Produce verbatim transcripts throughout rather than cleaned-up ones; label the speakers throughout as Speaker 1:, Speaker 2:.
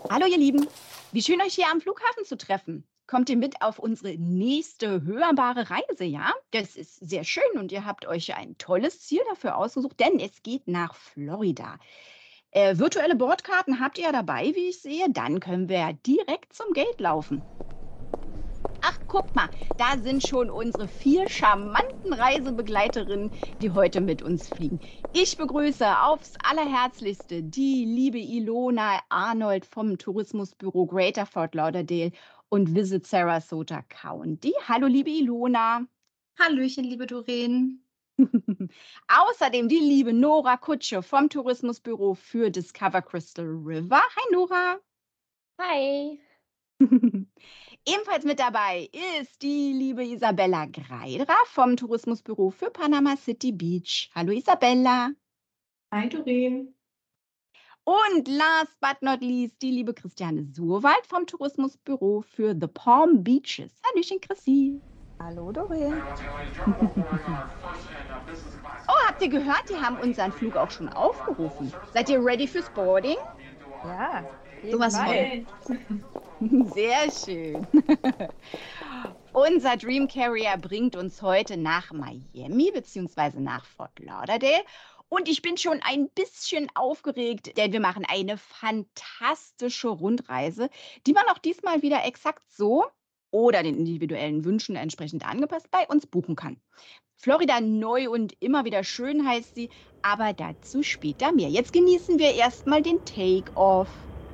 Speaker 1: Hallo ihr Lieben, wie schön euch hier am Flughafen zu treffen. Kommt ihr mit auf unsere nächste hörbare Reise, ja? Das ist sehr schön und ihr habt euch ein tolles Ziel dafür ausgesucht, denn es geht nach Florida. Äh, virtuelle Bordkarten habt ihr ja dabei, wie ich sehe. Dann können wir ja direkt zum Gate laufen. Ach, guck mal, da sind schon unsere vier charmanten Reisebegleiterinnen, die heute mit uns fliegen. Ich begrüße aufs Allerherzlichste die liebe Ilona Arnold vom Tourismusbüro Greater Fort Lauderdale und Visit Sarasota County. Hallo, liebe Ilona.
Speaker 2: Hallöchen, liebe Doreen.
Speaker 1: Außerdem die liebe Nora Kutsche vom Tourismusbüro für Discover Crystal River. Hi, Nora.
Speaker 3: Hi.
Speaker 1: Ebenfalls mit dabei ist die liebe Isabella Greidra vom Tourismusbüro für Panama City Beach. Hallo Isabella.
Speaker 4: Hi Doreen.
Speaker 1: Und last but not least die liebe Christiane Surwald vom Tourismusbüro für The Palm Beaches. Hallöchen Chrissy.
Speaker 3: Hallo Doreen.
Speaker 1: Oh, habt ihr gehört? Die haben unseren Flug auch schon aufgerufen. Seid ihr ready fürs Boarding?
Speaker 3: Ja,
Speaker 2: Sowas von.
Speaker 4: Hi.
Speaker 1: Sehr schön. Unser Dream Carrier bringt uns heute nach Miami bzw. nach Fort Lauderdale. Und ich bin schon ein bisschen aufgeregt, denn wir machen eine fantastische Rundreise, die man auch diesmal wieder exakt so oder den individuellen Wünschen entsprechend angepasst bei uns buchen kann. Florida neu und immer wieder schön heißt sie, aber dazu später mehr. Jetzt genießen wir erstmal den Take-Off.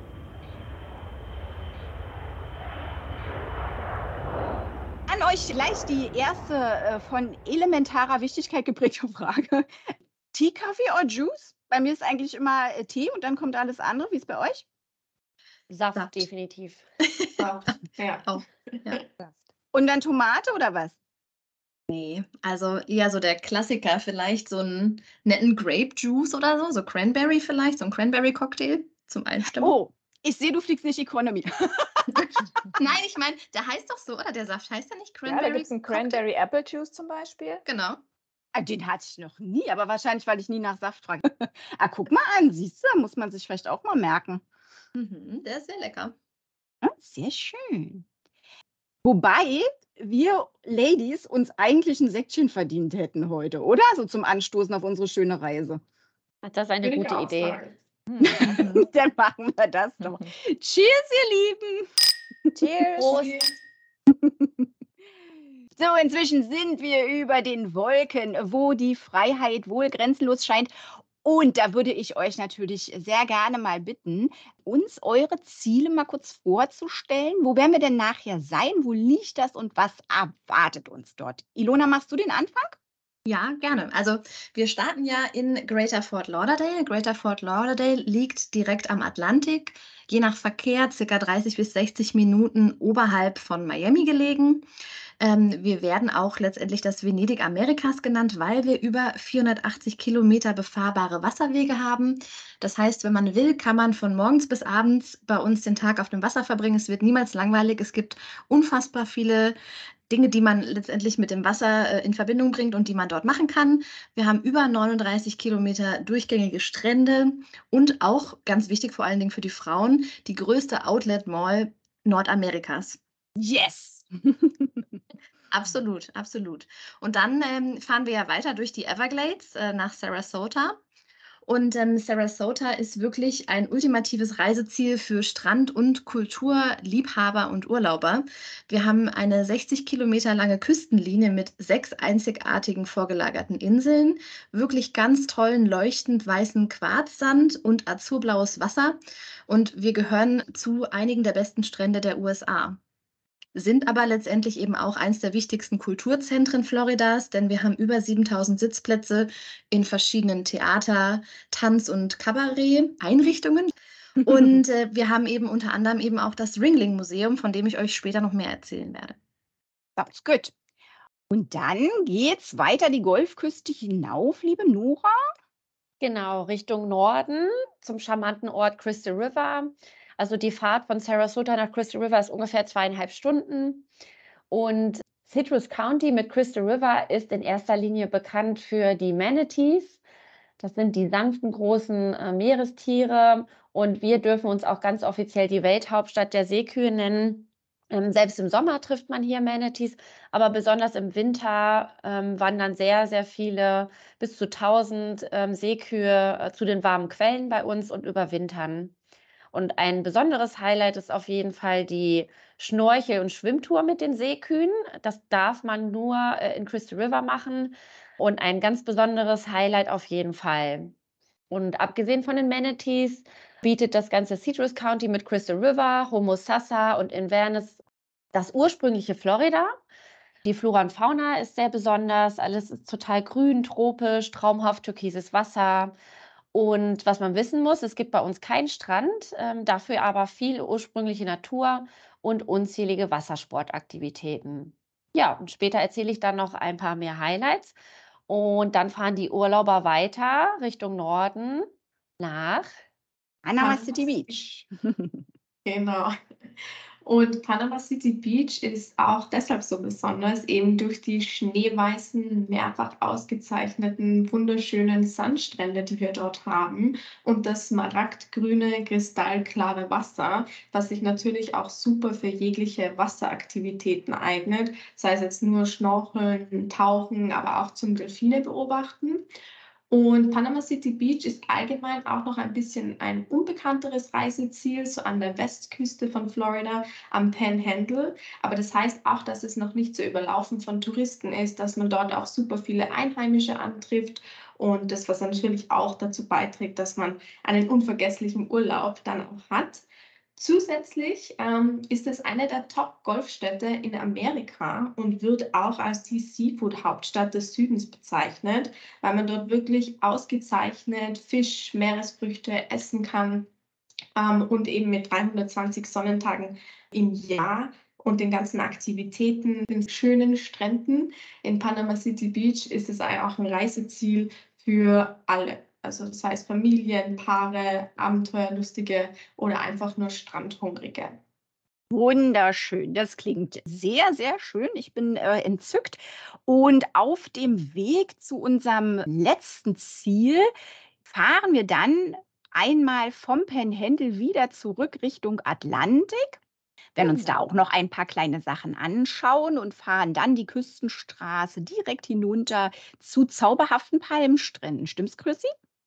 Speaker 1: An euch gleich die erste äh, von elementarer Wichtigkeit geprägte Frage. Tea, Kaffee oder Juice? Bei mir ist eigentlich immer äh, Tee und dann kommt alles andere. Wie ist es bei euch?
Speaker 3: Saft,
Speaker 2: Saft.
Speaker 3: definitiv.
Speaker 4: Ja.
Speaker 2: Auch. Ja.
Speaker 3: Saft.
Speaker 1: Und dann Tomate oder was?
Speaker 2: Nee, also eher so der Klassiker, vielleicht so einen netten Grape Juice oder so, so Cranberry vielleicht, so ein Cranberry-Cocktail zum Einstimmen.
Speaker 1: Oh, ich sehe, du fliegst nicht Economy.
Speaker 2: Nein, ich meine, der heißt doch so, oder? Der Saft heißt ja nicht
Speaker 5: Ja, da
Speaker 2: Cranberry
Speaker 5: gibt es einen
Speaker 2: Cocktail?
Speaker 5: Cranberry Apple Juice zum Beispiel.
Speaker 2: Genau.
Speaker 1: Ah, den hatte ich noch nie, aber wahrscheinlich, weil ich nie nach Saft frage. Ah, guck mal an, siehst du, muss man sich vielleicht auch mal merken.
Speaker 2: Mhm, der ist sehr lecker.
Speaker 1: Ja, sehr schön. Wobei wir Ladies uns eigentlich ein Säckchen verdient hätten heute, oder? So zum Anstoßen auf unsere schöne Reise.
Speaker 3: Das ist eine
Speaker 4: Würde ich
Speaker 3: gute
Speaker 4: auch
Speaker 3: Idee.
Speaker 4: sagen.
Speaker 5: Mhm.
Speaker 1: Dann machen wir das doch. Cheers, ihr Lieben!
Speaker 5: Cheers.
Speaker 3: Prost.
Speaker 1: So, inzwischen sind wir über den Wolken, wo die Freiheit wohl grenzenlos scheint. Und da würde ich euch natürlich sehr gerne mal bitten, uns eure Ziele mal kurz vorzustellen. Wo werden wir denn nachher sein? Wo liegt das und was erwartet uns dort? Ilona, machst du den Anfang?
Speaker 2: Ja, gerne. Also wir starten ja in Greater Fort Lauderdale. Greater Fort Lauderdale liegt direkt am Atlantik, je nach Verkehr circa dreißig bis sechzig Minuten oberhalb von Miami gelegen. Ähm, wir werden auch letztendlich das Venedig Amerikas genannt, weil wir über vierhundertachtzig Kilometer befahrbare Wasserwege haben. Das heißt, wenn man will, kann man von morgens bis abends bei uns den Tag auf dem Wasser verbringen. Es wird niemals langweilig. Es gibt unfassbar viele Dinge, die man letztendlich mit dem Wasser äh, in Verbindung bringt und die man dort machen kann. Wir haben über neununddreißig Kilometer durchgängige Strände und auch, ganz wichtig vor allen Dingen für die Frauen, die größte Outlet Mall Nordamerikas.
Speaker 1: Yes!
Speaker 2: Absolut, absolut. Und dann ähm, fahren wir ja weiter durch die Everglades äh, nach Sarasota. Und ähm, Sarasota ist wirklich ein ultimatives Reiseziel für Strand- und Kulturliebhaber und Urlauber. Wir haben eine sechzig Kilometer lange Küstenlinie mit sechs einzigartigen vorgelagerten Inseln, wirklich ganz tollen leuchtend weißen Quarzsand und azurblaues Wasser. Und wir gehören zu einigen der besten Strände der U S A. Sind aber letztendlich eben auch eins der wichtigsten Kulturzentren Floridas, denn wir haben über siebentausend Sitzplätze in verschiedenen Theater-, Tanz- und Kabarett-Einrichtungen. Und äh, wir haben eben unter anderem eben auch das Ringling-Museum, von dem ich euch später noch mehr erzählen werde.
Speaker 1: That's good. Und dann geht's weiter die Golfküste hinauf, liebe Nora.
Speaker 3: Genau, Richtung Norden zum charmanten Ort Crystal River. Also die Fahrt von Sarasota nach Crystal River ist ungefähr zweieinhalb Stunden. Und Citrus County mit Crystal River ist in erster Linie bekannt für die Manatees. Das sind die sanften, großen äh, Meerestiere Und wir dürfen uns auch ganz offiziell die Welthauptstadt der Seekühe nennen. Ähm, selbst im Sommer trifft man hier Manatees, aber besonders im Winter ähm, wandern sehr, sehr viele, bis zu tausend ähm, Seekühe äh, zu den warmen Quellen bei uns und überwintern. Und ein besonderes Highlight ist auf jeden Fall die Schnorchel- und Schwimmtour mit den Seekühen. Das darf man nur äh, in Crystal River machen und ein ganz besonderes Highlight auf jeden Fall. Und abgesehen von den Manatees bietet das ganze Citrus County mit Crystal River, Homosassa und Inverness das ursprüngliche Florida. Die Flora und Fauna ist sehr besonders. Alles ist total grün, tropisch, traumhaft türkises Wasser. Und was man wissen muss, es gibt bei uns keinen Strand, ähm, dafür aber viel ursprüngliche Natur und unzählige Wassersportaktivitäten. Ja, und später erzähle ich dann noch ein paar mehr Highlights. Und dann fahren die Urlauber weiter Richtung Norden nach.
Speaker 1: Panama
Speaker 4: Panama
Speaker 1: City
Speaker 4: City.
Speaker 1: Beach.
Speaker 4: Genau. Und Panama City Beach ist auch deshalb so besonders, eben durch die schneeweißen, mehrfach ausgezeichneten, wunderschönen Sandstrände, die wir dort haben und das smaragdgrüne, kristallklare Wasser, was sich natürlich auch super für jegliche Wasseraktivitäten eignet, sei es jetzt nur Schnorcheln, Tauchen, aber auch zum Delfine beobachten. Und Panama City Beach ist allgemein auch noch ein bisschen ein unbekannteres Reiseziel, so an der Westküste von Florida, am Panhandle. Aber das heißt auch, dass es noch nicht so überlaufen von Touristen ist, dass man dort auch super viele Einheimische antrifft. Und das, was natürlich auch dazu beiträgt, dass man einen unvergesslichen Urlaub dann auch hat. Zusätzlich ähm, ist es eine der Top-Golfstädte in Amerika und wird auch als die Seafood-Hauptstadt des Südens bezeichnet, weil man dort wirklich ausgezeichnet Fisch, Meeresfrüchte essen kann ähm, und eben mit dreihundertzwanzig Sonnentagen im Jahr und den ganzen Aktivitäten, den schönen Stränden in Panama City Beach ist es auch ein Reiseziel für alle. Also das heißt Familien, Paare, Abenteuerlustige oder einfach nur Strandhungrige.
Speaker 1: Wunderschön. Das klingt sehr, sehr schön. Ich bin äh, entzückt. Und auf dem Weg zu unserem letzten Ziel fahren wir dann einmal vom Panhandle wieder zurück Richtung Atlantik. Werden uns da auch
Speaker 5: Genau.
Speaker 1: noch ein paar kleine Sachen anschauen und fahren dann die Küstenstraße direkt hinunter zu zauberhaften Palmstränden. Stimmt's, Chrissy?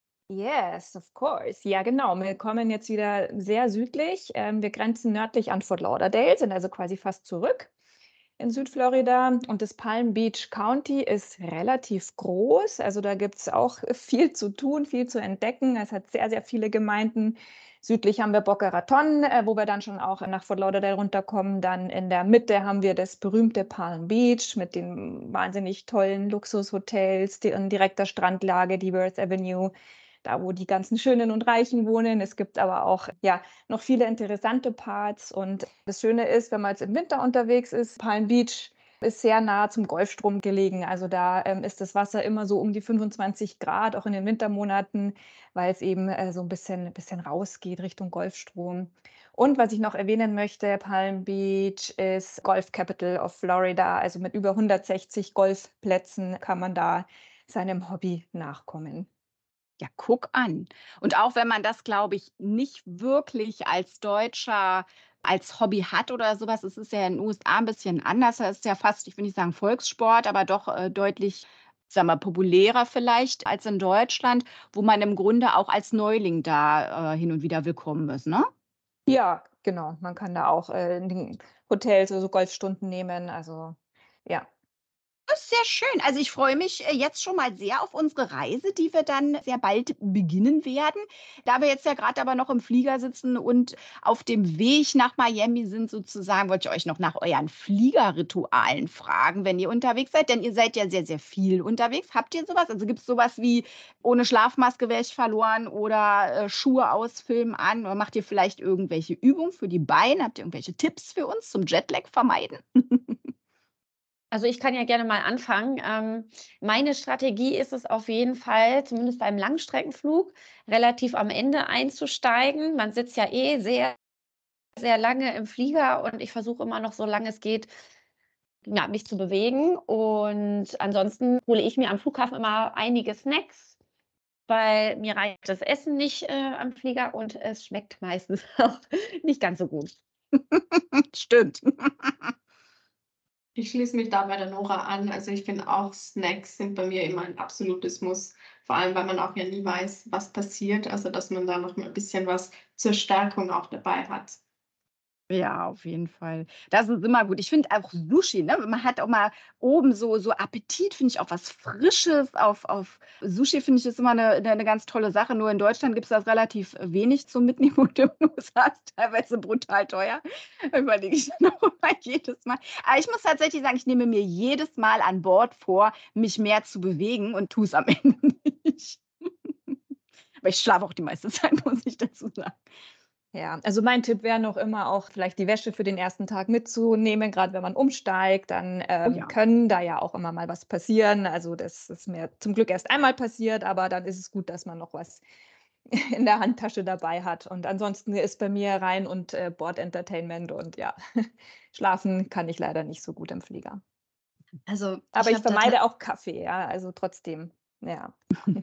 Speaker 5: Yes, of course. Ja, genau. Wir kommen jetzt wieder sehr südlich. Ähm, wir grenzen nördlich an Fort Lauderdale, sind also quasi fast zurück in Südflorida. Und das Palm Beach County ist relativ groß. Also da gibt es auch viel zu tun, viel zu entdecken. Es hat sehr, sehr viele Gemeinden. Südlich haben wir Boca Raton, äh, wo wir dann schon auch nach Fort Lauderdale runterkommen. Dann in der Mitte haben wir das berühmte Palm Beach mit den wahnsinnig tollen Luxushotels, die in direkter Strandlage, die Worth Avenue, da wo die ganzen Schönen und Reichen wohnen. Es gibt aber auch ja noch viele interessante Parts. Und das Schöne ist, wenn man jetzt im Winter unterwegs ist, Palm Beach ist sehr nah zum Golfstrom gelegen. Also da ähm, ist das Wasser immer so um die fünfundzwanzig Grad, auch in den Wintermonaten, weil es eben äh, so ein bisschen, bisschen rausgeht Richtung Golfstrom. Und was ich noch erwähnen möchte, Palm Beach ist Golf Capital of Florida. Also mit über hundertsechzig Golfplätzen kann man da seinem Hobby nachkommen.
Speaker 1: Ja, guck an. Und auch wenn man das, glaube ich, nicht wirklich als Deutscher als Hobby hat oder sowas, es ist ja in den U S A ein bisschen anders. Da ist ja fast, ich will nicht sagen Volkssport, aber doch äh, deutlich, sagen wir, populärer vielleicht als in Deutschland, wo man im Grunde auch als Neuling da äh, hin und wieder willkommen ist, ne?
Speaker 5: Ja, genau. Man kann da auch, äh, in den Hotels so so Golfstunden nehmen. Also, ja.
Speaker 1: Das ist sehr schön. Also, ich freue mich, äh, jetzt schon mal sehr auf unsere Reise, die wir dann sehr bald beginnen werden. Da wir jetzt ja gerade aber noch im Flieger sitzen und auf dem Weg nach Miami sind sozusagen, wollte ich euch noch nach euren Fliegerritualen fragen, wenn ihr unterwegs seid, denn ihr seid ja sehr, sehr viel unterwegs. Habt ihr sowas? Also, gibt's sowas wie: „Ohne Schlafmaske wäre ich verloren“ oder, äh, „Schuhe aus, Film an“? Oder macht ihr vielleicht irgendwelche Übungen für die Beine? Habt ihr irgendwelche Tipps für uns zum Jetlag vermeiden?
Speaker 3: Also ich kann ja gerne mal anfangen. Ähm, meine Strategie ist es auf jeden Fall, zumindest beim Langstreckenflug, relativ am Ende einzusteigen. Man sitzt ja eh sehr, sehr lange im Flieger und ich versuche immer noch, solange es geht, ja, mich zu bewegen. Und ansonsten hole ich mir am Flughafen immer einige Snacks weil mir reicht das Essen nicht äh, am Flieger und es schmeckt meistens auch nicht ganz so gut.
Speaker 1: Stimmt.
Speaker 4: Ich schließe mich da bei der Nora an. Also ich finde auch, Snacks sind bei mir immer ein absolutes Muss. Vor allem, weil man auch ja nie weiß, was passiert. Also dass man da noch mal ein bisschen was zur Stärkung auch dabei hat.
Speaker 1: Ja, auf jeden Fall. Das ist immer gut. Ich finde auch Sushi, ne? Man hat auch mal oben so, so Appetit, finde ich auch was Frisches. Auf, auf Sushi finde ich ist immer eine, eine, eine ganz tolle Sache. Nur in Deutschland gibt es das relativ wenig zum Mitnehmen und im U S A ist teilweise brutal teuer. Überlege ich dann auch immer jedes Mal. Aber ich muss tatsächlich sagen, ich nehme mir jedes Mal an Bord vor, mich mehr zu bewegen und tue es am Ende nicht. Aber ich schlafe auch die meiste Zeit, muss ich dazu sagen.
Speaker 5: Ja, also mein Tipp wäre noch immer auch vielleicht die Wäsche für den ersten Tag mitzunehmen, gerade wenn man umsteigt, dann
Speaker 1: Oh
Speaker 5: ähm,
Speaker 1: ja.
Speaker 5: können da ja auch immer mal was passieren. Also das ist mir zum Glück erst einmal passiert, aber dann ist es gut, dass man noch was in der Handtasche dabei hat. Und ansonsten ist bei mir rein und äh, Bord-Entertainment und ja, schlafen kann ich leider nicht so gut im Flieger.
Speaker 2: Also
Speaker 5: Aber
Speaker 2: ich
Speaker 5: ich
Speaker 2: habe da ta
Speaker 5: vermeide auch Kaffee, ja, also trotzdem, ja.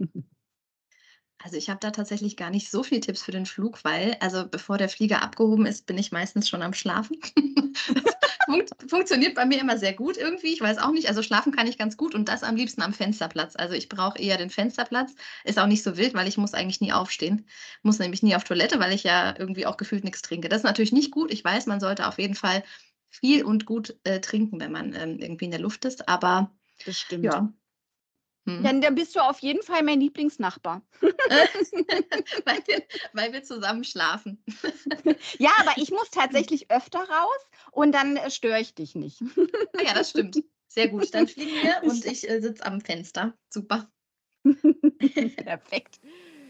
Speaker 2: also ich habe da tatsächlich gar nicht so viele Tipps für den Flug, weil also bevor der Flieger abgehoben ist, bin ich meistens schon am Schlafen. Das funkt funktioniert bei mir immer sehr gut irgendwie, ich weiß auch nicht. Also schlafen kann ich ganz gut und das am liebsten am Fensterplatz. Also ich brauche eher den Fensterplatz. Ist auch nicht so wild, weil ich muss eigentlich nie aufstehen. Muss nämlich nie auf Toilette, weil ich ja irgendwie auch gefühlt nichts trinke. Das ist natürlich nicht gut. Ich weiß, man sollte auf jeden Fall viel und gut äh, trinken, wenn man ähm, irgendwie in der Luft ist. Aber
Speaker 1: Das stimmt.
Speaker 2: ja.
Speaker 1: Dann,
Speaker 2: Hm.
Speaker 1: dann bist du auf jeden Fall mein Lieblingsnachbar.
Speaker 2: weil, wir, weil wir zusammen schlafen.
Speaker 1: Ja, aber ich muss tatsächlich öfter raus und dann äh, störe ich dich nicht.
Speaker 2: Ah ja, das stimmt. Sehr gut. Dann fliegen wir und ich äh, sitze am Fenster. Super.
Speaker 1: Perfekt.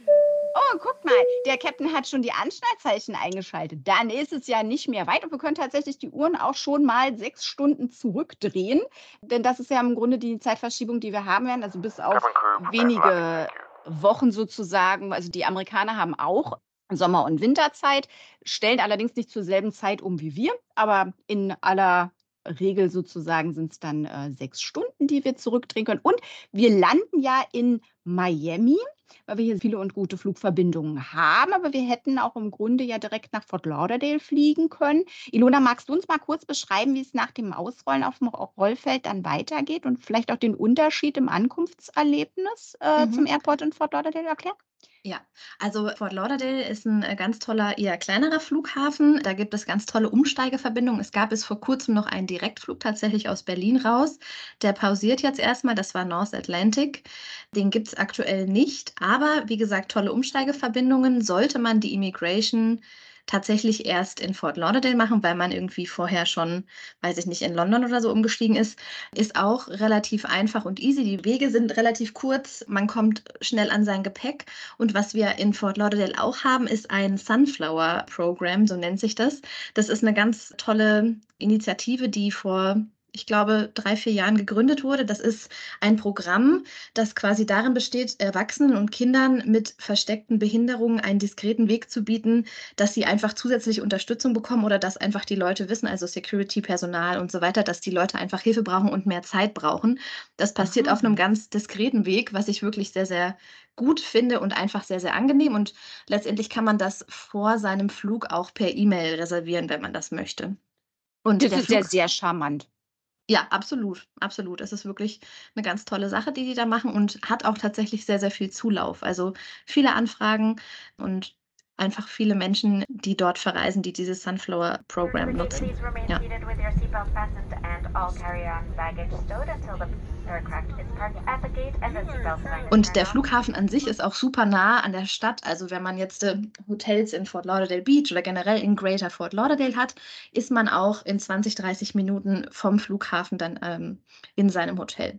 Speaker 1: Oh, guck mal, der Captain hat schon die Anschnallzeichen eingeschaltet. Dann ist es ja nicht mehr weit und wir können tatsächlich die Uhren auch schon mal sechs Stunden zurückdrehen. Denn das ist ja im Grunde die Zeitverschiebung, die wir haben werden. Also bis auf wenige Wochen sozusagen. Also die Amerikaner haben auch Sommer- und Winterzeit, stellen allerdings nicht zur selben Zeit um wie wir. Aber in aller Regel sozusagen sind es dann äh, sechs Stunden, die wir zurückdrehen können. Und wir landen ja in Miami, weil wir hier viele und gute Flugverbindungen haben. Aber wir hätten auch im Grunde ja direkt nach Fort Lauderdale fliegen können. Ilona, magst du uns mal kurz beschreiben, wie es nach dem Ausrollen auf dem Rollfeld dann weitergeht und vielleicht auch den Unterschied im Ankunftserlebnis äh,
Speaker 2: Mhm.
Speaker 1: zum Airport in Fort Lauderdale erklären?
Speaker 2: Ja, also Fort Lauderdale ist ein äh, ganz toller, eher kleinerer Flughafen. Da gibt es ganz tolle Umsteigeverbindungen. Es gab bis vor kurzem noch einen Direktflug tatsächlich aus Berlin raus. Der pausiert jetzt erstmal. Das war North Atlantic. Den gibt es aktuell nicht. Aber wie gesagt, tolle Umsteigeverbindungen. Sollte man die Immigration tatsächlich erst in Fort Lauderdale machen, weil man irgendwie vorher schon, weiß ich nicht, in London oder so umgestiegen ist, ist auch relativ einfach und easy. Die Wege sind relativ kurz. Man kommt schnell an sein Gepäck. Und was wir in Fort Lauderdale auch haben, ist ein Sunflower Program, so nennt sich das. Das ist eine ganz tolle Initiative, die vor, ich glaube, drei, vier Jahren gegründet wurde. Das ist ein Programm, das quasi darin besteht, Erwachsenen und Kindern mit versteckten Behinderungen einen diskreten Weg zu bieten, dass sie einfach zusätzliche Unterstützung bekommen oder dass einfach die Leute wissen, also Security-Personal und so weiter, dass die Leute einfach Hilfe brauchen und mehr Zeit brauchen. Das passiert
Speaker 1: Aha.
Speaker 2: auf einem ganz diskreten Weg, was ich wirklich sehr, sehr gut finde und einfach sehr, sehr angenehm. Und letztendlich kann man das vor seinem Flug auch per E-Mail reservieren, wenn man das möchte. Und
Speaker 1: Das
Speaker 2: der
Speaker 1: ist ja
Speaker 2: Flug,
Speaker 1: sehr charmant.
Speaker 2: ja, absolut, absolut. Es ist wirklich eine ganz tolle Sache, die die da machen und hat auch tatsächlich sehr, sehr viel Zulauf. Also viele Anfragen und einfach viele Menschen, die dort verreisen, die dieses Sunflower Program nutzen.
Speaker 6: Please remain
Speaker 2: Ja.
Speaker 6: seated with your seatbelt fastened and all carry-on baggage stowed until the aircraft is parked at the gate and the seatbelt sign is
Speaker 2: Und
Speaker 6: turned
Speaker 2: der
Speaker 6: off.
Speaker 2: Flughafen an sich ist auch super nah an der Stadt. Also wenn man jetzt äh, Hotels in Fort Lauderdale Beach oder generell in Greater Fort Lauderdale hat, ist man auch in zwanzig, dreißig Minuten vom Flughafen dann ähm, in seinem Hotel.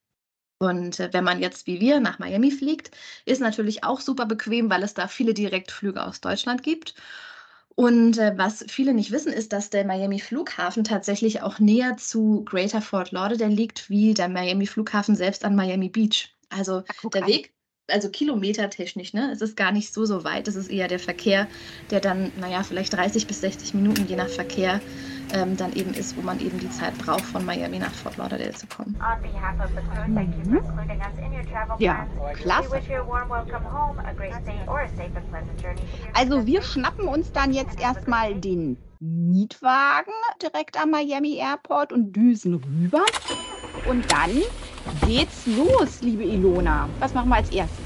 Speaker 2: Und äh, wenn man jetzt wie wir nach Miami fliegt, ist natürlich auch super bequem, weil es da viele Direktflüge aus Deutschland gibt. Und äh, was viele nicht wissen, ist, dass der Miami Flughafen tatsächlich auch näher zu Greater Fort Lauderdale liegt, wie der Miami Flughafen selbst an Miami Beach. Also
Speaker 1: Ach, guck
Speaker 2: der
Speaker 1: an.
Speaker 2: Weg, also kilometertechnisch, ne, es ist gar nicht so, so weit. Es ist eher der Verkehr, der dann, naja, vielleicht dreißig bis sechzig Minuten je nach Verkehr ähm, dann eben ist, wo man eben die Zeit braucht, von Miami nach Fort Lauderdale zu kommen.
Speaker 6: On behalf of the crew, thank you for including us in your travel
Speaker 1: Ja,
Speaker 6: plans. We
Speaker 1: klasse.
Speaker 6: wish you a warm welcome home, a great stay, or a safe and pleasant journey to your
Speaker 1: Also wir
Speaker 6: destination.
Speaker 1: schnappen uns dann jetzt erstmal den Mietwagen direkt am Miami Airport und düsen rüber. Und dann geht's los, liebe Ilona. Was machen wir als erstes?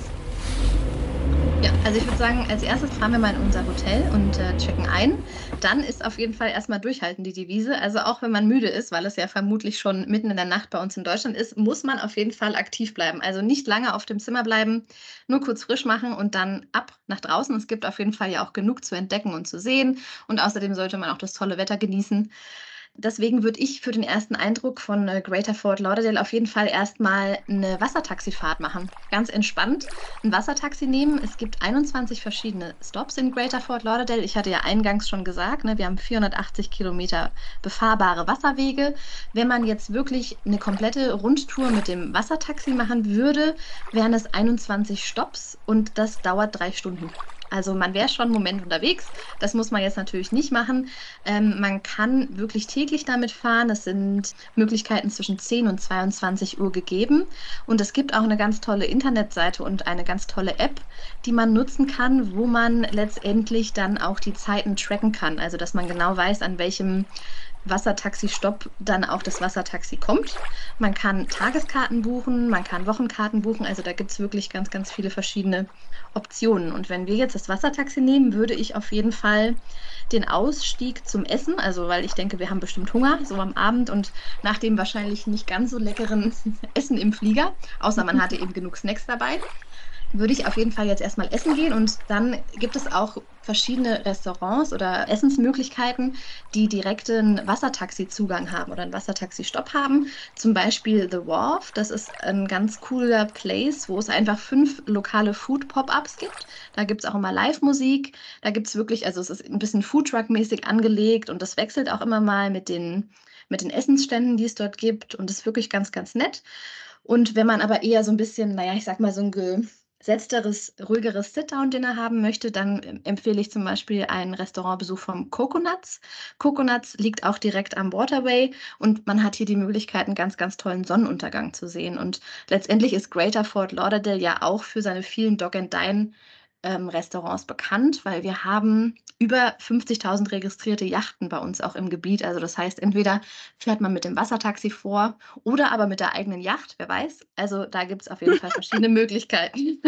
Speaker 2: Ja, also ich würde sagen, als erstes fahren wir mal in unser Hotel und äh, checken ein. Dann ist auf jeden Fall erstmal durchhalten die Devise. Also auch wenn man müde ist, weil es ja vermutlich schon mitten in der Nacht bei uns in Deutschland ist, muss man auf jeden Fall aktiv bleiben. Also nicht lange auf dem Zimmer bleiben, nur kurz frisch machen und dann ab nach draußen. Es gibt auf jeden Fall ja auch genug zu entdecken und zu sehen. Und außerdem sollte man auch das tolle Wetter genießen. Deswegen würde ich für den ersten Eindruck von äh, Greater Fort Lauderdale auf jeden Fall erstmal eine Wassertaxifahrt machen. Ganz entspannt ein Wassertaxi nehmen. Es gibt einundzwanzig verschiedene Stops in Greater Fort Lauderdale. Ich hatte ja eingangs schon gesagt, ne, wir haben vierhundertachtzig Kilometer befahrbare Wasserwege. Wenn man jetzt wirklich eine komplette Rundtour mit dem Wassertaxi machen würde, wären es einundzwanzig Stops und das dauert drei Stunden. Also man wäre schon einen Moment unterwegs. Das muss man jetzt natürlich nicht machen. Ähm, man kann wirklich täglich damit fahren. Es sind Möglichkeiten zwischen zehn und zweiundzwanzig Uhr gegeben. Und es gibt auch eine ganz tolle Internetseite und eine ganz tolle App, die man nutzen kann, wo man letztendlich dann auch die Zeiten tracken kann. Also dass man genau weiß, an welchem Wassertaxi-Stopp dann auch das Wassertaxi kommt. Man kann Tageskarten buchen, man kann Wochenkarten buchen. Also da gibt es wirklich ganz, ganz viele verschiedene Optionen. Und wenn wir jetzt das Wassertaxi nehmen, würde ich auf jeden Fall den Ausstieg zum Essen, also weil ich denke, wir haben bestimmt Hunger, so am Abend und nach dem wahrscheinlich nicht ganz so leckeren Essen im Flieger, außer man hatte eben genug Snacks dabei, würde ich auf jeden Fall jetzt erstmal essen gehen und dann gibt es auch verschiedene Restaurants oder Essensmöglichkeiten, die direkten Wassertaxi-Zugang haben oder einen Wassertaxi-Stopp haben. Zum Beispiel The Wharf, das ist ein ganz cooler Place, wo es einfach fünf lokale Food-Pop-Ups gibt. Da gibt es auch immer Live-Musik, da gibt es wirklich, also es ist ein bisschen Foodtruck-mäßig angelegt und das wechselt auch immer mal mit den, mit den Essensständen, die es dort gibt und ist wirklich ganz, ganz nett. Und wenn man aber eher so ein bisschen, naja, ich sag mal so ein ge gesetzteres, ruhigeres Sit-Down-Dinner haben möchte, dann ähm, empfehle ich zum Beispiel einen Restaurantbesuch vom Coconuts. Coconuts liegt auch direkt am Waterway und man hat hier die Möglichkeit, einen ganz, ganz tollen Sonnenuntergang zu sehen. Und letztendlich ist Greater Fort Lauderdale ja auch für seine vielen Dog-and-Dine ähm, Restaurants bekannt, weil wir haben über fünfzigtausend registrierte Yachten bei uns auch im Gebiet. Also das heißt, entweder fährt man mit dem Wassertaxi vor oder aber mit der eigenen Yacht, wer weiß. Also da gibt es auf jeden Fall verschiedene Möglichkeiten.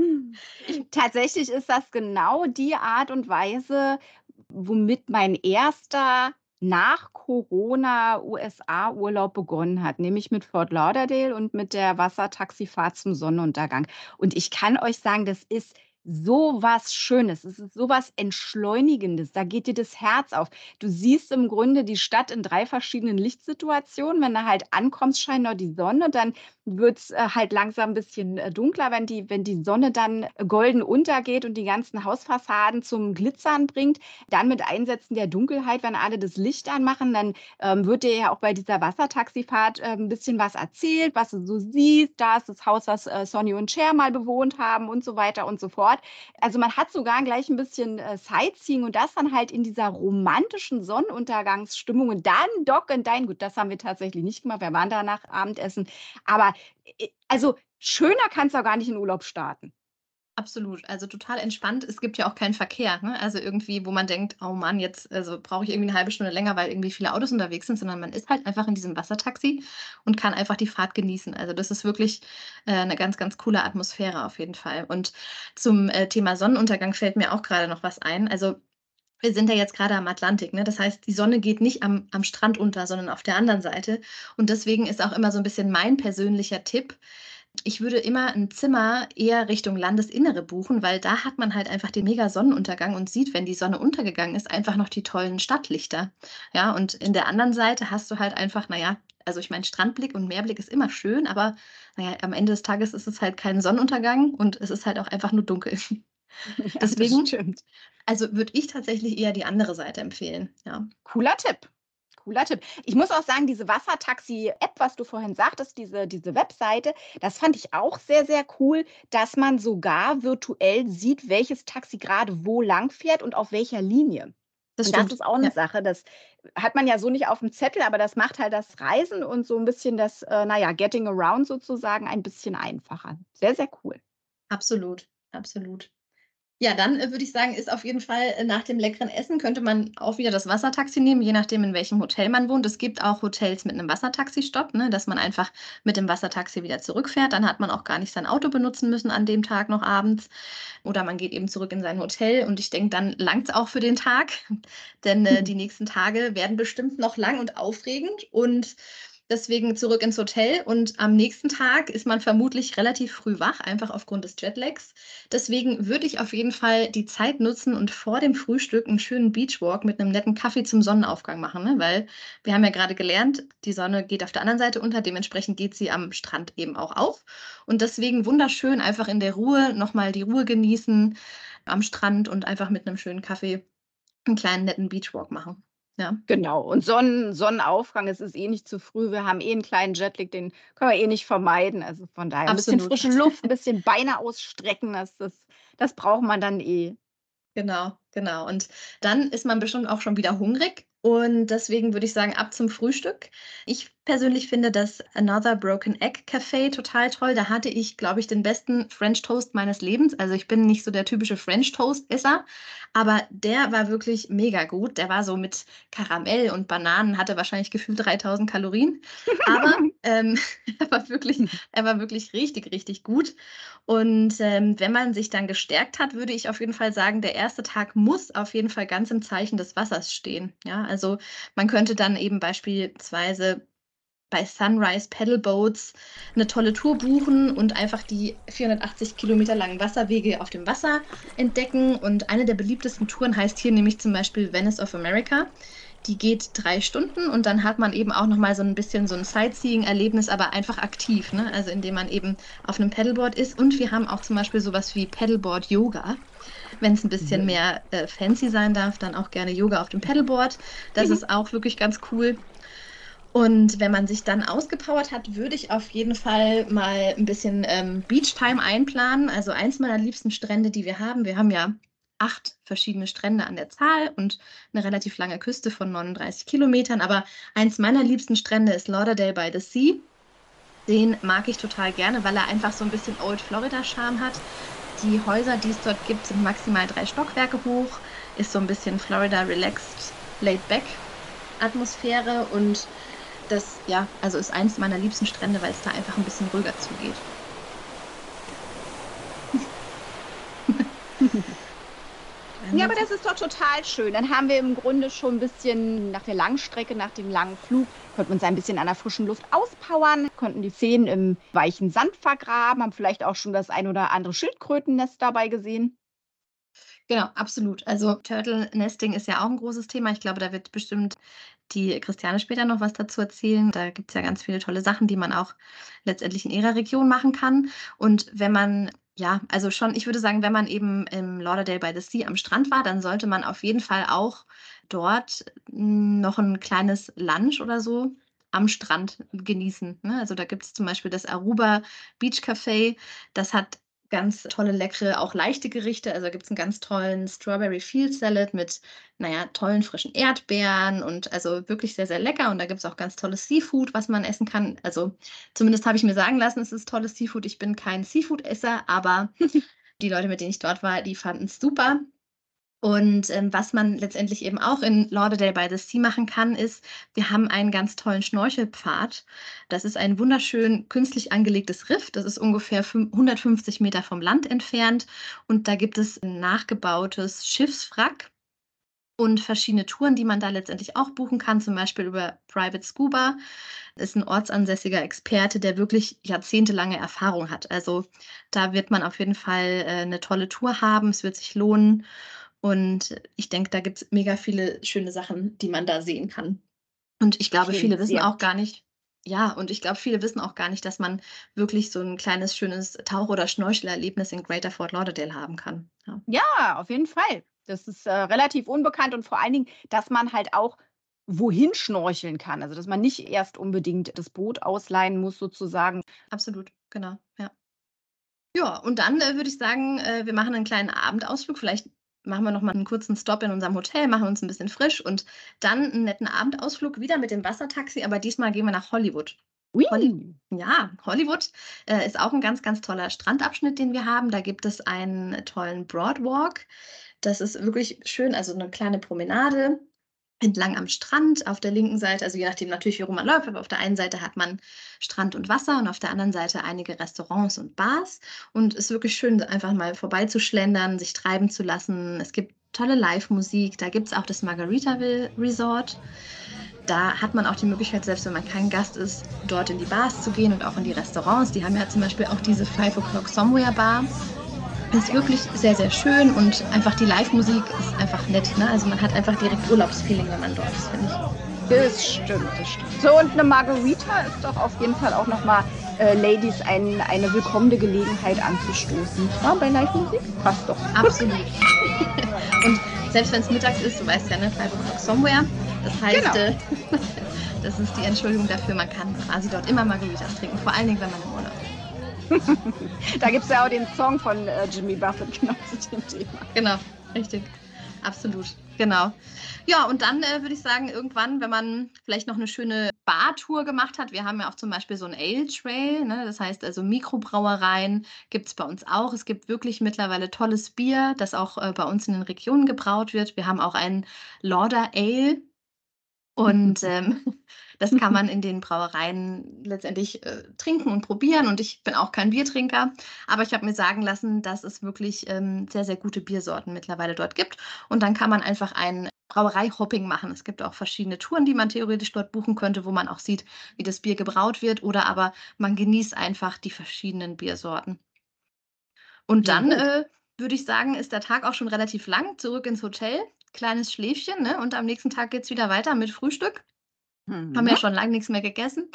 Speaker 1: Tatsächlich ist das genau die Art und Weise, womit mein erster nach Corona U S A-Urlaub begonnen hat, nämlich mit Fort Lauderdale und mit der Wassertaxifahrt zum Sonnenuntergang. Und ich kann euch sagen, das ist so was Schönes, es ist so was Entschleunigendes, da geht dir das Herz auf. Du siehst im Grunde die Stadt in drei verschiedenen Lichtsituationen. Wenn du halt ankommst, scheint noch die Sonne, dann wird es äh, halt langsam ein bisschen äh, dunkler, wenn die, wenn die Sonne dann golden untergeht und die ganzen Hausfassaden zum Glitzern bringt. Dann mit Einsetzen der Dunkelheit, wenn alle das Licht anmachen, dann ähm, wird dir ja auch bei dieser Wassertaxifahrt äh, ein bisschen was erzählt, was du so siehst. Da ist das Haus, was äh, Sonny und Cher mal bewohnt haben und so weiter und so fort. Also man hat sogar gleich ein bisschen äh, Sightseeing und das dann halt in dieser romantischen Sonnenuntergangsstimmung und dann Dog and Dine. Gut, das haben wir tatsächlich nicht gemacht. Wir waren da nach Abendessen. Aber äh, also schöner kann es auch gar nicht in Urlaub starten.
Speaker 2: Absolut, also total entspannt. Es gibt ja auch keinen Verkehr, ne? Also irgendwie, wo man denkt, oh Mann, jetzt also brauche ich irgendwie eine halbe Stunde länger, weil irgendwie viele Autos unterwegs sind, sondern man ist halt einfach in diesem Wassertaxi und kann einfach die Fahrt genießen. Also das ist wirklich äh, eine ganz, ganz coole Atmosphäre auf jeden Fall. Und zum äh, Thema Sonnenuntergang fällt mir auch gerade noch was ein. Also wir sind ja jetzt gerade am Atlantik, ne? Das heißt, die Sonne geht nicht am, am Strand unter, sondern auf der anderen Seite. Und deswegen ist auch immer so ein bisschen mein persönlicher Tipp, ich würde immer ein Zimmer eher Richtung Landesinnere buchen, weil da hat man halt einfach den mega Sonnenuntergang und sieht, wenn die Sonne untergegangen ist, einfach noch die tollen Stadtlichter. Ja, und in der anderen Seite hast du halt einfach, naja, also ich meine, Strandblick und Meerblick ist immer schön, aber naja, am Ende des Tages ist es halt kein Sonnenuntergang und es ist halt auch einfach nur dunkel.
Speaker 1: Ja,
Speaker 2: Deswegen,
Speaker 1: das stimmt.
Speaker 2: also würde ich tatsächlich eher die andere Seite empfehlen. Ja.
Speaker 1: Cooler Tipp. Cooler Tipp. Ich muss auch sagen, diese Wassertaxi-App, was du vorhin sagtest, diese, diese Webseite, das fand ich auch sehr, sehr cool, dass man sogar virtuell sieht, welches Taxi gerade wo lang fährt und auf welcher Linie.
Speaker 2: Das
Speaker 1: Und das
Speaker 2: stimmt.
Speaker 1: ist auch eine
Speaker 2: Ja.
Speaker 1: Sache, das hat man ja so nicht auf dem Zettel, aber das macht halt das Reisen und so ein bisschen das, äh, na ja, Getting Around sozusagen ein bisschen einfacher. Sehr, sehr cool.
Speaker 2: Absolut, absolut. Ja, dann, äh, würde ich sagen, ist auf jeden Fall äh, nach dem leckeren Essen könnte man auch wieder das Wassertaxi nehmen, je nachdem, in welchem Hotel man wohnt. Es gibt auch Hotels mit einem Wassertaxi-Stopp, ne, dass man einfach mit dem Wassertaxi wieder zurückfährt. Dann hat man auch gar nicht sein Auto benutzen müssen an dem Tag noch abends. Oder man geht eben zurück in sein Hotel und ich denke, dann langt's auch für den Tag, denn, äh, die nächsten Tage werden bestimmt noch lang und aufregend und deswegen zurück ins Hotel und am nächsten Tag ist man vermutlich relativ früh wach, einfach aufgrund des Jetlags. Deswegen würde ich auf jeden Fall die Zeit nutzen und vor dem Frühstück einen schönen Beachwalk mit einem netten Kaffee zum Sonnenaufgang machen, ne? Weil wir haben ja gerade gelernt, die Sonne geht auf der anderen Seite unter, dementsprechend geht sie am Strand eben auch auf. Und deswegen wunderschön einfach in der Ruhe noch mal die Ruhe genießen am Strand und einfach mit einem schönen Kaffee einen kleinen netten Beachwalk machen. Ja,
Speaker 1: Genau. Und Sonnen Sonnenaufgang, es ist eh nicht zu früh. Wir haben eh einen kleinen Jetlag, den können wir eh nicht vermeiden. Also, von daher ein bisschen
Speaker 2: absolut.
Speaker 1: frische Luft, ein bisschen Beine ausstrecken, das das das braucht man dann eh.
Speaker 2: Genau, genau. Und dann ist man bestimmt auch schon wieder hungrig. Und deswegen würde ich sagen, ab zum Frühstück. Ich persönlich finde das Another Broken Egg Café total toll. Da hatte ich, glaube ich, den besten French Toast meines Lebens. Also ich bin nicht so der typische French Toast-Esser, aber der war wirklich mega gut. Der war so mit Karamell und Bananen, hatte wahrscheinlich gefühlt dreitausend Kalorien. Aber ähm, er war wirklich, er war wirklich richtig, richtig gut. Und ähm, wenn man sich dann gestärkt hat, würde ich auf jeden Fall sagen, der erste Tag muss auf jeden Fall ganz im Zeichen des Wassers stehen. Ja, also man könnte dann eben beispielsweise bei Sunrise Paddleboats eine tolle Tour buchen und einfach die vierhundertachtzig Kilometer langen Wasserwege auf dem Wasser entdecken. Und eine der beliebtesten Touren heißt hier nämlich zum Beispiel Venice of America. Die geht drei Stunden und dann hat man eben auch noch mal so ein bisschen so ein Sightseeing-Erlebnis, aber einfach aktiv, ne? Also indem man eben auf einem Paddleboard ist. Und wir haben auch zum Beispiel sowas wie Paddleboard-Yoga. Wenn es ein bisschen
Speaker 1: Mhm.
Speaker 2: mehr äh, fancy sein darf, dann auch gerne Yoga auf dem Paddleboard. Das ist auch wirklich ganz cool. Und wenn man sich dann ausgepowert hat, würde ich auf jeden Fall mal ein bisschen ähm, Beachtime einplanen. Also eins meiner liebsten Strände, die wir haben. Wir haben ja acht verschiedene Strände an der Zahl und eine relativ lange Küste von neununddreißig Kilometern. Aber eins meiner liebsten Strände ist Lauderdale by the Sea. Den mag ich total gerne, weil er einfach so ein bisschen Old Florida-Charme hat. Die Häuser, die es dort gibt, sind maximal drei Stockwerke hoch. Ist so ein bisschen Florida relaxed, laid back Atmosphäre und das, ja, also ist eins meiner liebsten Strände, weil es da einfach ein bisschen ruhiger zugeht.
Speaker 1: Ja, aber das ist doch total schön. Dann haben wir im Grunde schon ein bisschen nach der Langstrecke, nach dem langen Flug, konnten wir uns ein bisschen an der frischen Luft auspowern, konnten die Zehen im weichen Sand vergraben, haben vielleicht auch schon das ein oder andere Schildkrötennest dabei gesehen.
Speaker 2: Genau, absolut. Also Turtle Nesting ist ja auch ein großes Thema. Ich glaube, da wird bestimmt die Christiane später noch was dazu erzählen. Da gibt es ja ganz viele tolle Sachen, die man auch letztendlich in ihrer Region machen kann. Und wenn man, ja, also schon, ich würde sagen, wenn man eben im Lauderdale by the Sea am Strand war, dann sollte man auf jeden Fall auch dort mm, noch ein kleines Lunch oder so am Strand genießen. Ne? Also da gibt es zum Beispiel das Aruba Beach Café. Das hat ganz tolle, leckere, auch leichte Gerichte. Also gibt es einen ganz tollen Strawberry Field Salad mit, naja, tollen frischen Erdbeeren und also wirklich sehr, sehr lecker. Und da gibt es auch ganz tolles Seafood, was man essen kann. Also zumindest habe ich mir sagen lassen, es ist tolles Seafood. Ich bin kein Seafood-Esser, aber die Leute, mit denen ich dort war, die fanden es super. Und ähm, was man letztendlich eben auch in Lauderdale by the Sea machen kann, ist, wir haben einen ganz tollen Schnorchelpfad. Das ist ein wunderschön künstlich angelegtes Riff. Das ist ungefähr hundertfünfzig Meter vom Land entfernt. Und da gibt es ein nachgebautes Schiffswrack und verschiedene Touren, die man da letztendlich auch buchen kann, zum Beispiel über Private Scuba. Das ist ein ortsansässiger Experte, der wirklich jahrzehntelange Erfahrung hat. Also da wird man auf jeden Fall äh, eine tolle Tour haben. Es wird sich lohnen. Und ich denke, da gibt es mega viele schöne Sachen, die man da sehen kann. Und ich glaube,
Speaker 1: Klingt
Speaker 2: viele wissen
Speaker 1: sehr
Speaker 2: auch
Speaker 1: gut.
Speaker 2: gar nicht, ja, und ich glaube, viele wissen auch gar nicht, dass man wirklich so ein kleines, schönes Tauch- oder Schnorchelerlebnis in Greater Fort Lauderdale haben kann. Ja.
Speaker 1: Ja, auf jeden Fall. Das ist äh, relativ unbekannt und vor allen Dingen, dass man halt auch wohin schnorcheln kann. Also, dass man nicht erst unbedingt das Boot ausleihen muss sozusagen.
Speaker 2: Absolut, genau, ja. Ja, und dann äh, würde ich sagen, äh, wir machen einen kleinen Abendausflug. Vielleicht machen wir noch mal einen kurzen Stopp in unserem Hotel, machen uns ein bisschen frisch und dann einen netten Abendausflug wieder mit dem Wassertaxi, aber diesmal gehen wir nach Hollywood. Holly
Speaker 1: Ui.
Speaker 2: ja, Hollywood äh, ist auch ein ganz, ganz toller Strandabschnitt, den wir haben. Da gibt es einen tollen Broadwalk. Das ist wirklich schön, also eine kleine Promenade entlang am Strand. Auf der linken Seite, also je nachdem natürlich, wie rum man läuft, aber auf der einen Seite hat man Strand und Wasser und auf der anderen Seite einige Restaurants und Bars. Und es ist wirklich schön, einfach mal vorbeizuschlendern, sich treiben zu lassen. Es gibt tolle Live-Musik. Da gibt es auch das Margaritaville Resort. Da hat man auch die Möglichkeit, selbst wenn man kein Gast ist, dort in die Bars zu gehen und auch in die Restaurants. Die haben ja zum Beispiel auch diese Five O'Clock Somewhere Bar. Ist wirklich sehr, sehr schön und einfach die Live-Musik ist einfach nett. Ne? Also man hat einfach direkt Urlaubsfeeling, wenn man dort ist, finde ich.
Speaker 1: Das stimmt, das stimmt. So, und eine Margarita ist doch auf jeden Fall auch nochmal, äh, Ladies, ein, eine willkommene Gelegenheit anzustoßen. Ja, bei Live-Musik passt doch.
Speaker 2: Absolut. Und selbst wenn es mittags ist, du weißt ja, ne, Five O'Clock Somewhere. Das heißt,
Speaker 1: Genau.
Speaker 2: äh, das ist die Entschuldigung dafür, man kann quasi dort immer Margaritas trinken, vor allen Dingen, wenn man im Urlaub ist.
Speaker 1: Da gibt es ja auch den Song von äh, Jimmy Buffett genau zu dem Thema.
Speaker 2: Genau, richtig. Absolut, genau. Ja, und dann äh, würde ich sagen, irgendwann, wenn man vielleicht noch eine schöne Bartour gemacht hat, wir haben ja auch zum Beispiel so ein Ale Trail, ne? Das heißt also Mikrobrauereien gibt es bei uns auch. Es gibt wirklich mittlerweile tolles Bier, das auch äh, bei uns in den Regionen gebraut wird. Wir haben auch ein Lauder Ale und ähm, das kann man in den Brauereien letztendlich äh, trinken und probieren. Und ich bin auch kein Biertrinker, aber ich habe mir sagen lassen, dass es wirklich ähm, sehr, sehr gute Biersorten mittlerweile dort gibt. Und dann kann man einfach ein Brauerei-Hopping machen. Es gibt auch verschiedene Touren, die man theoretisch dort buchen könnte, wo man auch sieht, wie das Bier gebraut wird. Oder aber man genießt einfach die verschiedenen Biersorten. Und
Speaker 1: Ja,
Speaker 2: dann
Speaker 1: gut.
Speaker 2: äh, würde ich sagen, ist der Tag auch schon relativ lang. Zurück ins Hotel, kleines Schläfchen, ne? Und am nächsten Tag geht es wieder weiter mit Frühstück. Haben ja
Speaker 1: Mhm.
Speaker 2: schon lange nichts mehr gegessen.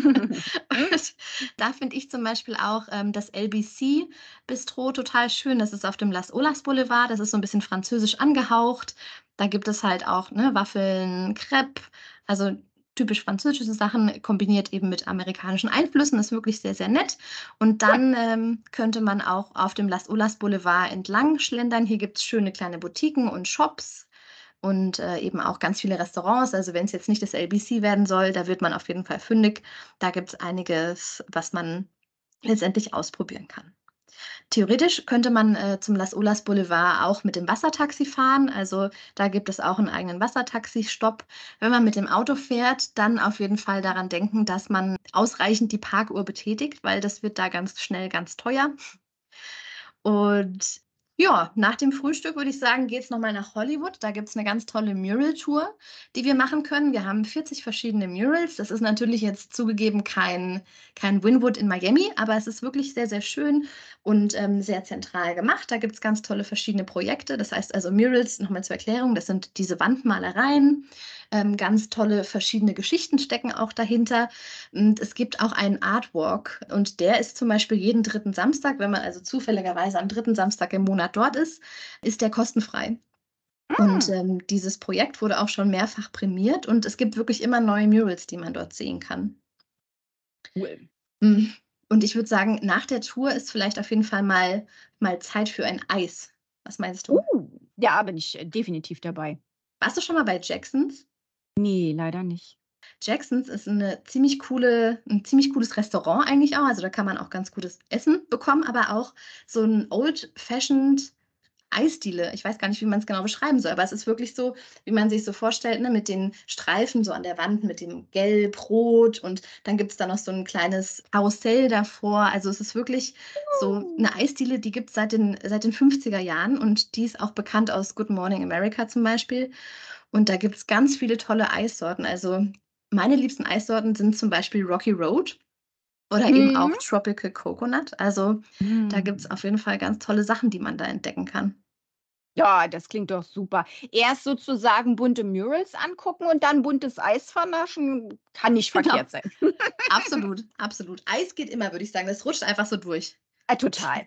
Speaker 2: Und da finde ich zum Beispiel auch ähm, das L B C Bistro total schön. Das ist auf dem Las Olas Boulevard. Das ist so ein bisschen französisch angehaucht. Da gibt es halt auch ne, Waffeln, Crepe, also typisch französische Sachen kombiniert eben mit amerikanischen Einflüssen. Das ist wirklich sehr, sehr nett. Und dann ähm, könnte man auch auf dem Las Olas Boulevard entlang schlendern. Hier gibt es schöne kleine Boutiquen und Shops. Und äh, eben auch ganz viele Restaurants. Also wenn es jetzt nicht das L B C werden soll, da wird man auf jeden Fall fündig. Da gibt es einiges, was man letztendlich ausprobieren kann. Theoretisch könnte man äh, zum Las Olas Boulevard auch mit dem Wassertaxi fahren. Also da gibt es auch einen eigenen Wassertaxi-Stopp. Wenn man mit dem Auto fährt, dann auf jeden Fall daran denken, dass man ausreichend die Parkuhr betätigt, weil das wird da ganz schnell ganz teuer. Und ja, nach dem Frühstück würde ich sagen, geht es nochmal nach Hollywood. Da gibt es eine ganz tolle Mural-Tour, die wir machen können. Wir haben vierzig verschiedene Murals. Das ist natürlich jetzt zugegeben kein, kein Wynwood in Miami, aber es ist wirklich sehr, sehr schön und ähm, sehr zentral gemacht. Da gibt es ganz tolle verschiedene Projekte. Das heißt also Murals, nochmal zur Erklärung, das sind diese Wandmalereien. Ähm, ganz tolle verschiedene Geschichten stecken auch dahinter. Und es gibt auch einen Artwalk und der ist zum Beispiel jeden dritten Samstag, wenn man also zufälligerweise am dritten Samstag im Monat dort ist, ist der kostenfrei. Und
Speaker 1: Mm.
Speaker 2: ähm, dieses Projekt wurde auch schon mehrfach prämiert und es gibt wirklich immer neue Murals, die man dort sehen kann.
Speaker 1: Cool.
Speaker 2: Mm. Und ich würde sagen, nach der Tour ist vielleicht auf jeden Fall mal, mal Zeit für ein Eis. Was meinst du?
Speaker 1: Uh, ja, bin ich äh, definitiv dabei.
Speaker 2: Warst du schon mal bei Jacksons?
Speaker 1: Nee, leider nicht.
Speaker 2: Jacksons ist eine ziemlich coole, ein ziemlich cooles Restaurant eigentlich auch. Also da kann man auch ganz gutes Essen bekommen, aber auch so ein old-fashioned Eisdiele. Ich weiß gar nicht, wie man es genau beschreiben soll, aber es ist wirklich so, wie man sich so vorstellt, ne, mit den Streifen so an der Wand, mit dem Gelb, Rot und dann gibt es da noch so ein kleines Karussell davor. Also es ist wirklich so eine Eisdiele, die gibt es seit den, seit den fünfziger Jahren und die ist auch bekannt aus Good Morning America zum Beispiel. Und da gibt es ganz viele tolle Eissorten. Also meine liebsten Eissorten sind zum Beispiel Rocky Road oder eben auch
Speaker 1: Mhm.
Speaker 2: Tropical Coconut. Also da gibt es
Speaker 1: Mm.
Speaker 2: auf jeden Fall ganz tolle Sachen, die man da entdecken kann.
Speaker 1: Ja, das klingt doch super. Erst sozusagen bunte Murals angucken und dann buntes Eis vernaschen, kann nicht
Speaker 2: Genau.
Speaker 1: verkehrt sein.
Speaker 2: Absolut, absolut. Eis geht immer, würde ich sagen. Das rutscht einfach so durch.
Speaker 1: Äh, total.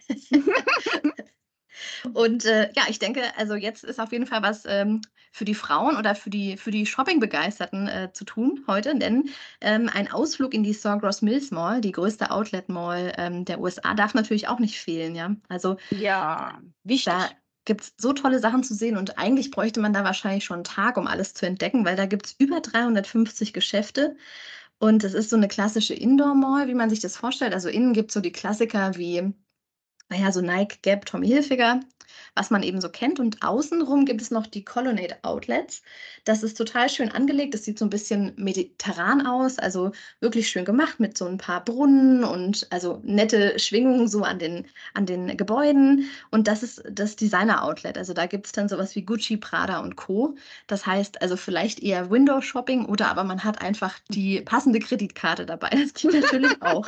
Speaker 2: Und äh, ja, ich denke, also jetzt ist auf jeden Fall was ähm, für die Frauen oder für die, für die Shopping-Begeisterten äh, zu tun heute, denn ähm, ein Ausflug in die Sawgrass Mills Mall, die größte Outlet Mall ähm, der U S A, darf natürlich auch nicht fehlen, ja. Also
Speaker 1: Ja, wichtig.
Speaker 2: da gibt es so tolle Sachen zu sehen und eigentlich bräuchte man da wahrscheinlich schon einen Tag, um alles zu entdecken, weil da gibt es über dreihundertfünfzig Geschäfte und es ist so eine klassische Indoor-Mall, wie man sich das vorstellt. Also innen gibt es so die Klassiker wie, naja, so Nike, Gap, Tommy Hilfiger, was man eben so kennt. Und außenrum gibt es noch die Colonnade Outlets. Das ist total schön angelegt. Das sieht so ein bisschen mediterran aus, also wirklich schön gemacht mit so ein paar Brunnen und also nette Schwingungen so an den, an den Gebäuden. Und das ist das Designer-Outlet. Also da gibt es dann sowas wie Gucci, Prada und Co. Das heißt also vielleicht eher Window-Shopping oder aber man hat einfach die passende Kreditkarte dabei. Das geht natürlich auch.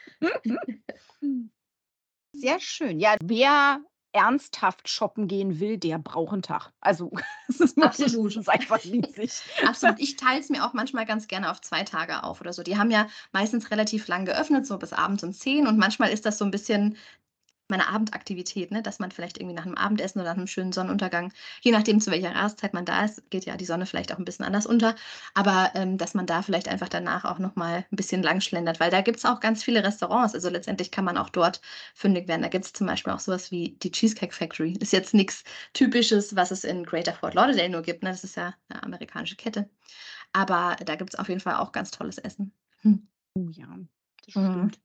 Speaker 1: Sehr schön. Ja, wer ernsthaft shoppen gehen will, der braucht einen Tag. Also, es ist wirklich,
Speaker 2: Absolut.
Speaker 1: es ist einfach riesig.
Speaker 2: Absolut. Ich teile es mir auch manchmal ganz gerne auf zwei Tage auf oder so. Die haben ja meistens relativ lang geöffnet, so bis abends um zehn. Und manchmal ist das so ein bisschen meine Abendaktivität, ne? Dass man vielleicht irgendwie nach einem Abendessen oder nach einem schönen Sonnenuntergang, je nachdem, zu welcher Jahreszeit man da ist, geht ja die Sonne vielleicht auch ein bisschen anders unter, aber ähm, dass man da vielleicht einfach danach auch nochmal ein bisschen lang schlendert, weil da gibt es auch ganz viele Restaurants. Also letztendlich kann man auch dort fündig werden. Da gibt es zum Beispiel auch sowas wie die Cheesecake Factory. Ist jetzt nichts Typisches, was es in Greater Fort Lauderdale nur gibt. Ne? Das ist ja eine amerikanische Kette. Aber da gibt es auf jeden Fall auch ganz tolles Essen. Hm.
Speaker 1: Oh ja, das
Speaker 2: Mhm.
Speaker 1: stimmt.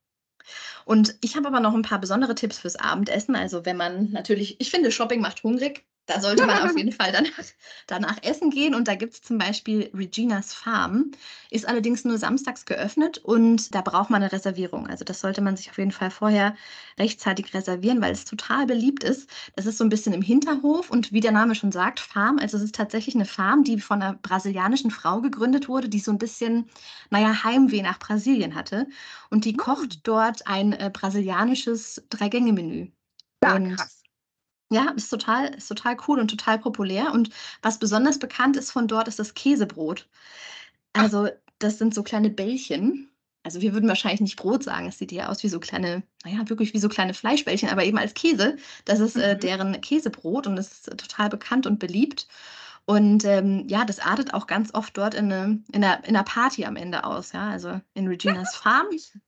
Speaker 2: Und ich habe aber noch ein paar besondere Tipps fürs Abendessen. Also wenn man natürlich, ich finde, Shopping macht hungrig. Da sollte man auf jeden Fall danach, danach essen gehen. Und da gibt es zum Beispiel Regina's Farm. Ist allerdings nur samstags geöffnet und da braucht man eine Reservierung. Also das sollte man sich auf jeden Fall vorher rechtzeitig reservieren, weil es total beliebt ist. Das ist so ein bisschen im Hinterhof und wie der Name schon sagt, Farm. Also es ist tatsächlich eine Farm, die von einer brasilianischen Frau gegründet wurde, die so ein bisschen, naja, Heimweh nach Brasilien hatte. Und die
Speaker 1: Hm.
Speaker 2: kocht dort ein äh, brasilianisches Drei-Gänge-Menü.
Speaker 1: Ja,
Speaker 2: Und
Speaker 1: krass.
Speaker 2: ja, ist total, ist total cool und total populär. Und was besonders bekannt ist von dort, ist das Käsebrot.
Speaker 1: Ach.
Speaker 2: Also das sind so kleine Bällchen. Also wir würden wahrscheinlich nicht Brot sagen. Es sieht ja aus wie so kleine, naja, wirklich wie so kleine Fleischbällchen, aber eben als Käse. Das ist äh,
Speaker 1: Mhm.
Speaker 2: deren Käsebrot und das ist äh, total bekannt und beliebt. Und ähm, ja, das artet auch ganz oft dort in, eine, in, einer, in einer Party am Ende aus. Ja, also in Regina's Farm.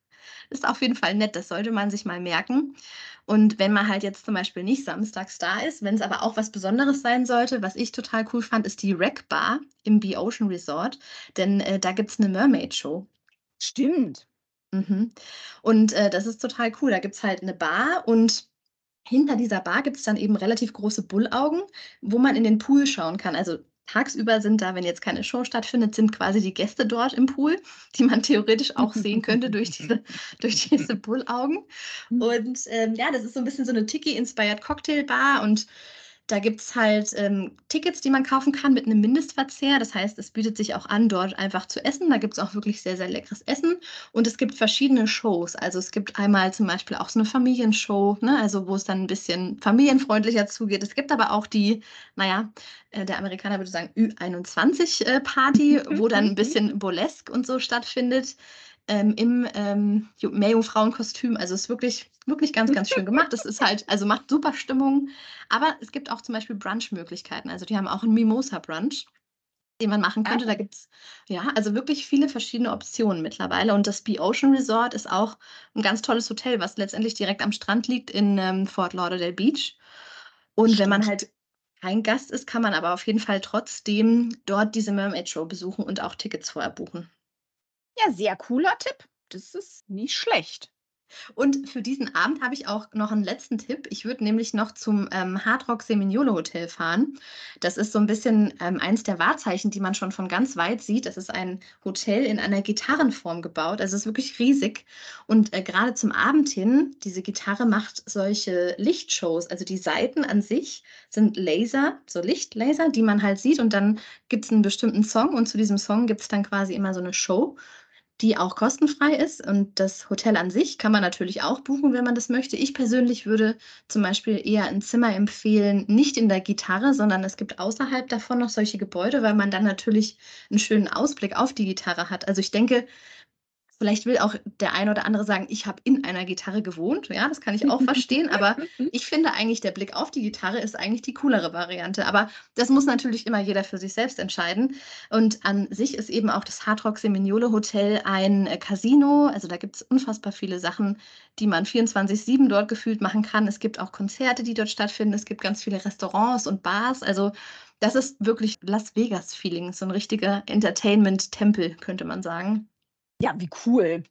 Speaker 2: Ist auf jeden Fall nett, das sollte man sich mal merken. Und wenn man halt jetzt zum Beispiel nicht samstags da ist, wenn es aber auch was Besonderes sein sollte, was ich total cool fand, ist die Rec Bar im Be-Ocean Resort, denn äh, da gibt es eine Mermaid-Show.
Speaker 1: Stimmt.
Speaker 2: Mhm. Und äh, das ist total cool. Da gibt es halt eine Bar und hinter dieser Bar gibt es dann eben relativ große Bullaugen, wo man in den Pool schauen kann. Also tagsüber sind da, wenn jetzt keine Show stattfindet, sind quasi die Gäste dort im Pool, die man theoretisch auch sehen könnte durch diese, durch diese Bullaugen. Und ähm, ja, das ist so ein bisschen so eine Tiki-inspired Cocktailbar und da gibt es halt ähm, Tickets, die man kaufen kann mit einem Mindestverzehr. Das heißt, es bietet sich auch an, dort einfach zu essen. Da gibt es auch wirklich sehr, sehr leckeres Essen. Und es gibt verschiedene Shows. Also es gibt einmal zum Beispiel auch so eine Familienshow, ne? Also wo es dann ein bisschen familienfreundlicher zugeht. Es gibt aber auch die, naja, äh, der Amerikaner würde sagen Ü einundzwanzig-Party, wo dann ein bisschen Burlesque und so stattfindet. Ähm, im ähm, Ju- Meerjungfrauenkostüm. Also es ist wirklich, wirklich ganz, ganz schön gemacht. Es ist halt, also macht super Stimmung. Aber es gibt auch zum Beispiel Brunch-Möglichkeiten. Also die haben auch einen Mimosa-Brunch, den man machen könnte. Da
Speaker 1: Ah.
Speaker 2: gibt es ja, also wirklich viele verschiedene Optionen mittlerweile. Und das Be-Ocean Resort ist auch ein ganz tolles Hotel, was letztendlich direkt am Strand liegt in ähm, Fort Lauderdale Beach. Und wenn man
Speaker 1: Stimmt.
Speaker 2: halt kein Gast ist, kann man aber auf jeden Fall trotzdem dort diese Mermaid Show besuchen und auch Tickets vorher buchen.
Speaker 1: Ja, sehr cooler Tipp. Das ist nicht schlecht.
Speaker 2: Und für diesen Abend habe ich auch noch einen letzten Tipp. Ich würde nämlich noch zum ähm, Hard Rock Semignolo Hotel fahren. Das ist so ein bisschen ähm, eins der Wahrzeichen, die man schon von ganz weit sieht. Das ist ein Hotel in einer Gitarrenform gebaut. Also es ist wirklich riesig. Und äh, gerade zum Abend hin, diese Gitarre macht solche Lichtshows. Also die Seiten an sich sind Laser, so Lichtlaser, die man halt sieht. Und dann gibt es einen bestimmten Song und zu diesem Song gibt es dann quasi immer so eine Show, die auch kostenfrei ist. Und das Hotel an sich kann man natürlich auch buchen, wenn man das möchte. Ich persönlich würde zum Beispiel eher ein Zimmer empfehlen, nicht in der Gitarre, sondern es gibt außerhalb davon noch solche Gebäude, weil man dann natürlich einen schönen Ausblick auf die Gitarre hat. Also ich denke, Vielleicht will auch der eine oder andere sagen, ich habe in einer Gitarre gewohnt. Ja, das kann ich auch verstehen. Aber ich finde eigentlich, der Blick auf die Gitarre ist eigentlich die coolere Variante. Aber das muss natürlich immer jeder für sich selbst entscheiden. Und an sich ist eben auch das Hard Rock Seminole Hotel ein äh, Casino. Also da gibt es unfassbar viele Sachen, die man vierundzwanzig sieben dort gefühlt machen kann. Es gibt auch Konzerte, die dort stattfinden. Es gibt ganz viele Restaurants und Bars. Also das ist wirklich Las Vegas-Feeling. So ein richtiger Entertainment-Tempel, könnte man sagen.
Speaker 1: Ja, wie cool.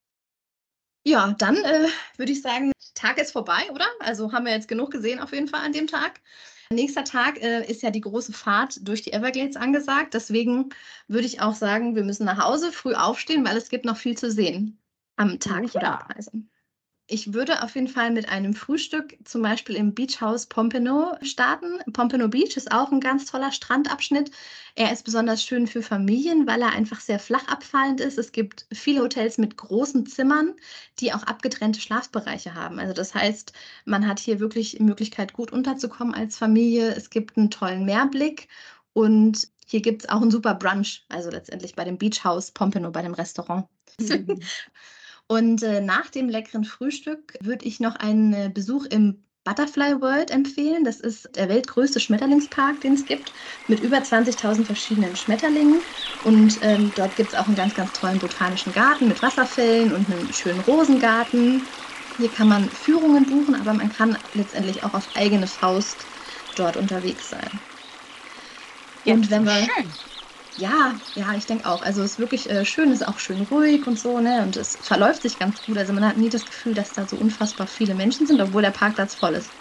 Speaker 2: Ja, dann äh, würde ich sagen, Tag ist vorbei, oder? Also haben wir jetzt genug gesehen auf jeden Fall an dem Tag. Nächster Tag äh, ist ja die große Fahrt durch die Everglades angesagt. Deswegen würde ich auch sagen, wir müssen nach Hause, früh aufstehen, weil es gibt noch viel zu sehen am Tag
Speaker 1: Oh
Speaker 2: vor der
Speaker 1: ja.
Speaker 2: Abreise. Ich würde auf jeden Fall mit einem Frühstück zum Beispiel im Beach House Pompano starten. Pompano Beach ist auch ein ganz toller Strandabschnitt. Er ist besonders schön für Familien, weil er einfach sehr flach abfallend ist. Es gibt viele Hotels mit großen Zimmern, die auch abgetrennte Schlafbereiche haben. Also das heißt, man hat hier wirklich die Möglichkeit, gut unterzukommen als Familie. Es gibt einen tollen Meerblick und hier gibt es auch einen super Brunch, also letztendlich bei dem Beach House Pompano, bei dem Restaurant.
Speaker 1: Mhm.
Speaker 2: Und äh, nach dem leckeren Frühstück würde ich noch einen äh, Besuch im Butterfly World empfehlen. Das ist der weltgrößte Schmetterlingspark, den es gibt, mit über zwanzigtausend verschiedenen Schmetterlingen. Und ähm, dort gibt es auch einen ganz, ganz tollen botanischen Garten mit Wasserfällen und einen schönen Rosengarten. Hier kann man Führungen buchen, aber man kann letztendlich auch auf eigene Faust dort unterwegs sein.
Speaker 1: Ja,
Speaker 2: Und wenn wir
Speaker 1: schön.
Speaker 2: Ja, ja, ich denke auch. Also es ist wirklich äh, schön, es ist auch schön ruhig und so, ne? Und es verläuft sich ganz gut. Also man hat nie das Gefühl, dass da so unfassbar viele Menschen sind, obwohl der Parkplatz voll ist.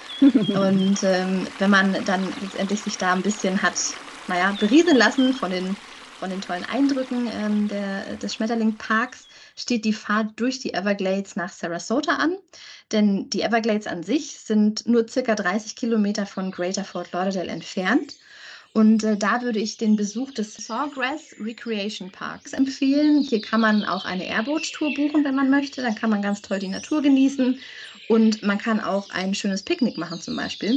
Speaker 2: Und ähm, wenn man dann letztendlich sich da ein bisschen hat, naja, berieseln lassen von den, von den tollen Eindrücken ähm, der, des Schmetterling-Parks, steht die Fahrt durch die Everglades nach Sarasota an. Denn die Everglades an sich sind nur circa dreißig Kilometer von Greater Fort Lauderdale entfernt. Und äh, da würde ich den Besuch des Sawgrass Recreation Parks empfehlen. Hier kann man auch eine Airboat-Tour buchen, wenn man möchte. Dann kann man ganz toll die Natur genießen. Und man kann auch ein schönes Picknick machen zum Beispiel.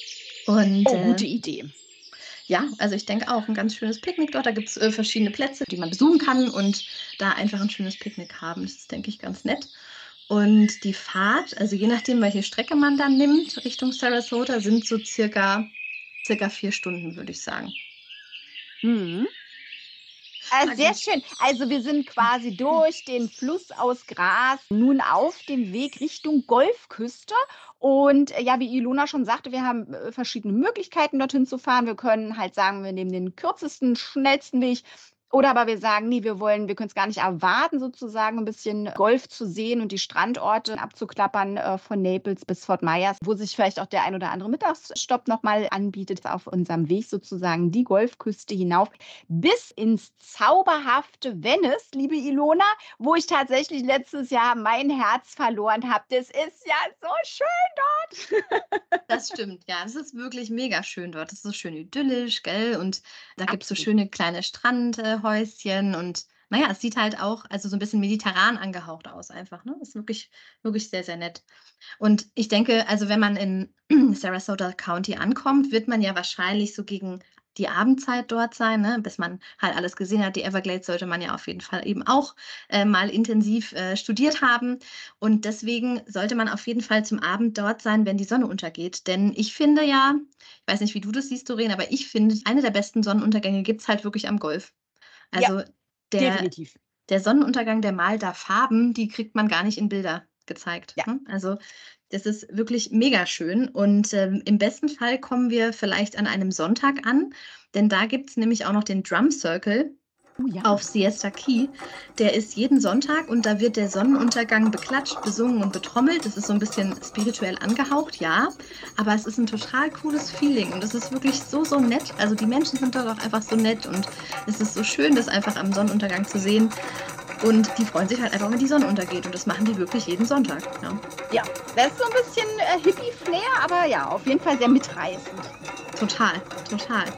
Speaker 2: Und
Speaker 1: Oh,
Speaker 2: äh,
Speaker 1: gute Idee.
Speaker 2: ja, also ich denke auch ein ganz schönes Picknick dort. Da gibt es äh, verschiedene Plätze, die man besuchen kann und da einfach ein schönes Picknick haben. Das ist, denke ich, ganz nett. Und die Fahrt, also je nachdem, welche Strecke man dann nimmt, Richtung Sarasota, sind so circa, circa vier Stunden, würde ich sagen.
Speaker 1: Mhm. Äh, sehr schön. Also wir sind quasi durch den Fluss aus Gras nun auf dem Weg Richtung Golfküste. Und äh, ja, wie Ilona schon sagte, wir haben äh, verschiedene Möglichkeiten, dorthin zu fahren. Wir können halt sagen, wir nehmen den kürzesten, schnellsten Weg. Oder aber wir sagen, nee, wir wollen, wir können es gar nicht erwarten, sozusagen ein bisschen Golf zu sehen und die Strandorte abzuklappern äh, von Naples bis Fort Myers, wo sich vielleicht auch der ein oder andere Mittagsstopp nochmal anbietet, auf unserem Weg sozusagen die Golfküste hinauf bis ins zauberhafte Venice, liebe Ilona, wo ich tatsächlich letztes Jahr mein Herz verloren habe. Das ist ja so schön dort.
Speaker 2: Das stimmt, ja. Das ist wirklich mega schön dort. Das ist so schön idyllisch, gell? Und da gibt es so
Speaker 1: Absolut.
Speaker 2: schöne kleine Strandhäuschen und naja, es sieht halt auch also so ein bisschen mediterran angehaucht aus einfach, ne? Ist wirklich, wirklich sehr, sehr nett. Und ich denke, also wenn man in Sarasota County ankommt, wird man ja wahrscheinlich so gegen die Abendzeit dort sein, ne? Bis man halt alles gesehen hat. Die Everglades sollte man ja auf jeden Fall eben auch äh, mal intensiv äh, studiert haben. Und deswegen sollte man auf jeden Fall zum Abend dort sein, wenn die Sonne untergeht. Denn ich finde ja, ich weiß nicht, wie du das siehst, Doreen, aber ich finde, eine der besten Sonnenuntergänge gibt es halt wirklich am Golf.
Speaker 1: Ja,
Speaker 2: Also der,
Speaker 1: definitiv.
Speaker 2: der Sonnenuntergang, der malt da Farben, die kriegt man gar nicht in Bilder gezeigt.
Speaker 1: Ja.
Speaker 2: Ne? Also das ist wirklich mega schön. Und ähm, im besten Fall kommen wir vielleicht an einem Sonntag an, denn da gibt es nämlich auch noch den Drum Circle
Speaker 1: Oh ja.
Speaker 2: auf Siesta Key. Der ist jeden Sonntag und da wird der Sonnenuntergang beklatscht, besungen und betrommelt. Das ist so ein bisschen spirituell angehaucht, ja, aber es ist ein total cooles Feeling und es ist wirklich so, so nett. Also die Menschen sind dort auch einfach so nett und es ist so schön, das einfach am Sonnenuntergang zu sehen. Und die freuen sich halt einfach, wenn die Sonne untergeht und das machen die wirklich jeden Sonntag. Ja.
Speaker 1: Ja, das ist so ein bisschen äh, Hippie-Flair, aber ja, auf jeden Fall sehr mitreißend.
Speaker 2: Total, total.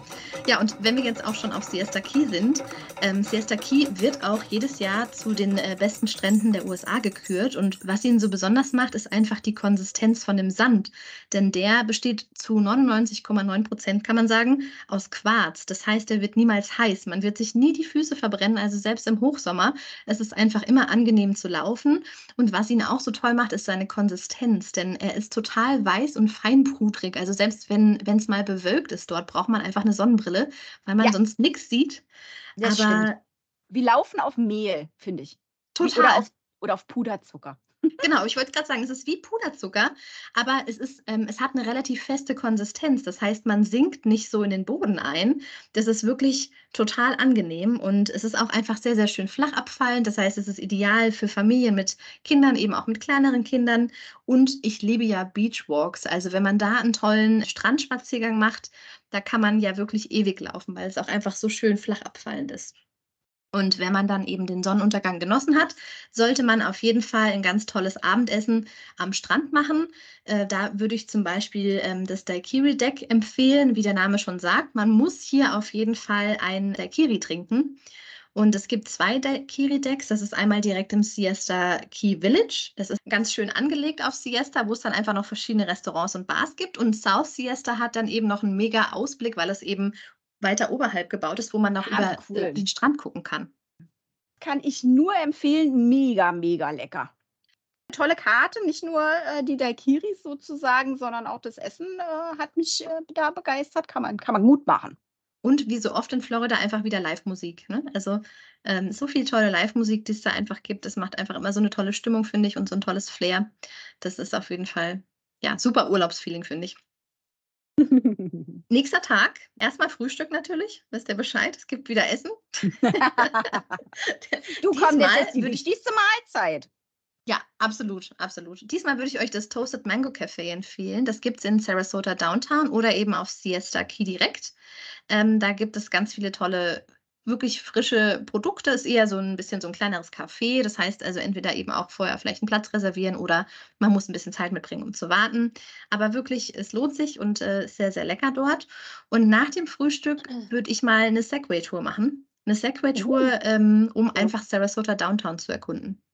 Speaker 2: Ja, und wenn wir jetzt auch schon auf Siesta Key sind, ähm, Siesta Key wird auch jedes Jahr zu den äh, besten Stränden der U S A gekürt. Und was ihn so besonders macht, ist einfach die Konsistenz von dem Sand. Denn der besteht zu neunundneunzig Komma neun Prozent, kann man sagen, aus Quarz. Das heißt, er wird niemals heiß. Man wird sich nie die Füße verbrennen, also selbst im Hochsommer. Es ist einfach immer angenehm zu laufen. Und was ihn auch so toll macht, ist seine Konsistenz. Denn er ist total weiß und feinpudrig. Also selbst wenn es mal bewölkt ist dort, braucht man einfach eine Sonnenbrille, weil man
Speaker 1: Ja.
Speaker 2: sonst nichts sieht.
Speaker 1: Das
Speaker 2: Aber
Speaker 1: stimmt. Wir laufen auf Mehl, finde ich. Wie-
Speaker 2: total.
Speaker 1: Oder auf, oder auf Puderzucker.
Speaker 2: Genau, ich wollte gerade sagen, es ist wie Puderzucker, aber es ist, ähm, es hat eine relativ feste Konsistenz. Das heißt, man sinkt nicht so in den Boden ein. Das ist wirklich total angenehm und es ist auch einfach sehr, sehr schön flach abfallend. Das heißt, es ist ideal für Familien mit Kindern, eben auch mit kleineren Kindern. Und ich liebe ja Beachwalks. Also wenn man da einen tollen Strandspaziergang macht, da kann man ja wirklich ewig laufen, weil es auch einfach so schön flach abfallend ist. Und wenn man dann eben den Sonnenuntergang genossen hat, sollte man auf jeden Fall ein ganz tolles Abendessen am Strand machen. Äh, da würde ich zum Beispiel ähm, das Daiquiri Deck empfehlen, wie der Name schon sagt. Man muss hier auf jeden Fall ein Daiquiri trinken. Und es gibt zwei Daiquiri Decks. Das ist einmal direkt im Siesta Key Village. Das ist ganz schön angelegt auf Siesta, wo es dann einfach noch verschiedene Restaurants und Bars gibt. Und South Siesta hat dann eben noch einen mega Ausblick, weil es eben weiter oberhalb gebaut ist, wo man noch
Speaker 1: Ah,
Speaker 2: über
Speaker 1: cool.
Speaker 2: äh, den Strand gucken kann.
Speaker 1: Kann ich nur empfehlen, mega, mega lecker. Tolle Karte, nicht nur äh, die Daiquiris sozusagen, sondern auch das Essen äh, hat mich äh, da begeistert. Kann man, kann man gut machen.
Speaker 2: Und wie so oft in Florida einfach wieder Live-Musik. Ne? Also ähm, so viel tolle Live-Musik, die es da einfach gibt. Das macht einfach immer so eine tolle Stimmung, finde ich, und so ein tolles Flair. Das ist auf jeden Fall, ja, super Urlaubsfeeling, finde ich. Nächster Tag, erstmal Frühstück natürlich, wisst ihr Bescheid, es gibt wieder Essen.
Speaker 1: Du komm,
Speaker 2: Diesmal
Speaker 1: das ist die
Speaker 2: würde ich-
Speaker 1: wichtigste Mahlzeit.
Speaker 2: Ja, absolut, absolut. Diesmal würde ich euch das Toasted Mango Café empfehlen. Das gibt es in Sarasota Downtown oder eben auf Siesta Key direkt. Ähm, da gibt es ganz viele tolle, wirklich frische Produkte. Ist eher so ein bisschen so ein kleineres Café. Das heißt also entweder eben auch vorher vielleicht einen Platz reservieren oder man muss ein bisschen Zeit mitbringen, um zu warten. Aber wirklich, es lohnt sich und äh, ist sehr, sehr lecker dort. Und nach dem Frühstück würde ich mal eine Segway-Tour machen. Eine Segway-Tour, ähm, um einfach Sarasota Downtown zu erkunden.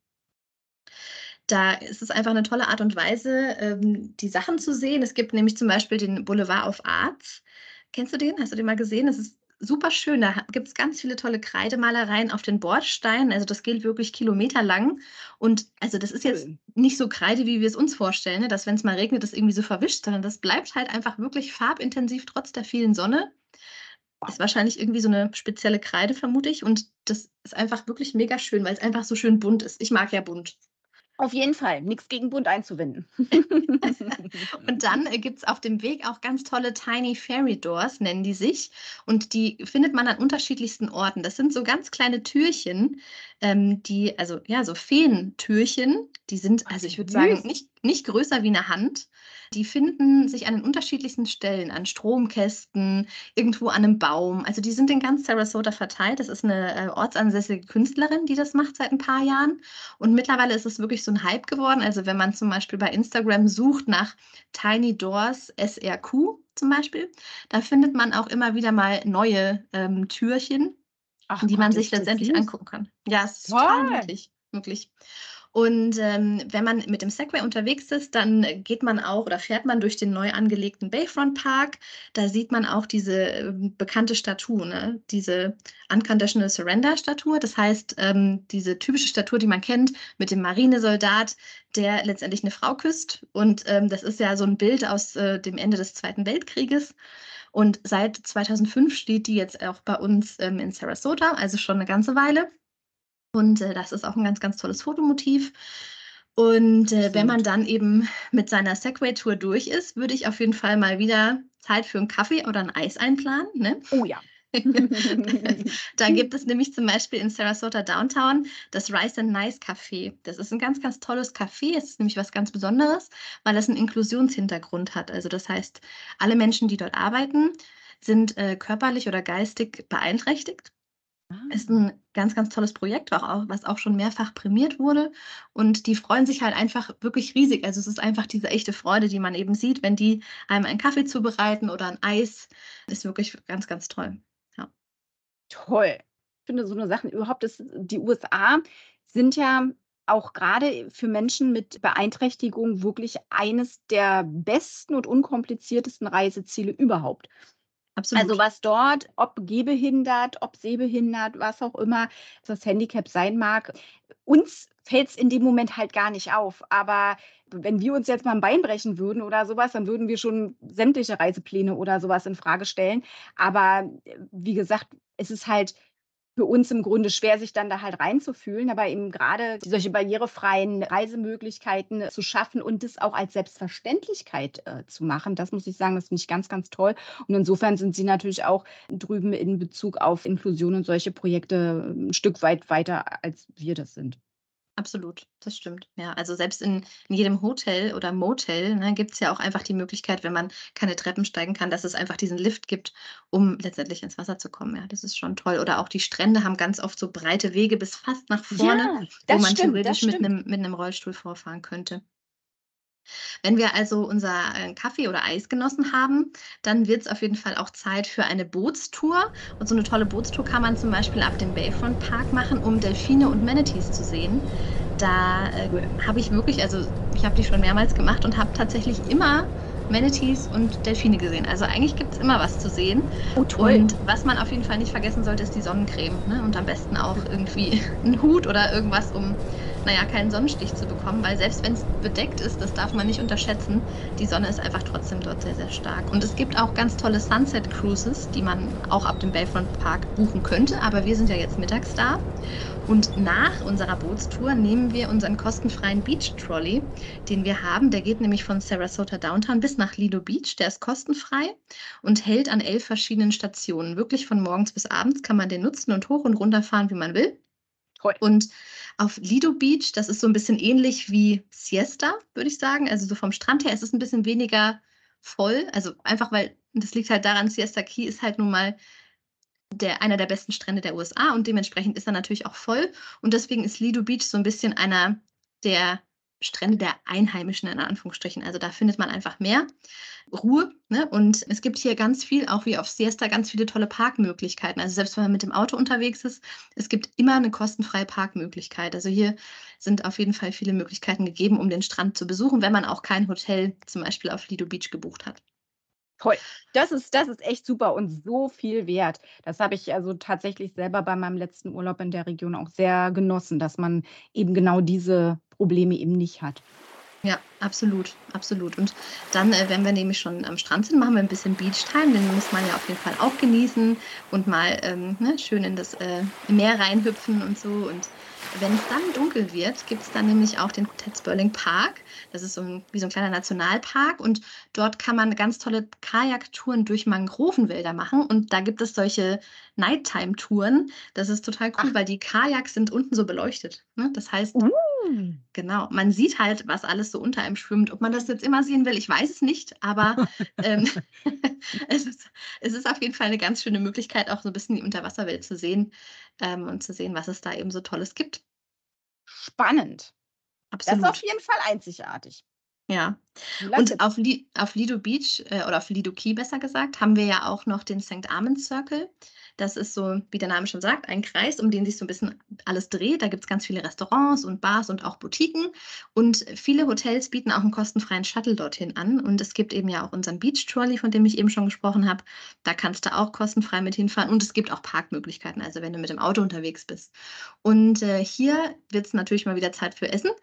Speaker 2: Da ist es einfach eine tolle Art und Weise, ähm, die Sachen zu sehen. Es gibt nämlich zum Beispiel den Boulevard of Arts. Kennst du den? Hast du den mal gesehen? Das ist super schön. Da gibt es ganz viele tolle Kreidemalereien auf den Bordsteinen. Also das geht wirklich kilometerlang. Und also das ist jetzt
Speaker 1: Cool.
Speaker 2: nicht so Kreide, wie wir es uns vorstellen, ne? Dass wenn es mal regnet, das irgendwie so verwischt, sondern das bleibt halt einfach wirklich farbintensiv trotz der vielen Sonne. Ist wahrscheinlich irgendwie so eine spezielle Kreide, vermute ich. Und das ist einfach wirklich mega schön, weil es einfach so schön bunt ist. Ich mag ja bunt.
Speaker 1: Auf jeden Fall, nichts gegen bunt einzuwenden.
Speaker 2: Und dann äh, gibt es auf dem Weg auch ganz tolle Tiny Fairy Doors, nennen die sich. Und die findet man an unterschiedlichsten Orten. Das sind so ganz kleine Türchen, ähm, die, also ja, so Feentürchen. Die sind,
Speaker 1: Ach,
Speaker 2: also ich würde
Speaker 1: süß.
Speaker 2: sagen, nicht, nicht größer wie eine Hand. Die finden sich an den unterschiedlichsten Stellen, an Stromkästen, irgendwo an einem Baum. Also die sind in ganz Sarasota verteilt. Das ist eine äh, ortsansässige Künstlerin, die das macht seit ein paar Jahren. Und mittlerweile ist es wirklich so ein Hype geworden. Also wenn man zum Beispiel bei Instagram sucht nach Tiny Doors S R Q zum Beispiel, da findet man auch immer wieder mal neue ähm, Türchen,
Speaker 1: Ach
Speaker 2: die
Speaker 1: Gott,
Speaker 2: man
Speaker 1: ist
Speaker 2: sich
Speaker 1: das
Speaker 2: letztendlich
Speaker 1: süß.
Speaker 2: angucken kann. Ja, es ist total
Speaker 1: Toll.
Speaker 2: niedlich, wirklich. Und ähm, wenn man mit dem Segway unterwegs ist, dann geht man auch oder fährt man durch den neu angelegten Bayfront Park. Da sieht man auch diese ähm, bekannte Statue, ne? Diese Unconditional Surrender Statue. Das heißt, ähm, diese typische Statue, die man kennt, mit dem Marinesoldat, der letztendlich eine Frau küsst. Und ähm, das ist ja so ein Bild aus äh, dem Ende des Zweiten Weltkrieges. Und seit zweitausendfünf steht die jetzt auch bei uns ähm, in Sarasota, also schon eine ganze Weile. Und äh, das ist auch ein ganz, ganz tolles Fotomotiv. Und äh, wenn man dann eben mit seiner Segway-Tour durch ist, würde ich auf jeden Fall mal wieder Zeit für einen Kaffee oder ein Eis einplanen. Ne?
Speaker 1: Oh ja.
Speaker 2: Da gibt es nämlich zum Beispiel in Sarasota Downtown das Rice and Nice Café. Das ist ein ganz, ganz tolles Café. Es ist nämlich was ganz Besonderes, weil es einen Inklusionshintergrund hat. Also das heißt, alle Menschen, die dort arbeiten, sind äh, körperlich oder geistig beeinträchtigt. Ist
Speaker 1: Ah.
Speaker 2: ein ganz, ganz tolles Projekt, auch auch was auch schon mehrfach prämiert wurde. Und die freuen sich halt einfach wirklich riesig. Also, es ist einfach diese echte Freude, die man eben sieht, wenn die einem einen Kaffee zubereiten oder ein Eis. Ist wirklich ganz, ganz toll. Ja.
Speaker 1: Toll. Ich finde so 'ne Sachen überhaupt das die U S A sind ja auch grade für Menschen mit Beeinträchtigung wirklich eines der besten und unkompliziertesten Reiseziele überhaupt. Also,
Speaker 2: Absolut.
Speaker 1: was dort, ob gehbehindert, ob sehbehindert, was auch immer das Handicap sein mag, uns fällt's in dem Moment halt gar nicht auf. Aber wenn wir uns jetzt mal 'n Bein brechen würden oder so was, dann würden wir schon sämtliche Reisepläne oder so was infrage stellen. Aber, äh, wie gesagt, es ist halt für uns im Grunde schwer, sich dann da halt reinzufühlen, aber eben grade solche barrierefreien Reisemöglichkeiten zu schaffen und das auch als Selbstverständlichkeit, äh, zu machen, das muss ich sagen, das finde ich ganz, ganz toll. Und insofern sind sie natürlich auch drüben in Bezug auf Inklusion und solche Projekte 'n Stück weit weiter, als wir das sind.
Speaker 2: Absolut, das stimmt. Ja, also selbst in in jedem Hotel oder Motel, ne, gibt's ja auch einfach die Möglichkeit, wenn man keine Treppen steigen kann, dass es einfach diesen Lift gibt, um letztendlich ins Wasser zu kommen. Ja, das ist schon toll. Oder auch die Strände haben ganz oft so breite Wege bis fast nach vorne,
Speaker 1: Ja,
Speaker 2: wo
Speaker 1: das
Speaker 2: man
Speaker 1: stimmt, das
Speaker 2: theoretisch mit
Speaker 1: stimmt.
Speaker 2: 'nem mit 'nem Rollstuhl vorfahren könnte. Wenn wir also unser, äh, Kaffee oder Eis genossen haben, dann wird's auf jeden Fall auch Zeit für eine Bootstour. Und so 'ne tolle Bootstour kann man zum Beispiel ab dem Bayfront Park machen, um Delfine und Manatees zu sehen. Da, äh,
Speaker 1: Cool.
Speaker 2: habe ich wirklich also, ich habe die schon mehrmals gemacht und habe tatsächlich immer Manatees und Delfine gesehen. Also, eigentlich gibt's immer was zu sehen.
Speaker 1: Oh, toll.
Speaker 2: Und was man auf jeden Fall nicht vergessen sollte, ist die Sonnencreme, ne? Und am besten auch irgendwie 'n Hut oder irgendwas, um, na ja, keinen Sonnenstich zu bekommen, weil selbst wenn's bedeckt ist, das darf man nicht unterschätzen, die Sonne ist einfach trotzdem dort sehr, sehr stark. Und es gibt auch ganz tolle Sunset Cruises, die man auch ab dem Bayfront Park buchen könnte, aber wir sind ja jetzt mittags da. Und nach unserer Bootstour nehmen wir unseren kostenfreien Beach Trolley, den wir haben. Der geht nämlich von Sarasota Downtown bis nach Lido Beach. Der ist kostenfrei und hält an elf verschiedenen Stationen. Wirklich von morgens bis abends kann man den nutzen und hoch und runter fahren, wie man will.
Speaker 1: Toll.
Speaker 2: Und auf Lido Beach, das ist so 'n bisschen ähnlich wie Siesta, würde ich sagen. Also, so vom Strand her ist es 'n bisschen weniger voll. Also, einfach weil das liegt halt daran, Siesta Key ist halt nun mal der einer der besten Strände der U S A und dementsprechend ist er natürlich auch voll. Und deswegen ist Lido Beach so 'n bisschen einer der Strände der Einheimischen in Anführungsstrichen. Also, da findet man einfach mehr Ruhe, ne? Und es gibt hier ganz viel, auch wie auf Siesta, ganz viele tolle Parkmöglichkeiten. Also, selbst wenn man mit dem Auto unterwegs ist, es gibt immer 'ne kostenfreie Parkmöglichkeit. Also, hier sind auf jeden Fall viele Möglichkeiten gegeben, um den Strand zu besuchen, wenn man auch kein Hotel zum Beispiel auf Lido Beach gebucht hat.
Speaker 1: Toll. Das ist das ist echt super und so viel wert. Das habe ich also tatsächlich selber bei meinem letzten Urlaub in der Region auch sehr genossen, dass man eben genau diese Probleme eben nicht hat.
Speaker 2: Ja, absolut, absolut. Und dann, äh, wenn wir nämlich schon am Strand sind, machen wir 'n bisschen Beach-Time. Den muss man ja auf jeden Fall auch genießen und mal, ähm, ne, schön in das, äh, Meer reinhüpfen und so. Und wenn's dann dunkel wird, gibt's dann nämlich auch den Ted-Sperling Park. Das ist so 'n wie so 'n kleiner Nationalpark und dort kann man ganz tolle Kajaktouren durch Mangrovenwälder machen und da gibt es solche Nighttime-Touren. Das ist total cool,
Speaker 1: Ach.
Speaker 2: weil die Kajaks sind unten so beleuchtet, ne? Das heißt
Speaker 1: Uh.
Speaker 2: genau, man sieht halt, was alles so unter einem schwimmt. Ob man das jetzt immer sehen will, ich weiß es nicht, aber, ähm, es ist es ist auf jeden Fall 'ne ganz schöne Möglichkeit, auch so 'n bisschen die Unterwasserwelt zu sehen, ähm, und zu sehen, was es da eben so Tolles gibt.
Speaker 1: Spannend. Das ist auf
Speaker 2: Absolut.
Speaker 1: jeden Fall einzigartig.
Speaker 2: Ja.
Speaker 1: Cooler
Speaker 2: Und
Speaker 1: Tipp.
Speaker 2: auf Li auf Lido Beach, äh, oder auf Lido Key besser gesagt, haben wir ja auch noch den St. Armand's Circle. Das ist so, wie der Name schon sagt, ein Kreis, um den sich so 'n bisschen alles dreht. Da gibt's ganz viele Restaurants und Bars und auch Boutiquen. Und viele Hotels bieten auch 'n kostenfreien Shuttle dorthin an. Und es gibt eben ja auch unseren Beach Trolley, von dem ich eben schon gesprochen habe. Da kannst du auch kostenfrei mit hinfahren und es gibt auch Parkmöglichkeiten, also wenn du mit dem Auto unterwegs bist. Und, äh, hier wird's natürlich mal wieder Zeit für Essen.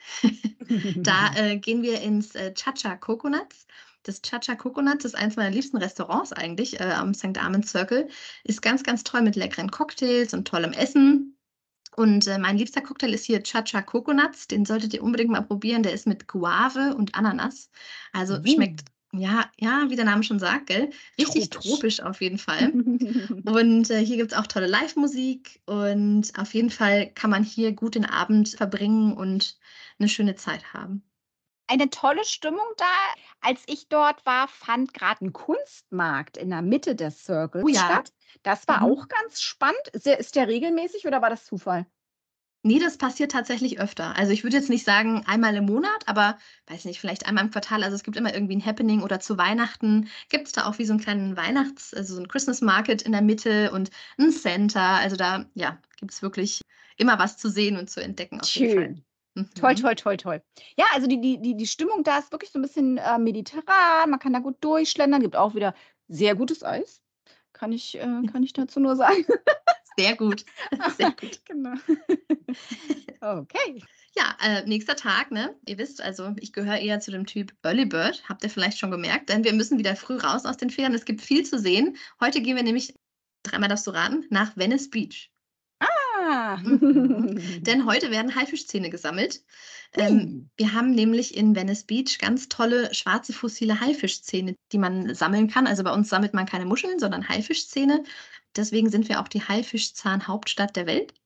Speaker 2: Da, äh, gehen wir ins, äh, Chacha Coconuts. Das Chacha Coconuts ist eins meiner liebsten Restaurants eigentlich, äh, am St. Armand's Circle. Ist ganz, ganz toll mit leckeren Cocktails und tollem Essen. Und, äh, mein liebster Cocktail ist hier Chacha Coconuts. Den solltet ihr unbedingt mal probieren. Der ist mit Guave und Ananas. Also, schmeckt
Speaker 1: Uh.
Speaker 2: ja, ja, wie der Name schon sagt, gell? Richtig
Speaker 1: Tropisch.
Speaker 2: tropisch auf jeden Fall. Und, äh, hier gibt's auch tolle Livemusik und auf jeden Fall kann man hier gut den Abend verbringen und 'ne schöne Zeit haben.
Speaker 1: eine tolle Stimmung da. Als ich dort war, fand gerade ein Kunstmarkt in der Mitte des
Speaker 2: Oh
Speaker 1: Circles
Speaker 2: ja.
Speaker 1: statt. Das war
Speaker 2: Mhm.
Speaker 1: auch ganz spannend. Ist der ist der regelmäßig oder war das Zufall?
Speaker 2: Ne, das passiert tatsächlich öfter. Also, ich würde jetzt nicht sagen einmal im Monat, aber weiß nicht, vielleicht einmal im Quartal. Also, es gibt immer irgendwie ein Happening oder zu Weihnachten gibt's da auch wie so 'n kleinen Weihnachts also, so 'n Christmas Market in der Mitte und 'n Santa. Also, da, ja, gibt's wirklich immer was zu sehen und zu entdecken auf jeden Fall.
Speaker 1: Schön. Toll,
Speaker 2: Mhm.
Speaker 1: toll, toll, toll. Ja, also die die die die Stimmung da ist wirklich so 'n bisschen, äh, mediterran. Man kann da gut durchschlendern, gibt auch wieder sehr gutes Eis. Kann ich äh, kann ich dazu nur sagen.
Speaker 2: Sehr gut, sehr gut.
Speaker 1: Genau. Okay.
Speaker 2: Ja, äh, nächster Tag, ne? Ihr wisst, also, ich gehöre eher zu dem Typ Early Bird, habt ihr vielleicht schon gemerkt, denn wir müssen wieder früh raus aus den Ferien. Es gibt viel zu sehen. Heute gehen wir nämlich, dreimal darfst du raten, nach Venice Beach.
Speaker 1: Ah.
Speaker 2: Mhm. Denn heute werden Haifischzähne gesammelt. Ähm,
Speaker 1: Ui.
Speaker 2: wir haben nämlich in Venice Beach ganz tolle schwarze fossile Haifischzähne, die man sammeln kann. Also, bei uns sammelt man keine Muscheln, sondern Haifischzähne. Deswegen sind wir auch die Haifischzahnhauptstadt der Welt.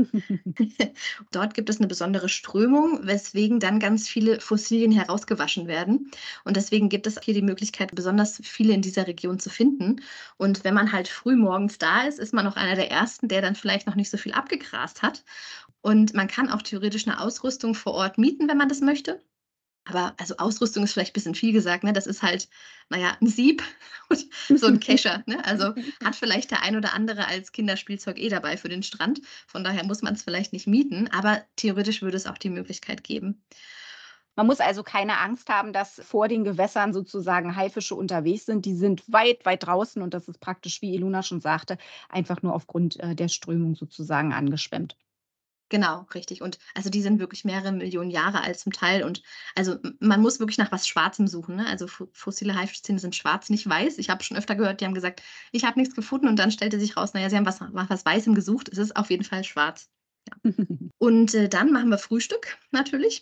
Speaker 2: Dort gibt es eine besondere Strömung, weswegen dann ganz viele Fossilien herausgewaschen werden. Und deswegen gibt es hier die Möglichkeit, besonders viele in dieser Region zu finden. Und wenn man halt früh morgens da ist, ist man auch einer der Ersten, der dann vielleicht noch nicht so viel abgegrast hat. Und man kann auch theoretisch eine Ausrüstung vor Ort mieten, wenn man das möchte. Aber also Ausrüstung ist vielleicht ein bisschen viel gesagt, ne? Das ist halt, naja, ein Sieb und so ein Kescher, ne? Also, hat vielleicht der ein oder andere als Kinderspielzeug eh dabei für den Strand. Von daher muss man es vielleicht nicht mieten, aber theoretisch würde es auch die Möglichkeit geben.
Speaker 1: Man muss also keine Angst haben, dass vor den Gewässern sozusagen Haifische unterwegs sind. Die sind weit, weit draußen und das ist praktisch, wie Ilona schon sagte, einfach nur aufgrund, äh, der Strömung sozusagen angeschwemmt.
Speaker 2: Genau, richtig. Und also die sind wirklich mehrere Millionen Jahre alt zum Teil und also m man muss wirklich nach was Schwarzem suchen, ne? Also fo fossile Haifischzähne sind schwarz, nicht weiß. Ich habe schon öfter gehört, die haben gesagt: „Ich habe nichts gefunden“ und dann stellte sich raus, na ja, sie haben was nach was Weißem gesucht. Es ist auf jeden Fall schwarz. Ja. Und, äh, dann machen wir Frühstück natürlich.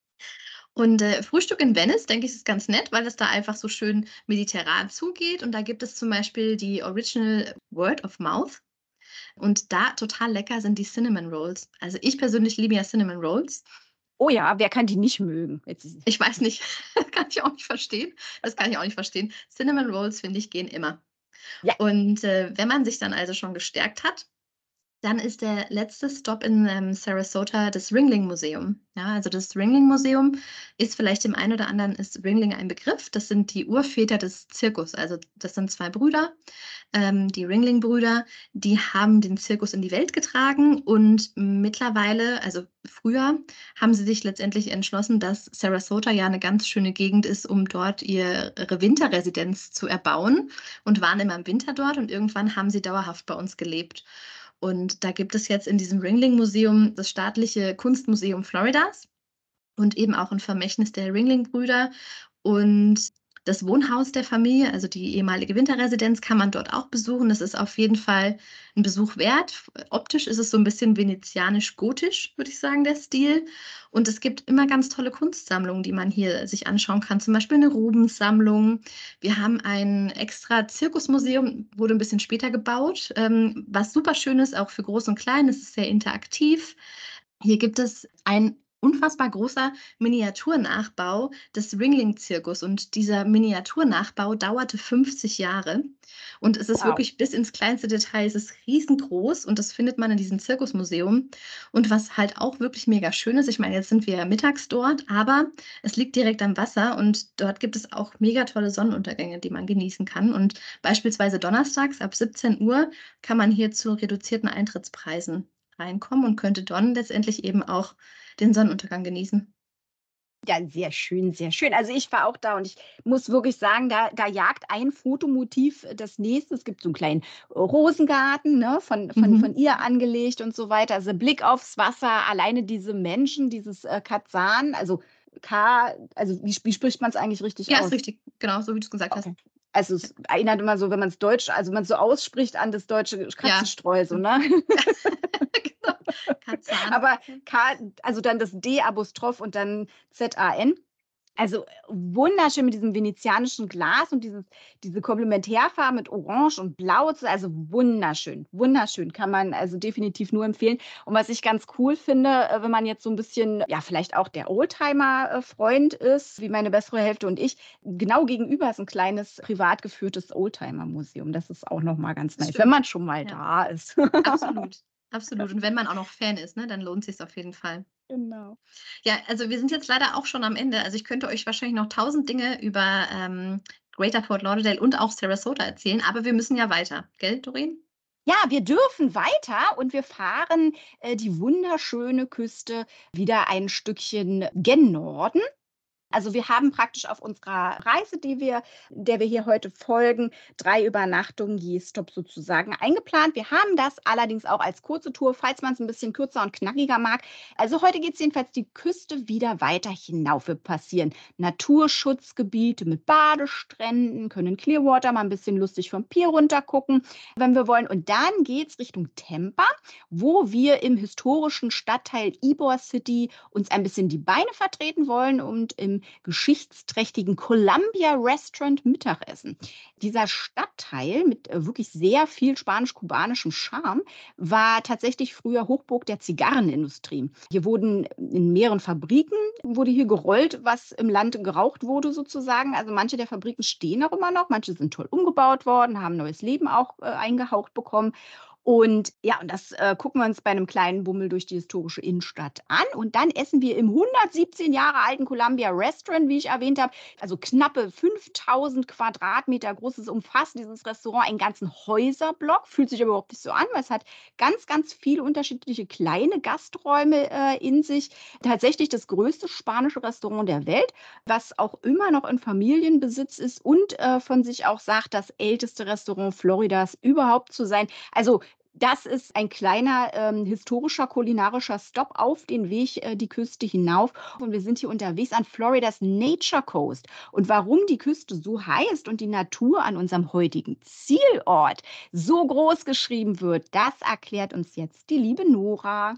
Speaker 2: Und, äh, Frühstück in Venice, denke ich, ist ganz nett, weil es da einfach so schön mediterran zugeht. Und da gibt es zum Beispiel die Original Word of Mouth. Und da total lecker sind die Cinnamon Rolls. Also, ich persönlich liebe ja Cinnamon Rolls.
Speaker 1: Oh ja, wer kann die nicht mögen? Jetzt ist
Speaker 2: Ich weiß nicht, kann ich auch nicht verstehen. Das kann ich auch nicht verstehen. Cinnamon Rolls, finde ich, gehen immer.
Speaker 1: ja.
Speaker 2: Und, äh, wenn man sich dann also schon gestärkt hat, dann ist der letzte Stop in, ähm, Sarasota das Ringling-Museum. Ja, also das Ringling-Museum ist vielleicht dem einen oder anderen ist Ringling ein Begriff. Das sind die Urväter des Zirkus. Also, das sind zwei Brüder, ähm, die Ringling-Brüder, die haben den Zirkus in die Welt getragen und mittlerweile also früher haben sie sich letztendlich entschlossen, dass Sarasota ja eine ganz schöne Gegend ist, um dort ihre Winterresidenz zu erbauen und waren immer im Winter dort und irgendwann haben sie dauerhaft bei uns gelebt. Und da gibt es jetzt in diesem Ringling-Museum das staatliche Kunstmuseum Floridas und eben auch ein Vermächtnis der Ringling-Brüder. Und das Wohnhaus der Familie, also die ehemalige Winterresidenz, kann man dort auch besuchen. Das ist auf jeden Fall ein Besuch wert. Optisch ist es so ein bisschen venezianisch-gotisch, würde ich sagen, der Stil. Und es gibt immer ganz tolle Kunstsammlungen, die man hier sich anschauen kann, zum Beispiel eine Rubens-Sammlung. Wir haben ein extra Zirkusmuseum, wurde ein bisschen später gebaut, ähm, was super schön ist, auch für Groß und Klein. Es ist sehr interaktiv. Hier gibt es ein unfassbar großer Miniaturnachbau des Ringling-Zirkus und dieser Miniaturnachbau dauerte fünfzig Jahre und es ist
Speaker 1: Wow.
Speaker 2: wirklich bis ins kleinste Detail, es ist riesengroß und das findet man in diesem Zirkusmuseum. Und was halt auch wirklich mega schön ist, ich meine, jetzt sind wir ja mittags dort, aber es liegt direkt am Wasser und dort gibt es auch mega tolle Sonnenuntergänge, die man genießen kann. Und beispielsweise donnerstags ab siebzehn Uhr kann man hier zu reduzierten Eintrittspreisen reinkommen und könnte dann letztendlich eben auch den Sonnenuntergang genießen.
Speaker 1: Ja, sehr schön, sehr schön. Also, ich war auch da und ich muss wirklich sagen, da da jagt ein Fotomotiv das nächste. Es gibt so 'n kleinen Rosengarten, ne, von von
Speaker 2: Mhm.
Speaker 1: von ihr angelegt und so weiter. Also, Blick aufs Wasser, alleine diese Menschen, dieses, äh, Kazan, also Ka also, wie wie spricht man's eigentlich richtig
Speaker 2: Ja, ist
Speaker 1: aus?
Speaker 2: richtig, genau, so wie du's gesagt hast.
Speaker 1: Okay. Also, es erinnert immer so, wenn man's deutsch also, wenn man's so ausspricht an das deutsche
Speaker 2: Ja.
Speaker 1: Katzenstreu so, ne?
Speaker 2: Genau. Kazan.
Speaker 1: Aber K also, dann das D Apostroph und dann Z A N. Also wunderschön mit diesem venezianischen Glas und dieses, diese Komplementärfarben mit Orange und Blau. Also wunderschön, wunderschön. Kann man also definitiv nur empfehlen. Und was ich ganz cool finde, äh, wenn man jetzt so ein bisschen, ja, vielleicht auch der Oldtimer-Freund ist, wie meine bessere Hälfte und ich, genau gegenüber ist ein kleines privat geführtes Oldtimer-Museum. Das ist auch nochmal ganz
Speaker 2: Das
Speaker 1: nice, wenn
Speaker 2: stimmt.
Speaker 1: man schon mal
Speaker 2: Ja.
Speaker 1: da ist.
Speaker 2: Absolut, absolut. Und wenn man auch noch Fan ist, ne, dann lohnt sich's auf jeden Fall.
Speaker 1: Genau.
Speaker 2: Ja, also wir sind jetzt leider auch schon am Ende. Also ich könnte euch wahrscheinlich noch tausend Dinge über ähm, Greater Fort Lauderdale und auch Sarasota erzählen, aber wir müssen ja weiter, gell, Doreen?
Speaker 1: Ja, wir dürfen weiter und wir fahren äh, die wunderschöne Küste wieder ein Stückchen gen Norden. Also wir haben praktisch auf unserer Reise, die wir, der wir hier heute folgen, drei Übernachtungen je Stopp sozusagen eingeplant. Wir haben das allerdings auch als kurze Tour, falls man es ein bisschen kürzer und knackiger mag. Also heute geht es jedenfalls die Küste wieder weiter hinauf. Wir passieren Naturschutzgebiete mit Badestränden, können in Clearwater mal ein bisschen lustig vom Pier runter gucken, wenn wir wollen. Und dann geht es Richtung Tampa, wo wir im historischen Stadtteil Ybor City uns ein bisschen die Beine vertreten wollen und im geschichtsträchtigen Columbia Restaurant Mittagessen. Dieser Stadtteil mit äh, wirklich sehr viel spanisch-kubanischem Charme war tatsächlich früher Hochburg der Zigarrenindustrie. Hier wurden in mehreren Fabriken, wurde hier gerollt, was im Land geraucht wurde sozusagen. Also manche der Fabriken stehen auch immer noch, manche sind toll umgebaut worden, haben neues Leben auch äh, eingehaucht bekommen. Und ja, und das äh, gucken wir uns bei einem kleinen Bummel durch die historische Innenstadt an. Und dann essen wir im hundertsiebzehn Jahre alten Columbia Restaurant, wie ich erwähnt habe. Also knappe fünftausend Quadratmeter großes umfasst dieses Restaurant einen ganzen Häuserblock. Fühlt sich aber überhaupt nicht so an, weil es hat ganz, ganz viele unterschiedliche kleine Gasträume äh, in sich. Tatsächlich das größte spanische Restaurant der Welt, was auch immer noch in Familienbesitz ist und äh, von sich auch sagt, das älteste Restaurant Floridas überhaupt zu sein. Also das ist ein kleiner ähm, historischer kulinarischer Stopp auf den Weg äh, die Küste hinauf. Und wir sind hier unterwegs an Floridas Nature Coast. Und warum die Küste so heißt und die Natur an unserem heutigen Zielort so groß geschrieben wird, das erklärt uns jetzt die liebe Nora.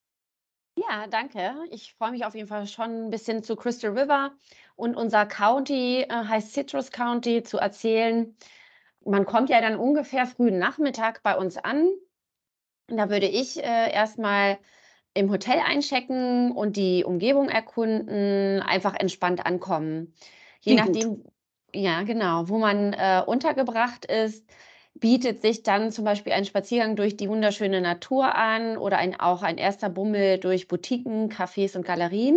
Speaker 3: Ja, danke. Ich freue mich auf jeden Fall schon ein bisschen zu Crystal River und unser County äh, heißt Citrus County zu erzählen. Man kommt ja dann ungefähr frühen Nachmittag bei uns an. Und da würde ich äh, erstmal im Hotel einchecken und die Umgebung erkunden, einfach entspannt ankommen. Je
Speaker 1: Klingt gut.
Speaker 3: nachdem, ja, genau, wo man äh, untergebracht ist, bietet sich dann zum Beispiel ein Spaziergang durch die wunderschöne Natur an oder ein, auch ein erster Bummel durch Boutiquen, Cafés und Galerien.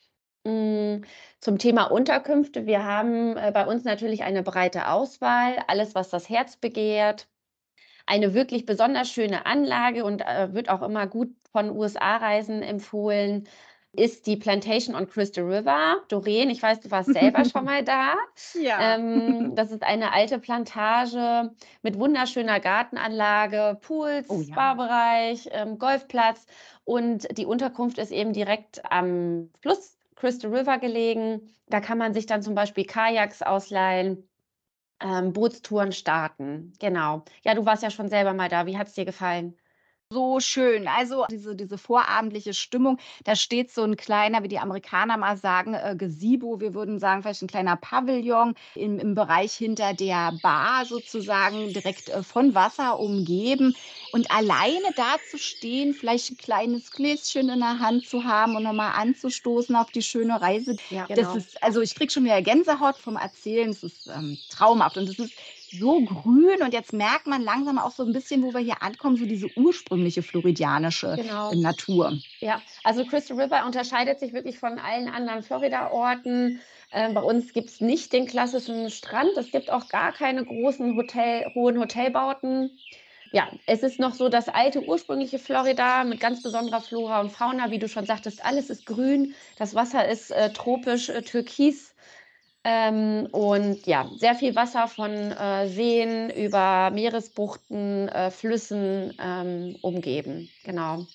Speaker 3: Mm, Zum Thema Unterkünfte. Wir haben äh, bei uns natürlich eine breite Auswahl, alles, was das Herz begehrt. Eine wirklich besonders schöne Anlage und äh, wird auch immer gut von U S A-Reisen empfohlen, ist die Plantation on Crystal River. Doreen, ich weiß, du warst selber schon mal da.
Speaker 1: Ja.
Speaker 3: Ähm, das ist eine alte Plantage mit wunderschöner Gartenanlage, Pools,
Speaker 1: Oh ja.
Speaker 3: Spa-Bereich, ähm, Golfplatz und die Unterkunft ist eben direkt am Fluss Crystal River gelegen. Da kann man sich dann zum Beispiel Kajaks ausleihen. Ähm, Bootstouren starten, genau. Ja, du warst ja schon selber mal da. Wie hat es dir gefallen?
Speaker 1: So schön. Also diese, diese vorabendliche Stimmung, da steht so ein kleiner, wie die Amerikaner mal sagen, äh, Gazebo, wir würden sagen, vielleicht ein kleiner Pavillon im, im Bereich hinter der Bar sozusagen, direkt äh, von Wasser umgeben. Und alleine da zu stehen, vielleicht ein kleines Gläschen in der Hand zu haben und nochmal anzustoßen auf die schöne Reise.
Speaker 3: Ja,
Speaker 1: Das
Speaker 3: genau.
Speaker 1: ist, also ich kriege schon wieder Gänsehaut vom Erzählen, es ist ähm, traumhaft. Und es ist so grün und jetzt merkt man langsam auch so ein bisschen, wo wir hier ankommen, so diese ursprüngliche floridianische
Speaker 3: Genau.
Speaker 1: äh, Natur.
Speaker 3: Ja, also Crystal River unterscheidet sich wirklich von allen anderen Florida-Orten. Ähm, bei uns gibt es nicht den klassischen Strand. Es gibt auch gar keine großen Hotel, hohen Hotelbauten. Ja, es ist noch so das alte ursprüngliche Florida mit ganz besonderer Flora und Fauna, wie du schon sagtest, alles ist grün, das Wasser ist äh, tropisch äh, türkis ähm, und ja, sehr viel Wasser von äh, Seen über Meeresbuchten, äh, Flüssen ähm, umgeben, genau.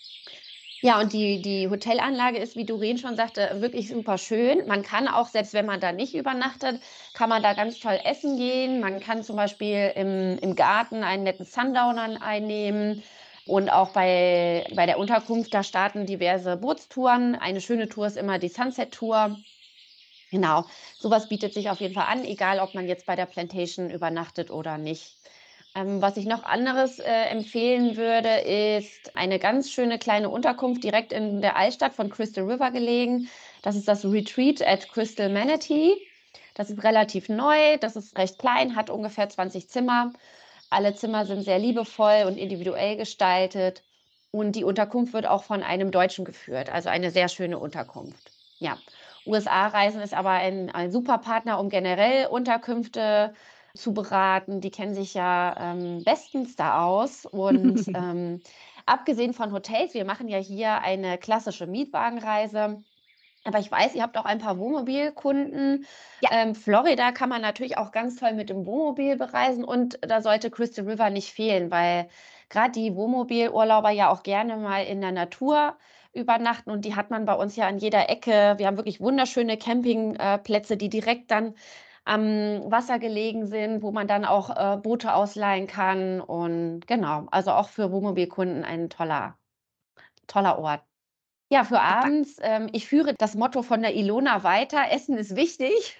Speaker 3: Ja, und die, die Hotelanlage ist, wie Doreen schon sagte, wirklich super schön. Man kann auch, selbst wenn man da nicht übernachtet, kann man da ganz toll essen gehen. Man kann zum Beispiel im, im Garten einen netten Sundowner einnehmen. Und auch bei, bei der Unterkunft, da starten diverse Bootstouren. Eine schöne Tour ist immer die Sunset-Tour. Genau, sowas bietet sich auf jeden Fall an, egal ob man jetzt bei der Plantation übernachtet oder nicht. Ähm, was ich noch anderes äh, empfehlen würde, ist eine ganz schöne kleine Unterkunft direkt in der Altstadt von Crystal River gelegen. Das ist das Retreat at Crystal Manatee. Das ist relativ neu, das ist recht klein, hat ungefähr zwanzig Zimmer. Alle Zimmer sind sehr liebevoll und individuell gestaltet. Und die Unterkunft wird auch von einem Deutschen geführt, also eine sehr schöne Unterkunft. Ja, U S A-Reisen ist aber ein, ein super Partner, um generell Unterkünfte zu beraten. Die kennen sich ja ähm, bestens da aus. Und ähm, abgesehen von Hotels, wir machen ja hier eine klassische Mietwagenreise. Aber ich weiß, ihr habt auch ein paar Wohnmobilkunden.
Speaker 1: Ja.
Speaker 3: Ähm, Florida kann man natürlich auch ganz toll mit dem Wohnmobil bereisen und da sollte Crystal River nicht fehlen, weil gerade die Wohnmobilurlauber ja auch gerne mal in der Natur übernachten und die hat man bei uns ja an jeder Ecke. Wir haben wirklich wunderschöne Campingplätze, die direkt dann am Wasser gelegen sind, wo man dann auch äh, Boote ausleihen kann und genau, also auch für Wohnmobilkunden ein toller, toller Ort. Ja, für abends, ähm, ich führe das Motto von der Ilona weiter: Essen ist wichtig.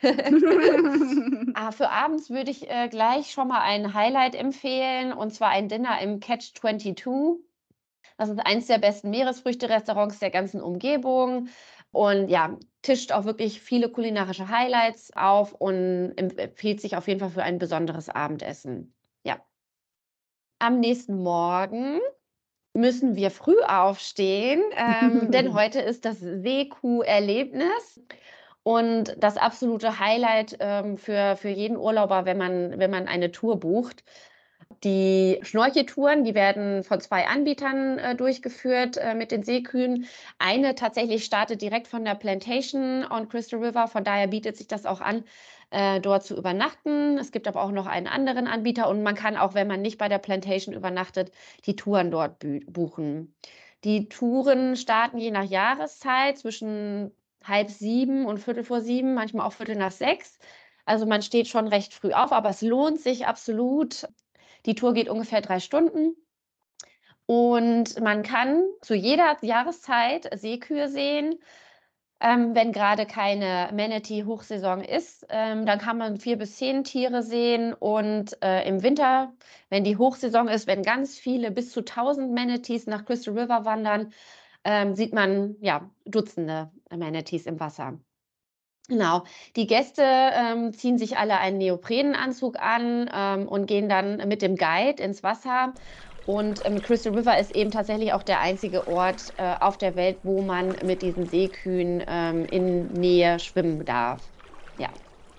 Speaker 3: Ah, für abends würde ich äh, gleich schon mal ein Highlight empfehlen, und zwar ein Dinner im Catch zweiundzwanzig. Das ist eins der besten Meeresfrüchte-Restaurants der ganzen Umgebung und ja, tischt auch wirklich viele kulinarische Highlights auf und emp empfiehlt sich auf jeden Fall für ein besonderes Abendessen. Ja. Am nächsten Morgen müssen wir früh aufstehen, ähm, denn heute ist das Seekuh-Erlebnis und das absolute Highlight ähm, für, für jeden Urlauber, wenn man, wenn man eine Tour bucht. Die Schnorcheltouren, die werden von zwei Anbietern äh, durchgeführt äh, mit den Seekühen. Eine tatsächlich startet direkt von der Plantation on Crystal River, von daher bietet sich das auch an, äh, dort zu übernachten. Es gibt aber auch noch einen anderen Anbieter und man kann auch, wenn man nicht bei der Plantation übernachtet, die Touren dort buchen. Die Touren starten je nach Jahreszeit zwischen halb sieben und viertel vor sieben, manchmal auch viertel nach sechs. Also man steht schon recht früh auf, aber es lohnt sich absolut. Die Tour geht ungefähr drei Stunden und man kann zu jeder Jahreszeit Seekühe sehen. Ähm, wenn gerade keine Manatee-Hochsaison ist, ähm, dann kann man vier bis zehn Tiere sehen und äh, im Winter, wenn die Hochsaison ist, wenn ganz viele, bis zu tausend Manatees nach Crystal River wandern, ähm, sieht man ja Dutzende Manatees im Wasser. Genau. Die Gäste ähm, ziehen sich alle einen Neoprenanzug an ähm, und gehen dann mit dem Guide ins Wasser. Und ähm, Crystal River ist eben tatsächlich auch der einzige Ort äh, auf der Welt, wo man mit diesen Seekühen ähm, in Nähe schwimmen darf. Ja.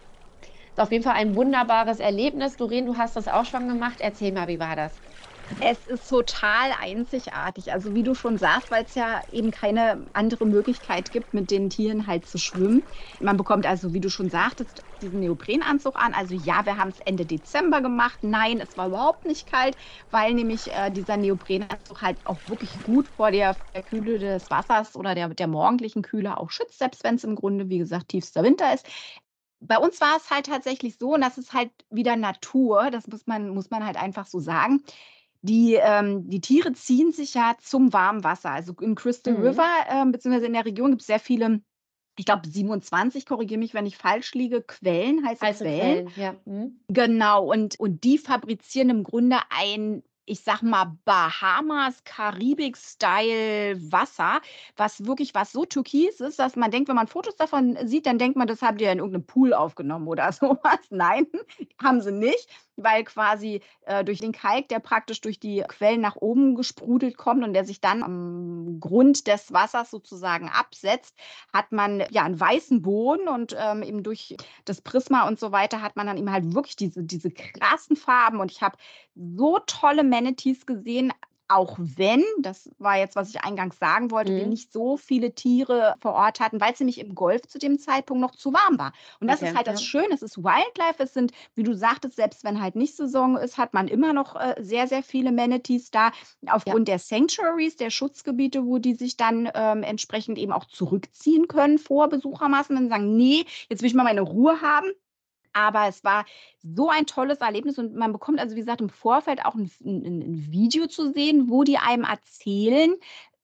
Speaker 3: Ist auf jeden Fall ein wunderbares Erlebnis. Doreen, du hast das auch schon gemacht. Erzähl mal, wie war das?
Speaker 1: Es ist total einzigartig. Also wie du schon sagst, weil es ja eben keine andere Möglichkeit gibt, mit den Tieren halt zu schwimmen. Man bekommt also, wie du schon sagtest, diesen Neoprenanzug an. Also ja, wir haben es Ende Dezember gemacht. Nein, es war überhaupt nicht kalt, weil nämlich äh, dieser Neoprenanzug halt auch wirklich gut vor der, der Kühle des Wassers oder der, der morgendlichen Kühle auch schützt, selbst wenn es im Grunde, wie gesagt, tiefster Winter ist. Bei uns war es halt tatsächlich so, und das ist halt wieder Natur, das muss man, muss man halt einfach so sagen. Die, ähm, die Tiere ziehen sich ja zum warmen Wasser. Also in Crystal
Speaker 3: Mhm.
Speaker 1: River, ähm, beziehungsweise in der Region gibt es sehr viele, ich glaube siebenundzwanzig, korrigiere mich, wenn ich falsch liege, Quellen, heiße
Speaker 3: Heiße
Speaker 1: Quellen.
Speaker 3: Quellen, ja. Mhm.
Speaker 1: Genau, und, und die fabrizieren im Grunde ein, ich sag mal, Bahamas, Karibik-Style Wasser, was wirklich was so türkis ist, dass man denkt, wenn man Fotos davon sieht, dann denkt man, das habt ihr in irgendeinem Pool aufgenommen oder sowas. Nein, haben sie nicht, weil quasi äh, durch den Kalk, der praktisch durch die Quellen nach oben gesprudelt kommt und der sich dann am Grund des Wassers sozusagen absetzt, hat man ja einen weißen Boden und ähm, eben durch das Prisma und so weiter hat man dann eben halt wirklich diese, diese krassen Farben. Und ich habe so tolle Manatees gesehen, auch wenn, das war jetzt, was ich eingangs sagen wollte, wir
Speaker 3: Mhm.
Speaker 1: nicht so viele Tiere vor Ort hatten, weil es nämlich im Golf zu dem Zeitpunkt noch zu warm war. Und das
Speaker 3: Okay,
Speaker 1: ist halt das
Speaker 3: ja.
Speaker 1: Schöne, es ist Wildlife, es sind, wie du sagtest, selbst wenn halt nicht Saison ist, hat man immer noch äh, sehr, sehr viele Manatees da, aufgrund der Sanctuaries, der Schutzgebiete, wo die sich dann ähm, entsprechend eben auch zurückziehen können vor Besuchermassen, wenn sie sagen, nee, jetzt will ich mal meine Ruhe haben. Aber es war so ein tolles Erlebnis und man bekommt also, wie gesagt, im Vorfeld auch ein, ein, ein Video zu sehen, wo die einem erzählen,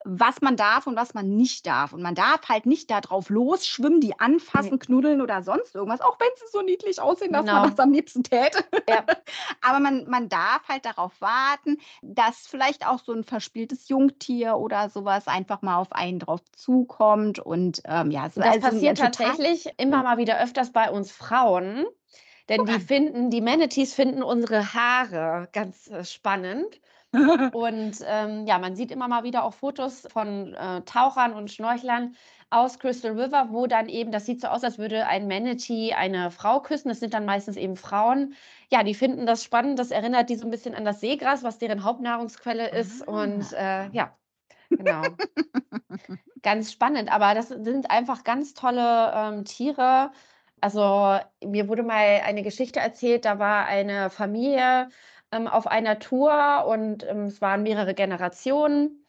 Speaker 1: was man darf und was man nicht darf. Und man darf halt nicht da drauf losschwimmen, die
Speaker 3: Nee,
Speaker 1: anfassen, knuddeln oder sonst irgendwas, auch wenn sie so niedlich aussehen, dass man das
Speaker 3: genau.
Speaker 1: am liebsten täte.
Speaker 3: Ja,
Speaker 1: Aber man, man darf halt darauf warten, dass vielleicht auch so ein verspieltes Jungtier oder sowas einfach mal auf einen drauf zukommt. Und ähm, ja, es ist
Speaker 3: und das
Speaker 1: also ein
Speaker 3: passiert
Speaker 1: total.
Speaker 3: tatsächlich immer mal wieder öfters bei uns Frauen, denn die
Speaker 1: Guck
Speaker 3: finden, die Manatees finden unsere Haare ganz äh, spannend.
Speaker 1: an.
Speaker 3: Und ähm, ja, man sieht immer mal wieder auch Fotos von äh, Tauchern und Schnorchlern aus Crystal River, wo dann eben, das sieht so aus, als würde ein Manatee eine Frau küssen. Das sind dann meistens eben Frauen. Ja, die finden das spannend. Das erinnert die so ein bisschen an das Seegras, was deren Hauptnahrungsquelle ist. Und
Speaker 1: Ah.
Speaker 3: äh, ja, genau. Ganz spannend, aber das sind einfach ganz tolle ähm, Tiere. Also mir wurde mal eine Geschichte erzählt, da war eine Familie ähm, auf einer Tour und ähm, es waren mehrere Generationen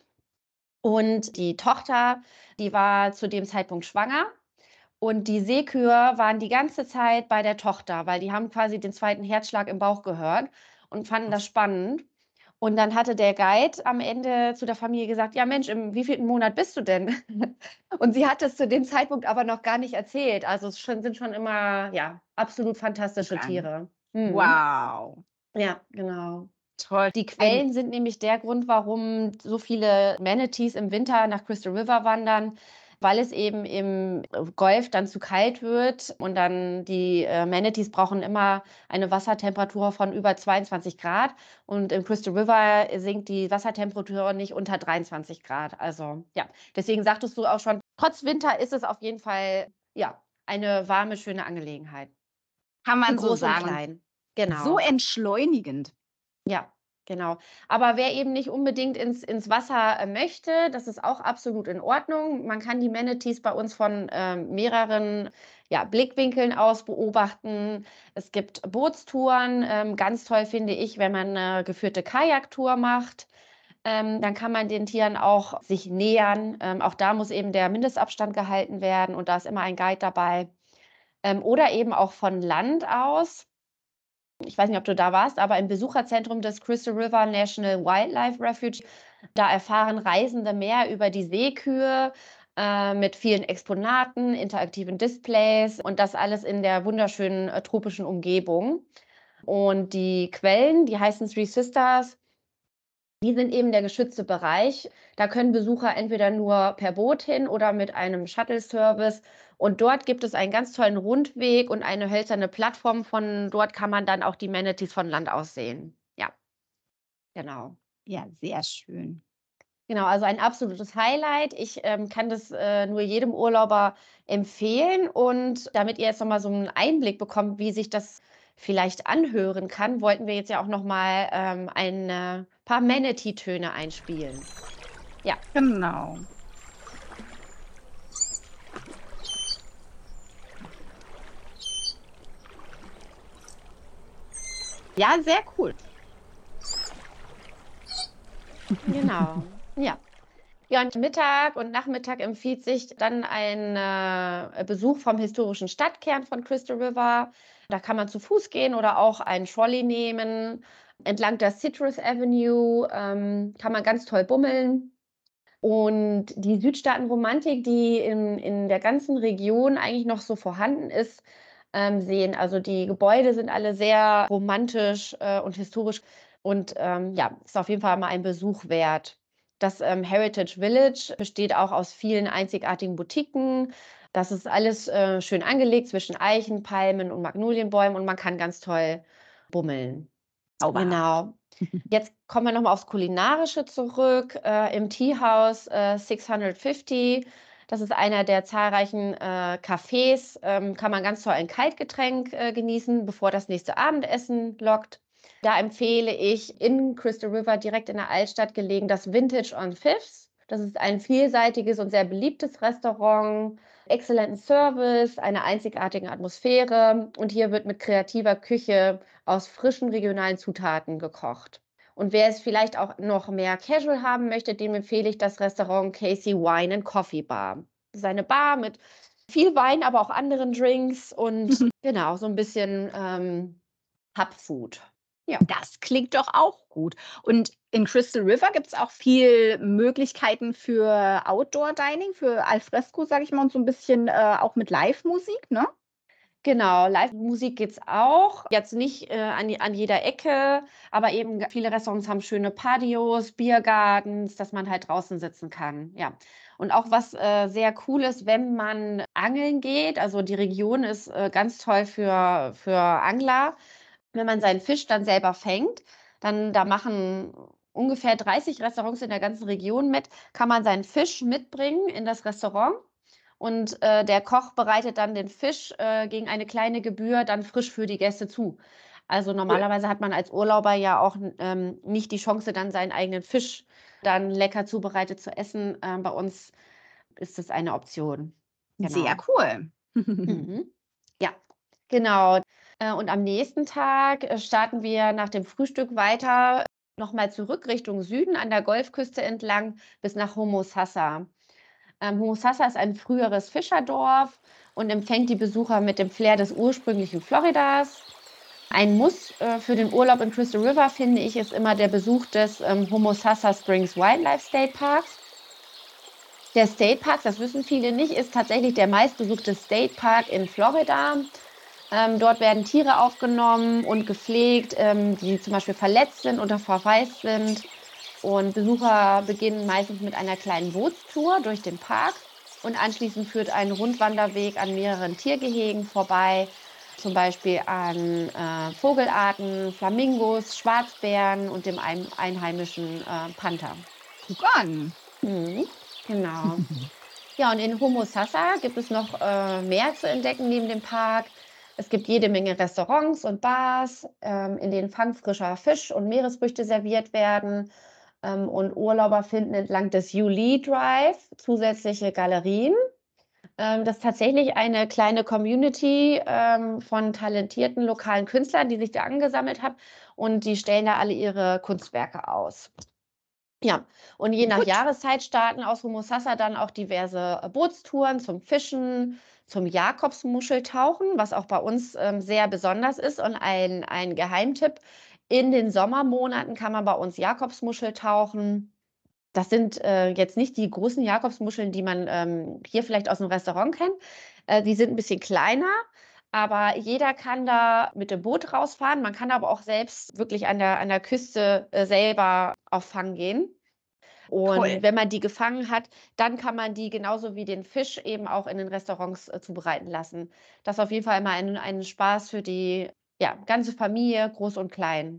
Speaker 3: und die Tochter, die war zu dem Zeitpunkt schwanger und die Seekühe waren die ganze Zeit bei der Tochter, weil die haben quasi den zweiten Herzschlag im Bauch gehört und fanden das spannend. Und dann hatte der Guide am Ende zu der Familie gesagt: „Ja Mensch, im wievielten Monat bist du denn?“ Und sie hat es zu dem Zeitpunkt aber noch gar nicht erzählt. Also, es schon sind schon immer, ja, absolut fantastische
Speaker 1: Guck an.
Speaker 3: Tiere. Mhm.
Speaker 1: Wow.
Speaker 3: Ja, genau.
Speaker 1: Toll.
Speaker 3: Die
Speaker 1: Ein,
Speaker 3: Quellen sind nämlich der Grund, warum so viele Manatees im Winter nach Crystal River wandern, weil es eben im äh, Golf dann zu kalt wird und dann die äh, Manatees brauchen immer eine Wassertemperatur von über zweiundzwanzig Grad und im Crystal River sinkt die Wassertemperatur nicht unter dreiundzwanzig Grad. Also ja, deswegen sagtest du auch schon, trotz Winter ist es auf jeden Fall ja eine warme, schöne Angelegenheit.
Speaker 1: kann
Speaker 3: Für
Speaker 1: man so
Speaker 3: groß und
Speaker 1: sagen. Und
Speaker 3: klein.
Speaker 1: so
Speaker 3: Genau.
Speaker 1: entschleunigend.
Speaker 3: Ja, genau. Aber wer eben nicht unbedingt ins ins Wasser, äh, möchte, das ist auch absolut in Ordnung. Man kann die Manatees bei uns von, ähm, mehreren, ja, Blickwinkeln aus beobachten. Es gibt Bootstouren. Ähm, ganz toll finde ich, wenn man 'ne geführte Kajaktour macht. Ähm, dann kann man den Tieren auch sich nähern. Ähm, auch da muss eben der Mindestabstand gehalten werden und da ist immer ein Guide dabei. Ähm, oder eben auch von Land aus. Ich weiß nicht, ob du da warst, aber im Besucherzentrum des Crystal River National Wildlife Refuge, da erfahren Reisende mehr über die Seekühe äh, mit vielen Exponaten, interaktiven Displays und das alles in der wunderschönen äh, tropischen Umgebung. Und die Quellen, die heißen Three Sisters, die sind eben der geschützte Bereich. Da können Besucher entweder nur per Boot hin oder mit einem Shuttle-Service. Und dort gibt es einen ganz tollen Rundweg und eine hölzerne Plattform. Von dort kann man dann auch die Manatees von Land aus sehen. Ja, genau.
Speaker 1: Ja, sehr schön.
Speaker 3: Genau, also ein absolutes Highlight. Ich ähm, kann das äh, nur jedem Urlauber empfehlen. Und damit ihr jetzt noch mal so einen Einblick bekommt, wie sich das vielleicht anhören kann, wollten wir jetzt ja auch noch mal ähm, ein äh, paar Manatee-Töne einspielen. Ja.
Speaker 1: Genau. Ja, sehr cool.
Speaker 3: Genau, ja. Ja, und Mittag und Nachmittag empfiehlt sich dann ein äh, Besuch vom historischen Stadtkern von Crystal River. Da kann man zu Fuß gehen oder auch einen Trolley nehmen. Entlang der Citrus Avenue ähm, kann man ganz toll bummeln. Und die Südstaatenromantik, die in, in der ganzen Region eigentlich noch so vorhanden ist, ähm, sehen. Also die Gebäude sind alle sehr romantisch äh, und historisch und ähm, ja, ist auf jeden Fall mal ein Besuch wert. Das ähm, Heritage Village besteht auch aus vielen einzigartigen Boutiquen. Das ist alles äh, schön angelegt zwischen Eichen, Palmen und Magnolienbäumen und man kann ganz toll bummeln.
Speaker 1: Zauberhaft.
Speaker 3: Genau. Jetzt kommen wir noch mal aufs Kulinarische zurück. Äh, im Tea House äh, sechshundertfünfzig, das ist einer der zahlreichen äh, Cafés, ähm, kann man ganz toll ein Kaltgetränk äh, genießen, bevor das nächste Abendessen lockt. Da empfehle ich in Crystal River, direkt in der Altstadt gelegen, das Vintage on Fifth. Das ist ein vielseitiges und sehr beliebtes Restaurant, exzellenten Service, einer einzigartigen Atmosphäre und hier wird mit kreativer Küche aus frischen regionalen Zutaten gekocht. Und wer es vielleicht auch noch mehr Casual haben möchte, dem empfehle ich das Restaurant Casey Wine and Coffee Bar. Das ist eine Bar mit viel Wein, aber auch anderen Drinks und genau, so ein bisschen ähm, Pub-Food. Ja.
Speaker 1: Das klingt doch auch gut. Und in Crystal River gibt es auch viel Möglichkeiten für Outdoor-Dining, für Alfresco, sage ich mal, und so ein bisschen äh, auch mit Live-Musik, ne?
Speaker 3: Genau, Live-Musik gibt's auch. Jetzt nicht äh, an, je- an jeder Ecke, aber eben g- viele Restaurants haben schöne Patios, Biergardens, dass man halt draußen sitzen kann. Ja. Und auch was äh, sehr cool ist, wenn man angeln geht. Also die Region ist äh, ganz toll für, für Angler. Wenn man seinen Fisch dann selber fängt, dann da machen ungefähr dreißig Restaurants in der ganzen Region mit, kann man seinen Fisch mitbringen in das Restaurant. Und äh, der Koch bereitet dann den Fisch äh, gegen eine kleine Gebühr dann frisch für die Gäste zu. Also
Speaker 1: Cool.
Speaker 3: normalerweise hat man als Urlauber ja auch ähm, nicht die Chance, dann seinen eigenen Fisch dann lecker zubereitet zu essen. Ähm, bei uns ist das eine Option.
Speaker 1: Sehr
Speaker 3: Genau.
Speaker 1: cool.
Speaker 3: Mhm. Ja, genau. Äh, und am nächsten Tag äh, starten wir nach dem Frühstück weiter, nochmal zurück Richtung Süden an der Golfküste entlang bis nach Homosassa. Ähm, Homosassa ist ein früheres Fischerdorf und empfängt die Besucher mit dem Flair des ursprünglichen Floridas. Ein Muss äh, für den Urlaub in Crystal River, finde ich, ist immer der Besuch des ähm, Homosassa Springs Wildlife State Parks. Der State Park, das wissen viele nicht, ist tatsächlich der meistbesuchte State Park in Florida. Ähm, dort werden Tiere aufgenommen und gepflegt, ähm, die zum Beispiel verletzt sind oder verwaist sind. Und Besucher beginnen meistens mit einer kleinen Bootstour durch den Park und anschließend führt ein Rundwanderweg an mehreren Tiergehegen vorbei, zum Beispiel an äh, Vogelarten, Flamingos, Schwarzbären und dem ein einheimischen äh, Panther.
Speaker 1: Guck an.
Speaker 3: Mhm, genau. Ja, und in Homosassa gibt es noch äh, mehr zu entdecken neben dem Park. Es gibt jede Menge Restaurants und Bars, ähm, in denen fangfrischer Fisch und Meeresfrüchte serviert werden. Ähm, und Urlauber finden entlang des Yulee Drive zusätzliche Galerien. Ähm, das ist tatsächlich eine kleine Community ähm, von talentierten lokalen Künstlern, die sich da angesammelt hat. Und die stellen da alle ihre Kunstwerke aus. Ja, und je nach
Speaker 1: Gut.
Speaker 3: Jahreszeit starten aus Homosassa dann auch diverse äh, Bootstouren zum Fischen, zum Jakobsmuscheltauchen, was auch bei uns ähm, sehr besonders ist und ein, ein Geheimtipp. In den Sommermonaten kann man bei uns Jakobsmuschel tauchen. Das sind äh, jetzt nicht die großen Jakobsmuscheln, die man ähm, hier vielleicht aus dem Restaurant kennt. Äh, die sind ein bisschen kleiner, aber jeder kann da mit dem Boot rausfahren. Man kann aber auch selbst wirklich an der, an der Küste äh, selber auf Fang gehen.
Speaker 1: Toll.
Speaker 3: Und wenn man die gefangen hat, dann kann man die genauso wie den Fisch eben auch in den Restaurants äh, zubereiten lassen. Das ist auf jeden Fall immer ein, ein Spaß für die ja, ganze Familie, groß und klein.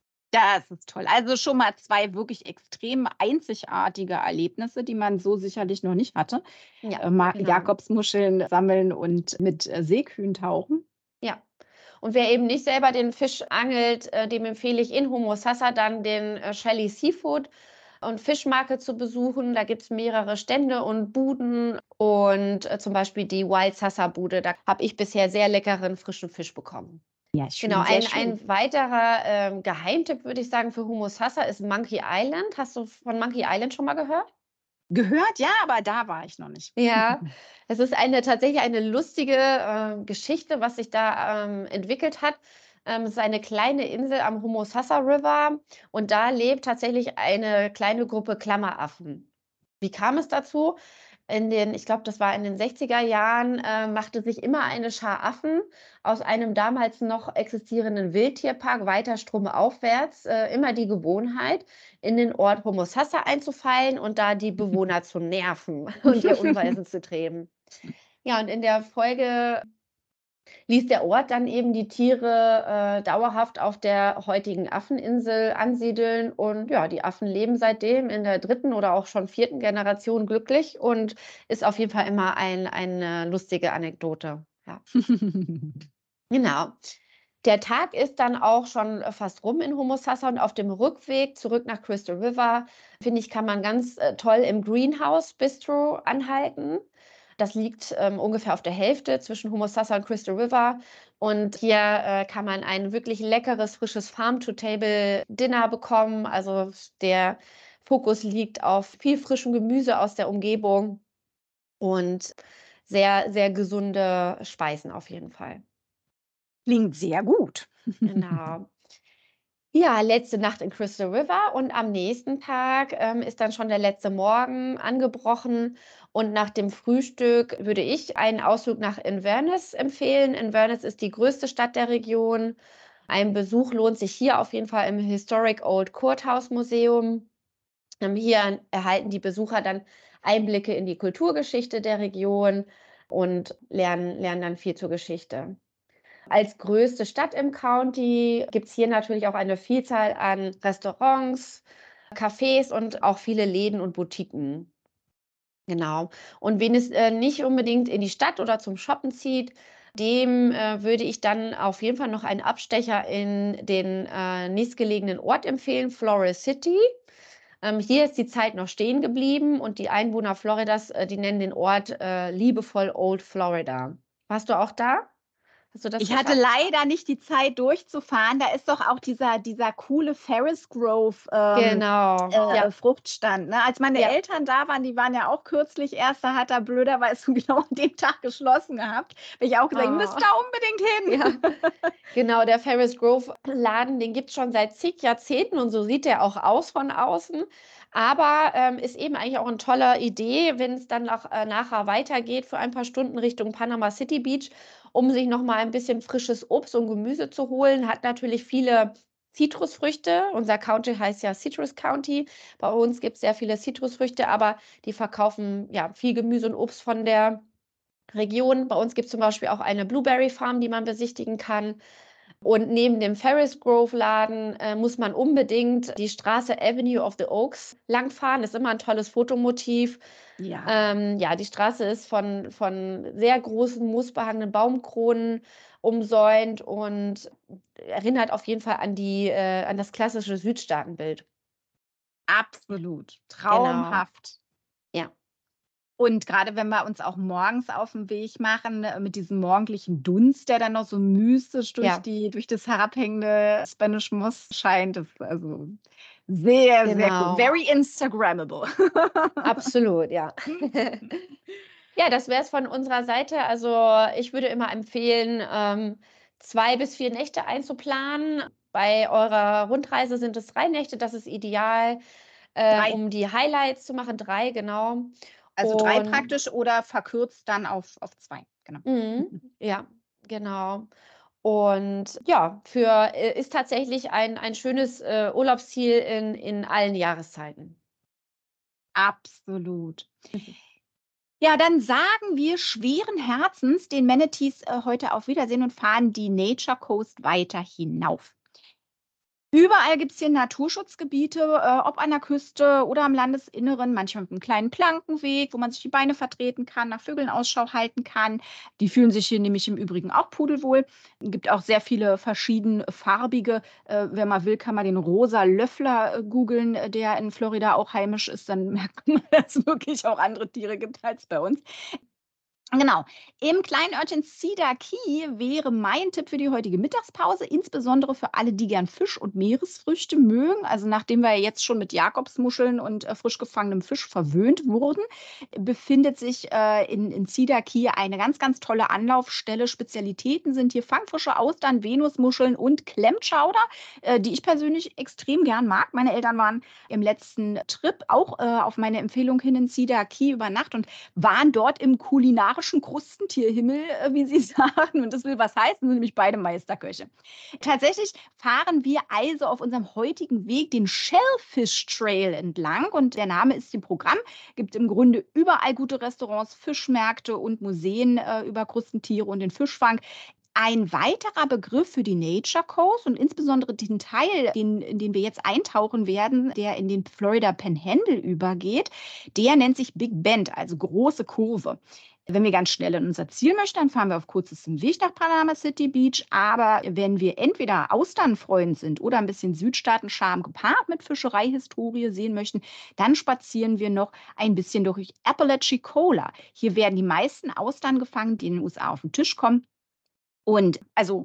Speaker 1: Das ist toll. Also schon mal zwei wirklich extrem einzigartige Erlebnisse, die man so sicherlich noch nicht hatte.
Speaker 3: Ja,
Speaker 1: Äh, ma
Speaker 3: genau.
Speaker 1: Jakobsmuscheln sammeln und mit äh, Seekühen tauchen.
Speaker 3: Ja. Und wer eben nicht selber den Fisch angelt, äh, dem empfehle ich in Homosassa dann den äh, Shelly Seafood und Fischmarket zu besuchen. Da gibt es mehrere Stände und Buden und äh, zum Beispiel die Wild Sassa Bude. Da habe ich bisher sehr leckeren frischen Fisch bekommen.
Speaker 1: Ja,
Speaker 3: Genau,
Speaker 1: schön, sehr
Speaker 3: ein,
Speaker 1: schön.
Speaker 3: ein weiterer ähm, Geheimtipp, würde ich sagen, für Homosassa ist Monkey Island. Hast du von Monkey Island schon mal gehört?
Speaker 1: Gehört, ja, aber da war ich noch nicht.
Speaker 3: Ja, es ist eine tatsächlich eine lustige äh, Geschichte, was sich da ähm, entwickelt hat. Ähm, es ist eine kleine Insel am Homosassa River und da lebt tatsächlich eine kleine Gruppe Klammeraffen. Wie kam es dazu? In den, ich glaube, das war in den sechziger Jahren, äh, machte sich immer eine Schar Affen aus einem damals noch existierenden Wildtierpark weiter stromaufwärts äh, immer die Gewohnheit, in den Ort Homosassa einzufallen und da die Bewohner zu nerven und ihr Unweisen zu treiben. Ja, und in der Folge ließ der Ort dann eben die Tiere äh, dauerhaft auf der heutigen Affeninsel ansiedeln. Und ja, die Affen leben seitdem in der dritten oder auch schon vierten Generation glücklich und ist auf jeden Fall immer ein, eine lustige Anekdote. Ja, genau. Der Tag ist dann auch schon äh, fast rum in Homosassa und auf dem Rückweg zurück nach Crystal River, finde ich, kann man ganz äh, toll im Greenhouse Bistro anhalten. Das liegt ähm, ungefähr auf der Hälfte zwischen Homosassa und Crystal River. Und hier äh, kann man ein wirklich leckeres, frisches Farm-to-Table-Dinner bekommen. Also der Fokus liegt auf viel frischem Gemüse aus der Umgebung und sehr, sehr gesunde Speisen auf jeden Fall.
Speaker 1: Klingt sehr gut.
Speaker 3: Genau. Ja, letzte Nacht in Crystal River und am nächsten Tag ähm, ist dann schon der letzte Morgen angebrochen. Und nach dem Frühstück würde ich einen Ausflug nach Inverness empfehlen. Inverness ist die größte Stadt der Region. Ein Besuch lohnt sich hier auf jeden Fall im Historic Old Courthouse Museum. Ähm, Hier erhalten die Besucher dann Einblicke in die Kulturgeschichte der Region und lernen, lernen dann viel zur Geschichte. Als größte Stadt im County gibt es hier natürlich auch eine Vielzahl an Restaurants, Cafés und auch viele Läden und Boutiquen. Genau. Und wen es äh, nicht unbedingt in die Stadt oder zum Shoppen zieht, dem äh, würde ich dann auf jeden Fall noch einen Abstecher in den äh, nächstgelegenen Ort empfehlen, Flores City. Ähm, hier ist die Zeit noch stehen geblieben und die Einwohner Floridas, äh, die nennen den Ort äh, liebevoll Old Florida. Warst du auch da? Hast du das
Speaker 1: Ich hatte
Speaker 3: geschafft?
Speaker 1: leider nicht die Zeit durchzufahren. Da ist doch auch dieser, dieser coole Ferris Grove ähm,
Speaker 3: Genau,
Speaker 1: äh,
Speaker 3: ja,
Speaker 1: Fruchtstand. Ne? Als meine
Speaker 3: ja.
Speaker 1: Eltern da waren, die waren ja auch kürzlich erst, da hat er blöderweise genau an dem Tag geschlossen gehabt. Bin ich auch gesagt, ihr müsst
Speaker 3: Oh.
Speaker 1: da unbedingt hin.
Speaker 3: Ja, genau, der Ferris Grove Laden, den gibt es schon seit zig Jahrzehnten und so sieht der auch aus von außen. Aber ähm, ist eben eigentlich auch eine tolle Idee, wenn es dann auch, äh, nachher weitergeht für ein paar Stunden Richtung Panama City Beach, um sich noch mal ein bisschen frisches Obst und Gemüse zu holen. Hat natürlich viele Zitrusfrüchte. Unser County heißt ja Citrus County. Bei uns gibt es sehr viele Zitrusfrüchte, aber die verkaufen ja viel Gemüse und Obst von der Region. Bei uns gibt es zum Beispiel auch eine Blueberry Farm, die man besichtigen kann. Und neben dem Ferris Grove Laden äh, muss man unbedingt die Straße Avenue of the Oaks langfahren. Das ist immer ein tolles Fotomotiv.
Speaker 1: Ja,
Speaker 3: Ähm, ja, die Straße ist von, von sehr großen, moosbehangenen Baumkronen umsäumt und erinnert auf jeden Fall an, die, äh, an das klassische Südstaatenbild.
Speaker 1: absolut.
Speaker 3: Genau.
Speaker 1: Traumhaft.
Speaker 3: Ja.
Speaker 1: Und gerade wenn wir uns auch morgens auf den Weg machen, äh, mit diesem morgendlichen Dunst, der dann noch so mystisch durch,
Speaker 3: Ja.
Speaker 1: die, durch das herabhängende Spanish Moss scheint, das ist also sehr, sehr
Speaker 3: Genau.
Speaker 1: cool. Very Instagrammable.
Speaker 3: Absolut, ja. Ja, das wäre es von unserer Seite. Also ich würde immer empfehlen, ähm, zwei bis vier Nächte einzuplanen. Bei eurer Rundreise sind es drei Nächte, das ist ideal, äh,
Speaker 1: Drei.
Speaker 3: um die Highlights zu machen. Drei, genau.
Speaker 1: Also drei
Speaker 3: Und
Speaker 1: praktisch oder verkürzt dann auf, auf zwei. Genau.
Speaker 3: mhm, ja, genau. Und ja, für äh, ist tatsächlich ein, ein schönes äh, Urlaubsziel in, in allen Jahreszeiten.
Speaker 1: Absolut. Ja, dann sagen wir schweren Herzens den Manatees äh, heute auf Wiedersehen und fahren die Nature Coast weiter hinauf. Überall gibt es hier Naturschutzgebiete, äh, ob an der Küste oder am Landesinneren, manchmal mit einem kleinen Plankenweg, wo man sich die Beine vertreten kann, nach Vögeln Ausschau halten kann. Die fühlen sich hier nämlich im Übrigen auch pudelwohl. Es gibt auch sehr viele verschiedenfarbige. Äh, wenn man will, kann man den rosa Löffler äh, googeln, äh, der in Florida auch heimisch ist. Dann merkt man, dass es wirklich auch andere Tiere gibt als bei uns. Genau. Im kleinen Örtchen Cedar Key wäre mein Tipp für die heutige Mittagspause, insbesondere für alle, die gern Fisch und Meeresfrüchte mögen. Also nachdem wir ja jetzt schon mit Jakobsmuscheln und äh, frisch gefangenem Fisch verwöhnt wurden, befindet sich äh, in, in Cedar Key eine ganz, ganz tolle Anlaufstelle. Spezialitäten sind hier fangfrische Austern, Venusmuscheln und Clam-Chowder, äh, die ich persönlich extrem gern mag. Meine Eltern waren im letzten Trip auch äh, auf meine Empfehlung hin in Cedar Key über Nacht und waren dort im kulinarischen Krustentierhimmel, äh, wie sie sagen. Und das will was heißen, sind nämlich beide Meisterköche. Tatsächlich fahren wir also auf unserem heutigen Weg den Shellfish Trail entlang. Und der Name ist im Programm. Gibt im Grunde überall gute Restaurants, Fischmärkte und Museen äh, über Krustentiere und den Fischfang. Ein weiterer Begriff für die Nature Coast und insbesondere den Teil, den, in den wir jetzt eintauchen werden, der in den Florida Panhandle übergeht, der nennt sich Big Bend, also große Kurve. Wenn wir ganz schnell in unser Ziel möchten, dann fahren wir auf kurzestem Weg nach Panama City Beach. Aber wenn wir entweder Austernfreund sind oder ein bisschen Südstaaten-Charme gepaart mit Fischereihistorie sehen möchten, dann spazieren wir noch ein bisschen durch Apalachicola. Hier werden die meisten Austern gefangen, die in den U S A auf den Tisch kommen. Und also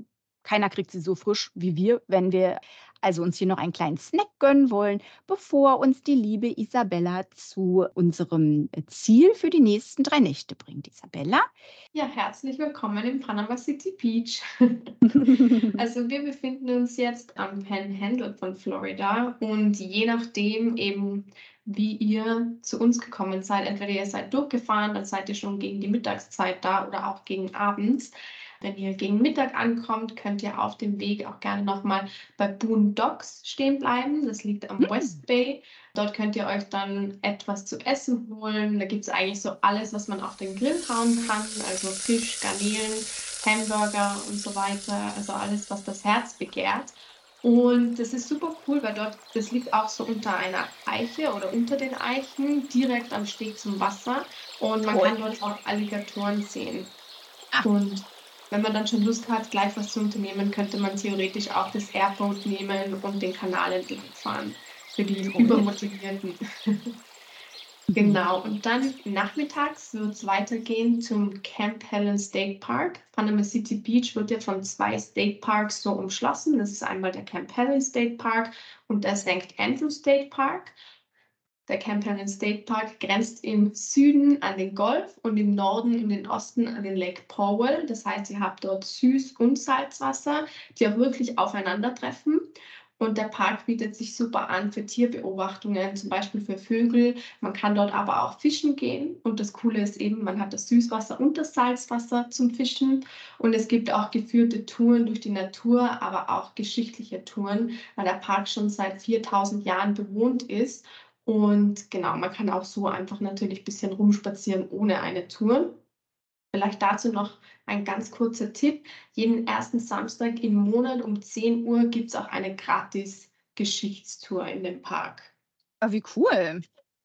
Speaker 1: keiner kriegt sie so frisch wie wir, wenn wir also uns hier noch einen kleinen Snack gönnen wollen, bevor uns die liebe Isabella zu unserem äh, Ziel für die nächsten drei Nächte bringt. Isabella?
Speaker 4: Ja, herzlich willkommen im Panama City Beach. Also wir befinden uns jetzt am Panhandle von Florida und je nachdem eben, wie ihr zu uns gekommen seid, entweder ihr seid durchgefahren, dann seid ihr schon gegen die Mittagszeit da oder auch gegen abends. Wenn ihr gegen Mittag ankommt, könnt ihr auf dem Weg auch gerne nochmal bei Boone Docks stehen bleiben. Das liegt am
Speaker 1: Hm.
Speaker 4: West Bay. Dort könnt ihr euch dann etwas zu essen holen. Da gibt es eigentlich so alles, was man auf den Grill hauen kann. Also Fisch, Garnelen, Hamburger und so weiter. Also alles, was das Herz begehrt. Und das ist super cool, weil dort, das liegt auch so unter einer Eiche oder unter den Eichen, direkt am Steg zum Wasser. Und man
Speaker 1: Toll.
Speaker 4: kann dort auch Alligatoren sehen.
Speaker 1: Ah.
Speaker 4: Und wenn man dann schon Lust hat, gleich was zu unternehmen, könnte man theoretisch auch das Airboat nehmen und den Kanal entlang fahren. Für die
Speaker 1: Toll.
Speaker 4: Übermotivierten. Genau, und dann nachmittags wird es weitergehen zum Camp Helen State Park. Panama City Beach wird ja von zwei State Parks so umschlossen. Das ist einmal der Camp Helen State Park und der Sankt Andrew State Park. Der Camp Helen State Park grenzt im Süden an den Golf und im Norden und im Osten an den Lake Powell. Das heißt, ihr habt dort Süß- und Salzwasser, die auch wirklich aufeinandertreffen. Und der Park bietet sich super an für Tierbeobachtungen, zum Beispiel für Vögel. Man kann dort aber auch fischen gehen. Und das Coole ist eben, man hat das Süßwasser und das Salzwasser zum Fischen. Und es gibt auch geführte Touren durch die Natur, aber auch geschichtliche Touren, weil der Park schon seit viertausend Jahren bewohnt ist. Und genau, man kann auch so einfach natürlich ein bisschen rumspazieren ohne eine Tour. Vielleicht dazu noch ein ganz kurzer Tipp. Jeden ersten Samstag im Monat um zehn Uhr gibt es auch eine gratis Geschichtstour in dem Park.
Speaker 1: Ah, wie cool.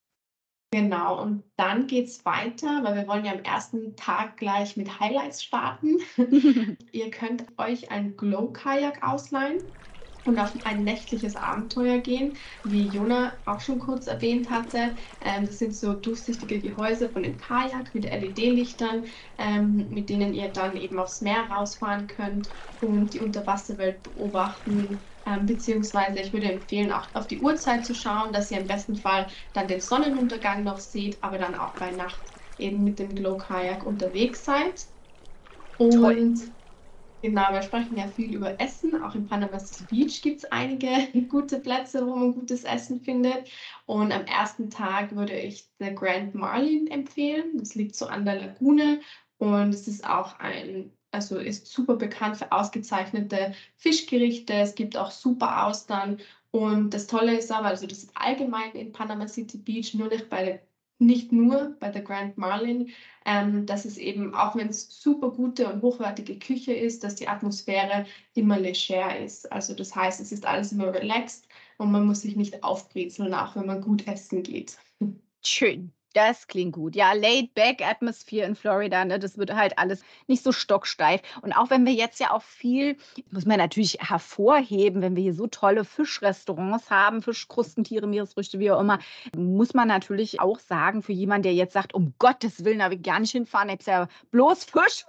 Speaker 4: Genau, und dann geht es weiter, weil wir wollen ja am ersten Tag gleich mit Highlights starten. Ihr könnt euch ein Glow-Kajak ausleihen und auf ein nächtliches Abenteuer gehen, wie Jona auch schon kurz erwähnt hatte. Ähm, das sind so durchsichtige Gehäuse von dem Kajak mit L E D-Lichtern, ähm, mit denen ihr dann eben aufs Meer rausfahren könnt und die Unterwasserwelt beobachten. Ähm, beziehungsweise ich würde empfehlen, auch auf die Uhrzeit zu schauen, dass ihr im besten Fall dann den Sonnenuntergang noch seht, aber dann auch bei Nacht eben mit dem Glow-Kajak unterwegs seid.
Speaker 1: Toll.
Speaker 4: Und genau, wir sprechen ja viel über Essen. Auch in Panama City Beach gibt es einige gute Plätze, wo man gutes Essen findet. Und am ersten Tag würde ich der Grand Marlin empfehlen. Das liegt so an der Lagune und es ist auch ein, also ist super bekannt für ausgezeichnete Fischgerichte. Es gibt auch super Austern. Und das Tolle ist aber, also das ist allgemein in Panama City Beach, nur nicht bei der, nicht nur bei der Grand Marlin, ähm, dass es eben, auch wenn es super gute und hochwertige Küche ist, dass die Atmosphäre immer leger ist. Also das heißt, es ist alles immer relaxed und man muss sich nicht aufbrezeln, auch wenn man gut essen geht.
Speaker 1: Schön. Das klingt gut. Ja, laid back Atmosphere in Florida, ne? Das wird halt alles nicht so stocksteif. Und auch wenn wir jetzt ja auch viel, muss man natürlich hervorheben, wenn wir hier so tolle Fischrestaurants haben, Fischkrustentiere, Meeresfrüchte, wie auch immer, muss man natürlich auch sagen, für jemanden, der jetzt sagt, um Gottes Willen, da will ich gar nicht hinfahren, jetzt ja bloß Fisch.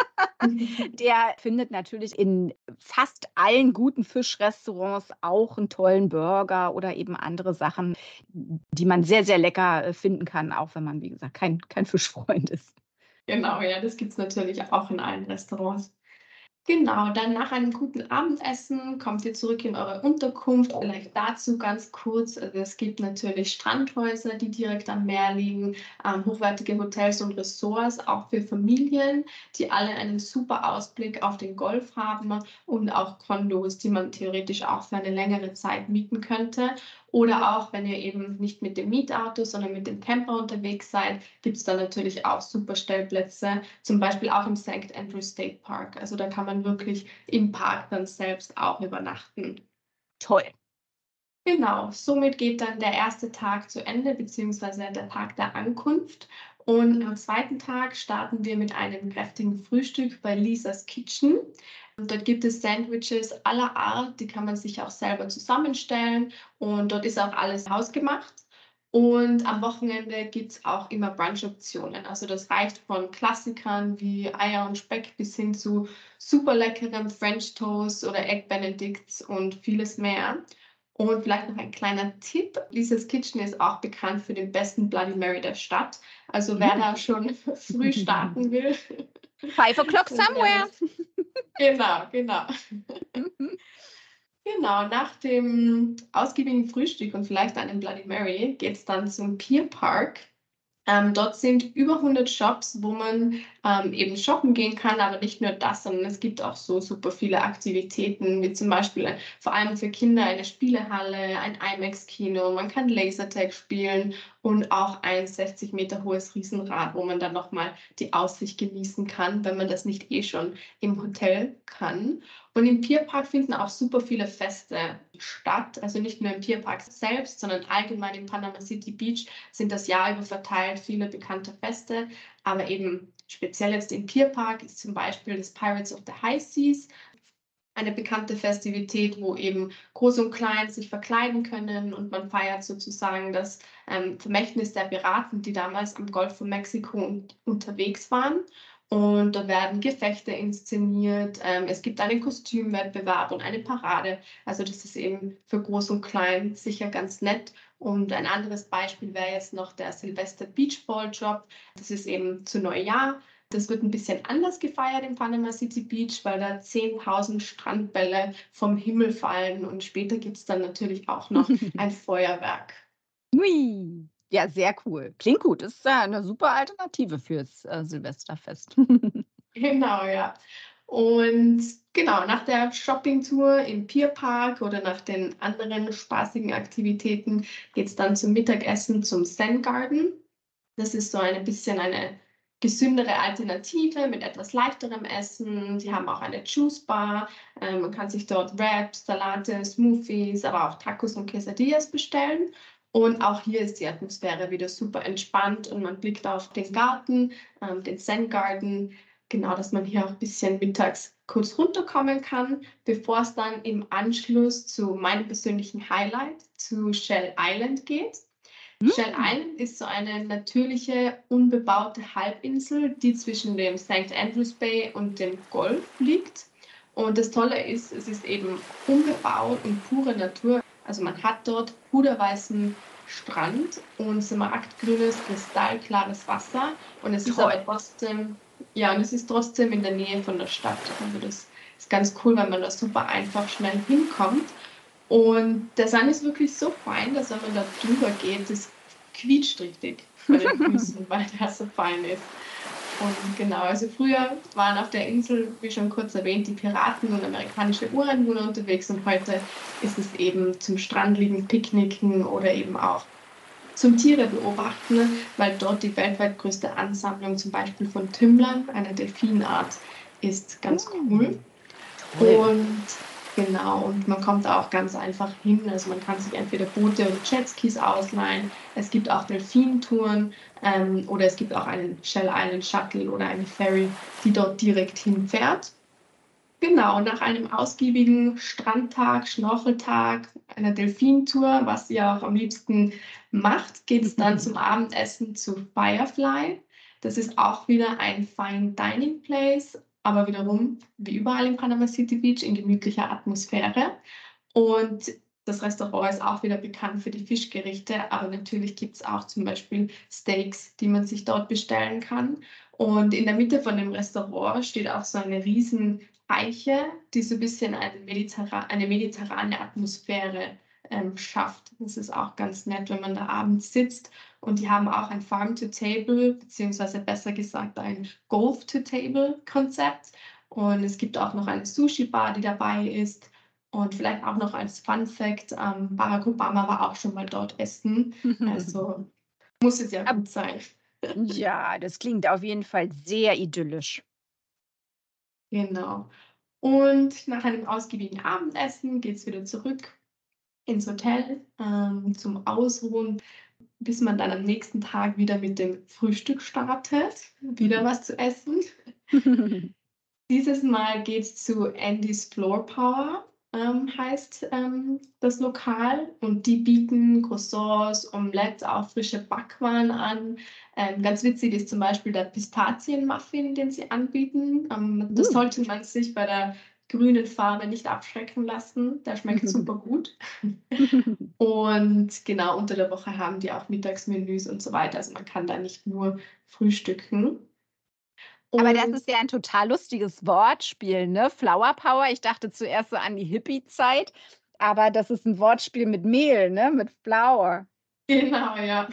Speaker 1: Der findet natürlich in fast allen guten Fischrestaurants auch einen tollen Burger oder eben andere Sachen, die man sehr, sehr lecker äh, finden kann, auch wenn man, wie gesagt, kein, kein Fischfreund ist.
Speaker 4: Genau, ja, das gibt es natürlich auch in allen Restaurants. Genau, dann nach einem guten Abendessen kommt ihr zurück in eure Unterkunft. Vielleicht dazu ganz kurz. Also es gibt natürlich Strandhäuser, die direkt am Meer liegen, ähm, hochwertige Hotels und Ressorts, auch für Familien, die alle einen super Ausblick auf den Golf haben und auch Kondos, die man theoretisch auch für eine längere Zeit mieten könnte. Oder auch, wenn ihr eben nicht mit dem Mietauto, sondern mit dem Camper unterwegs seid, gibt es da natürlich auch super Stellplätze, zum Beispiel auch im Sankt Andrew State Park. Also da kann man wirklich im Park dann selbst auch übernachten.
Speaker 1: Toll.
Speaker 4: Genau, somit geht dann der erste Tag zu Ende, beziehungsweise der Tag der Ankunft. Und am zweiten Tag starten wir mit einem kräftigen Frühstück bei Lisa's Kitchen. Und dort gibt es Sandwiches aller Art, die kann man sich auch selber zusammenstellen. Und dort ist auch alles hausgemacht. Und am Wochenende gibt es auch immer Brunch-Optionen. Also das reicht von Klassikern wie Eier und Speck bis hin zu super leckerem French Toast oder Egg Benedicts und vieles mehr. Und vielleicht noch ein kleiner Tipp. Lisa's Kitchen ist auch bekannt für den besten Bloody Mary der Stadt. Also wer da schon früh starten will.
Speaker 1: Five o'clock
Speaker 4: dann wäre
Speaker 1: somewhere.
Speaker 4: das- Genau, genau. Genau, nach dem ausgiebigen Frühstück und vielleicht einem Bloody Mary geht es dann zum Pier Park. Ähm, dort sind über hundert Shops, wo man ähm, eben shoppen gehen kann, aber nicht nur das, sondern es gibt auch so super viele Aktivitäten, wie zum Beispiel äh, vor allem für Kinder eine Spielehalle, ein IMAX-Kino, man kann Lasertag spielen und auch ein sechzig Meter hohes Riesenrad, wo man dann nochmal die Aussicht genießen kann, wenn man das nicht eh schon im Hotel kann. Und im Pierpark finden auch super viele Feste statt, also nicht nur im Pierpark selbst, sondern allgemein im Panama City Beach sind das Jahr über verteilt viele bekannte Feste, aber eben speziell jetzt im Pierpark ist zum Beispiel das Pirates of the High Seas, eine bekannte Festivität, wo eben Groß und Klein sich verkleiden können und man feiert sozusagen das ähm, Vermächtnis der Piraten, die damals am Golf von Mexiko un unterwegs waren. Und da werden Gefechte inszeniert, ähm, es gibt einen Kostümwettbewerb und eine Parade. Also das ist eben für Groß und Klein sicher ganz nett. Und ein anderes Beispiel wäre jetzt noch der Silvester Beach Ball Drop. Das ist eben zu Neujahr. Das wird ein bisschen anders gefeiert im Panama City Beach, weil da zehntausend Strandbälle vom Himmel fallen und später gibt es dann natürlich auch noch ein Feuerwerk.
Speaker 1: Ui. Ja, sehr cool. Klingt gut. Ist äh, eine super Alternative fürs äh, Silvesterfest.
Speaker 4: Genau, ja. Und genau, nach der Shoppingtour im Pierpark oder nach den anderen spaßigen Aktivitäten geht es dann zum Mittagessen zum Zen Garden. Das ist so ein bisschen eine gesündere Alternative mit etwas leichterem Essen. Die haben auch eine Juice Bar. Ähm, man kann sich dort Wraps, Salate, Smoothies, aber auch Tacos und Quesadillas bestellen. Und auch hier ist die Atmosphäre wieder super entspannt und man blickt auf den Garten, ähm, den Zen Garden. Genau, dass man hier auch ein bisschen mittags kurz runterkommen kann, bevor es dann im Anschluss zu meinem persönlichen Highlight, zu Shell Island geht. Shell Island ist so eine natürliche, unbebaute Halbinsel, die zwischen dem Sankt Andrews Bay und dem Golf liegt. Und das Tolle ist, es ist eben unbebaut und pure Natur. Also man hat dort puderweißen Strand und smaragdgrünes, kristallklares Wasser. Und es ist
Speaker 1: Toll.
Speaker 4: aber trotzdem, ja, und es ist trotzdem in der Nähe von der Stadt. Also das ist ganz cool, weil man da super einfach schnell hinkommt. Und der Sand ist wirklich so fein, dass wenn man da drüber geht, das quietscht richtig bei den Füßen, weil der so fein ist. Und genau, also früher waren auf der Insel, wie schon kurz erwähnt, die Piraten und amerikanische Ureinwohner unterwegs und heute ist es eben zum Strandliegen, Picknicken oder eben auch zum Tiere beobachten, weil dort die weltweit größte Ansammlung zum Beispiel von Tümmlern, einer Delfinart, ist ganz cool.
Speaker 1: Toll.
Speaker 4: Und genau, und man kommt auch ganz einfach hin. Also man kann sich entweder Boote und Jetskis ausleihen. Es gibt auch Delfintouren ähm, oder es gibt auch einen Shell Island Shuttle oder eine Ferry, die dort direkt hinfährt. Genau, nach einem ausgiebigen Strandtag, Schnorcheltag, einer Delfintour, was ihr auch am liebsten macht, geht es dann zum Abendessen zu Firefly. Das ist auch wieder ein Fine Dining Place, aber wiederum, wie überall im Panama City Beach, in gemütlicher Atmosphäre. Und das Restaurant ist auch wieder bekannt für die Fischgerichte, aber natürlich gibt es auch zum Beispiel Steaks, die man sich dort bestellen kann. Und in der Mitte von dem Restaurant steht auch so eine riesen Eiche, die so ein bisschen eine, Mediterra eine mediterrane Atmosphäre ähm, schafft. Das ist auch ganz nett, wenn man da abends sitzt. Und die haben auch ein Farm-to-Table, beziehungsweise besser gesagt ein Golf-to-Table-Konzept. Und es gibt auch noch eine Sushi-Bar, die dabei ist. Und vielleicht auch noch als Fun-Fact, ähm, Barack Obama war auch schon mal dort essen. Also muss es ja gut sein.
Speaker 1: Ja, das klingt auf jeden Fall sehr idyllisch.
Speaker 4: Genau. Und nach einem ausgiebigen Abendessen geht es wieder zurück ins Hotel ähm, zum Ausruhen, bis man dann am nächsten Tag wieder mit dem Frühstück startet, wieder was zu essen. Dieses Mal geht es zu Andy's Floor Power. ähm, heißt ähm, das Lokal. Und die bieten Croissants, Omelette, auch frische Backwaren an. Ähm, ganz witzig ist zum Beispiel der Pistazienmuffin, den sie anbieten. Ähm, das
Speaker 1: Uh.
Speaker 4: sollte man sich bei der grünen Farbe nicht abschrecken lassen. Der schmeckt super gut. Und genau, unter der Woche haben die auch Mittagsmenüs und so weiter. Also man kann da nicht nur frühstücken.
Speaker 1: Aber das
Speaker 4: Und
Speaker 1: ist ja ein total lustiges Wortspiel, ne? Flower Power. Ich dachte zuerst so an die Hippie-Zeit, aber das ist ein Wortspiel mit Mehl, ne? Mit Flour.
Speaker 4: genau, ja.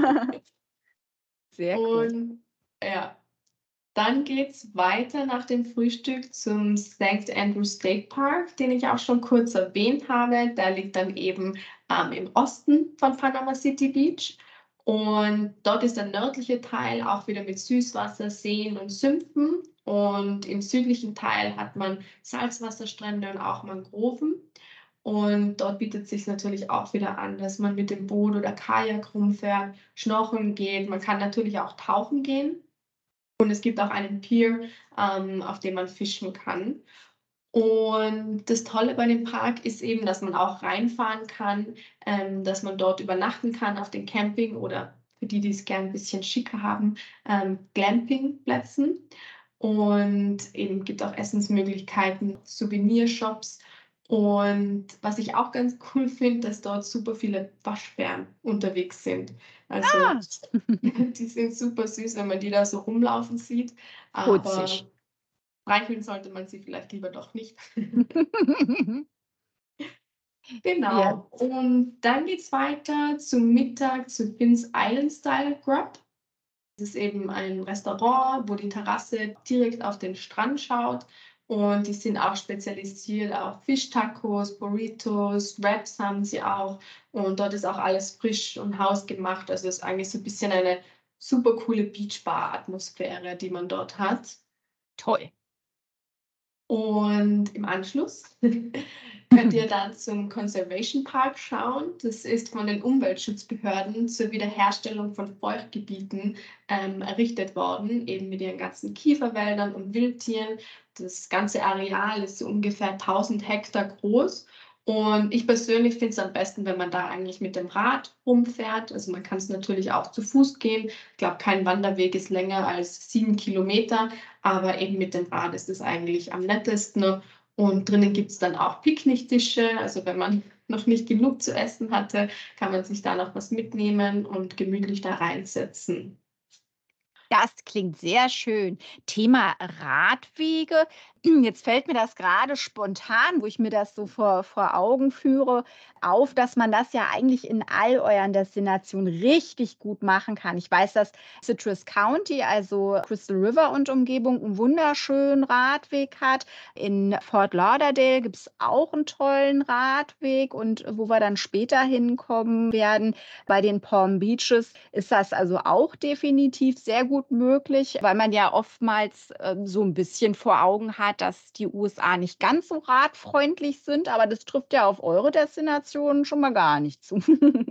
Speaker 1: Sehr cool.
Speaker 4: Und ja, dann geht es weiter nach dem Frühstück zum Sankt Andrew State Park, den ich auch schon kurz erwähnt habe. Der liegt dann eben ähm, im Osten von Panama City Beach. Und dort ist der nördliche Teil auch wieder mit Süßwasser, Seen und Sümpfen. Und im südlichen Teil hat man Salzwasserstrände und auch Mangroven. Und dort bietet es sich natürlich auch wieder an, dass man mit dem Boot oder Kajak rumfährt, schnorcheln geht. Man kann natürlich auch tauchen gehen. Und es gibt auch einen Pier, ähm, auf dem man fischen kann. Und das Tolle bei dem Park ist eben, dass man auch reinfahren kann, ähm, dass man dort übernachten kann auf den Camping oder für die, die es gern ein bisschen schicker haben, ähm, Glampingplätzen. Und eben gibt auch Essensmöglichkeiten, Souvenirshops. Und was ich auch ganz cool finde, dass dort super viele Waschbären unterwegs sind. Also
Speaker 1: Ah.
Speaker 4: die sind super süß, wenn man die da so rumlaufen sieht. Aber
Speaker 1: Putzig.
Speaker 4: streicheln sollte man sie vielleicht lieber doch nicht.
Speaker 1: Ja.
Speaker 4: Genau. Und dann geht es weiter zum Mittag zu Finn's Island Style Grub. Das ist eben ein Restaurant, wo die Terrasse direkt auf den Strand schaut. Und die sind auch spezialisiert auf Fischtacos, Burritos, Wraps haben sie auch. Und dort ist auch alles frisch und hausgemacht. Also es ist eigentlich so ein bisschen eine super coole Beachbar-Atmosphäre, die man dort hat.
Speaker 1: Toll.
Speaker 4: Und im Anschluss könnt ihr dann zum Conservation Park schauen. Das ist von den Umweltschutzbehörden zur Wiederherstellung von Feuchtgebieten ähm, errichtet worden, eben mit ihren ganzen Kieferwäldern und Wildtieren. Das ganze Areal ist so ungefähr tausend Hektar groß. Und ich persönlich finde es am besten, wenn man da eigentlich mit dem Rad rumfährt. Also man kann es natürlich auch zu Fuß gehen. Ich glaube, kein Wanderweg ist länger als sieben Kilometer, aber eben mit dem Rad ist es eigentlich am nettesten. Und drinnen gibt es dann auch Picknicktische. Also wenn man noch nicht genug zu essen hatte, kann man sich da noch was mitnehmen und gemütlich da reinsetzen.
Speaker 1: Das klingt sehr schön. Thema Radwege. Jetzt fällt mir das gerade spontan, wo ich mir das so vor, vor Augen führe, auf, dass man das ja eigentlich in all euren Destinationen richtig gut machen kann. Ich weiß, dass Citrus County, also Crystal River und Umgebung, einen wunderschönen Radweg hat. In Fort Lauderdale gibt es auch einen tollen Radweg und wo wir dann später hinkommen werden, bei den Palm Beaches, ist das also auch definitiv sehr gut möglich, weil man ja oftmals ähm, so ein bisschen vor Augen hat, dass die U S A nicht ganz so radfreundlich sind, aber das trifft ja auf eure Destination schon mal gar nicht zu.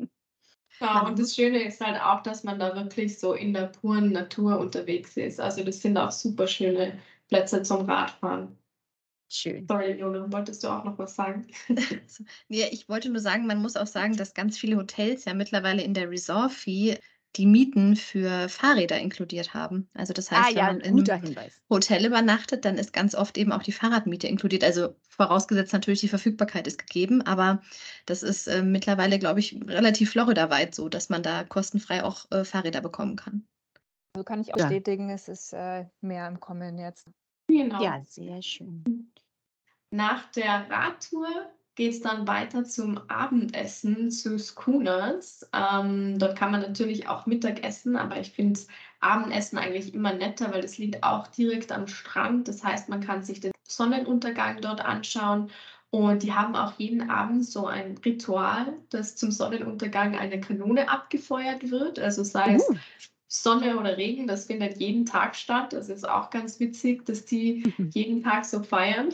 Speaker 4: Ja, und das Schöne ist halt auch, dass man da wirklich so in der puren Natur unterwegs ist. Also das sind auch super schöne Plätze zum Radfahren.
Speaker 1: Schön.
Speaker 4: Sorry, Jona, wolltest du auch noch was sagen?
Speaker 2: Also, nee, ich wollte nur sagen, man muss auch sagen, dass ganz viele Hotels ja mittlerweile in der Resort-Fee die Mieten für Fahrräder inkludiert haben. Also das
Speaker 1: Ah
Speaker 2: heißt, wenn
Speaker 1: ja,
Speaker 2: man in
Speaker 1: guter
Speaker 2: einem
Speaker 1: Hinweis.
Speaker 2: Hotel übernachtet, dann ist ganz oft eben auch die Fahrradmiete inkludiert. Also vorausgesetzt natürlich, die Verfügbarkeit ist gegeben, aber das ist äh, mittlerweile, glaube ich, relativ floridaweit so, dass man da kostenfrei auch äh, Fahrräder bekommen kann.
Speaker 5: Also kann ich auch
Speaker 1: Ja.
Speaker 5: bestätigen, es ist äh, mehr im Kommen jetzt.
Speaker 4: Genau.
Speaker 1: Ja, sehr schön.
Speaker 4: Nach der Radtour geht es dann weiter zum Abendessen zu Schooners. Ähm, dort kann man natürlich auch Mittag essen, aber ich finde Abendessen eigentlich immer netter, weil es liegt auch direkt am Strand. Das heißt, man kann sich den Sonnenuntergang dort anschauen. Und die haben auch jeden Abend so ein Ritual, dass zum Sonnenuntergang eine Kanone abgefeuert wird. Also sei es
Speaker 1: Uh.
Speaker 4: Sonne oder Regen, das findet jeden Tag statt. Das ist auch ganz witzig, dass die jeden Tag so feiern.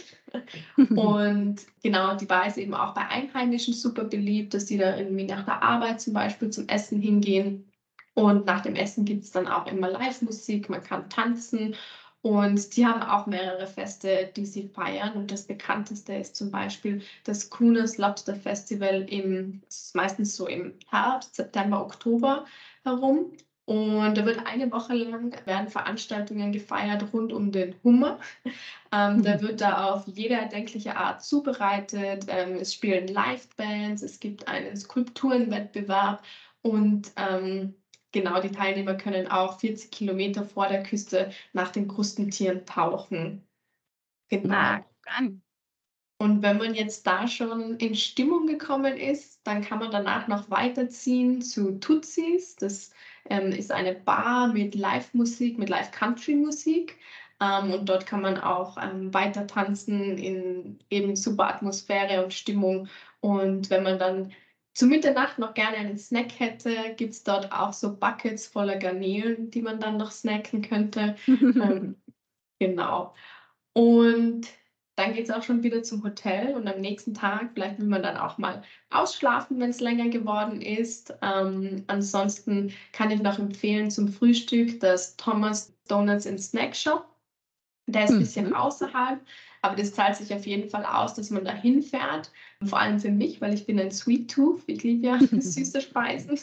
Speaker 4: Und genau, die Bar ist eben auch bei Einheimischen super beliebt, dass die da irgendwie nach der Arbeit zum Beispiel zum Essen hingehen. Und nach dem Essen gibt es dann auch immer Live-Musik, man kann tanzen. Und die haben auch mehrere Feste, die sie feiern. Und das bekannteste ist zum Beispiel das Schooners Lobster Festival im, das ist meistens so im Herbst, September, Oktober herum. Und da wird eine Woche lang werden Veranstaltungen gefeiert rund um den Hummer. Ähm, da wird da auf jede erdenkliche Art zubereitet. Ähm, es spielen Live-Bands, es gibt einen Skulpturenwettbewerb und ähm, genau, die Teilnehmer können auch vierzig Kilometer vor der Küste nach den Krustentieren tauchen. Genau.
Speaker 1: Na, guck an.
Speaker 4: Und wenn man jetzt da schon in Stimmung gekommen ist, dann kann man danach noch weiterziehen zu Tootsies. Das ähm, ist eine Bar mit Live-Musik, mit Live-Country-Musik. Ähm, und dort kann man auch ähm, weiter tanzen in eben super Atmosphäre und Stimmung. Und wenn man dann zu Mitternacht noch gerne einen Snack hätte, gibt es dort auch so Buckets voller Garnelen, die man dann noch snacken könnte. Ähm, genau. Und dann geht es auch schon wieder zum Hotel und am nächsten Tag, vielleicht will man dann auch mal ausschlafen, wenn es länger geworden ist. Ähm, ansonsten kann ich noch empfehlen zum Frühstück das Thomas Donuts and Snack Shop. Der ist ein bisschen
Speaker 1: Mhm.
Speaker 4: außerhalb, aber das zahlt sich auf jeden Fall aus, dass man da hinfährt. Vor allem für mich, weil ich bin ein Sweet Tooth. Ich liebe ja süße Speisen.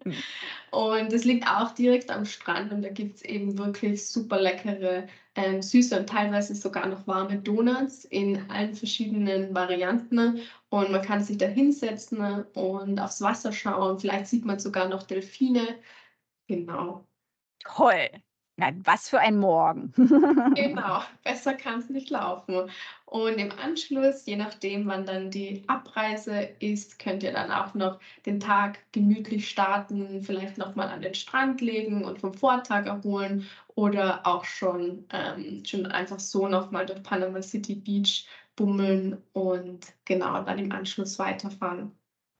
Speaker 4: Und es liegt auch direkt am Strand und da gibt es eben wirklich super leckere, ähm, süße und teilweise sogar noch warme Donuts in allen verschiedenen Varianten. Und man kann sich da hinsetzen und aufs Wasser schauen. Vielleicht sieht man sogar noch Delfine. Genau.
Speaker 1: Toll. Na, was für ein Morgen.
Speaker 4: Genau, besser kann es nicht laufen. Und im Anschluss, je nachdem, wann dann die Abreise ist, könnt ihr dann auch noch den Tag gemütlich starten, vielleicht noch mal an den Strand legen und vom Vortag erholen oder auch schon, ähm, schon einfach so noch mal durch Panama City Beach bummeln und genau dann im Anschluss weiterfahren.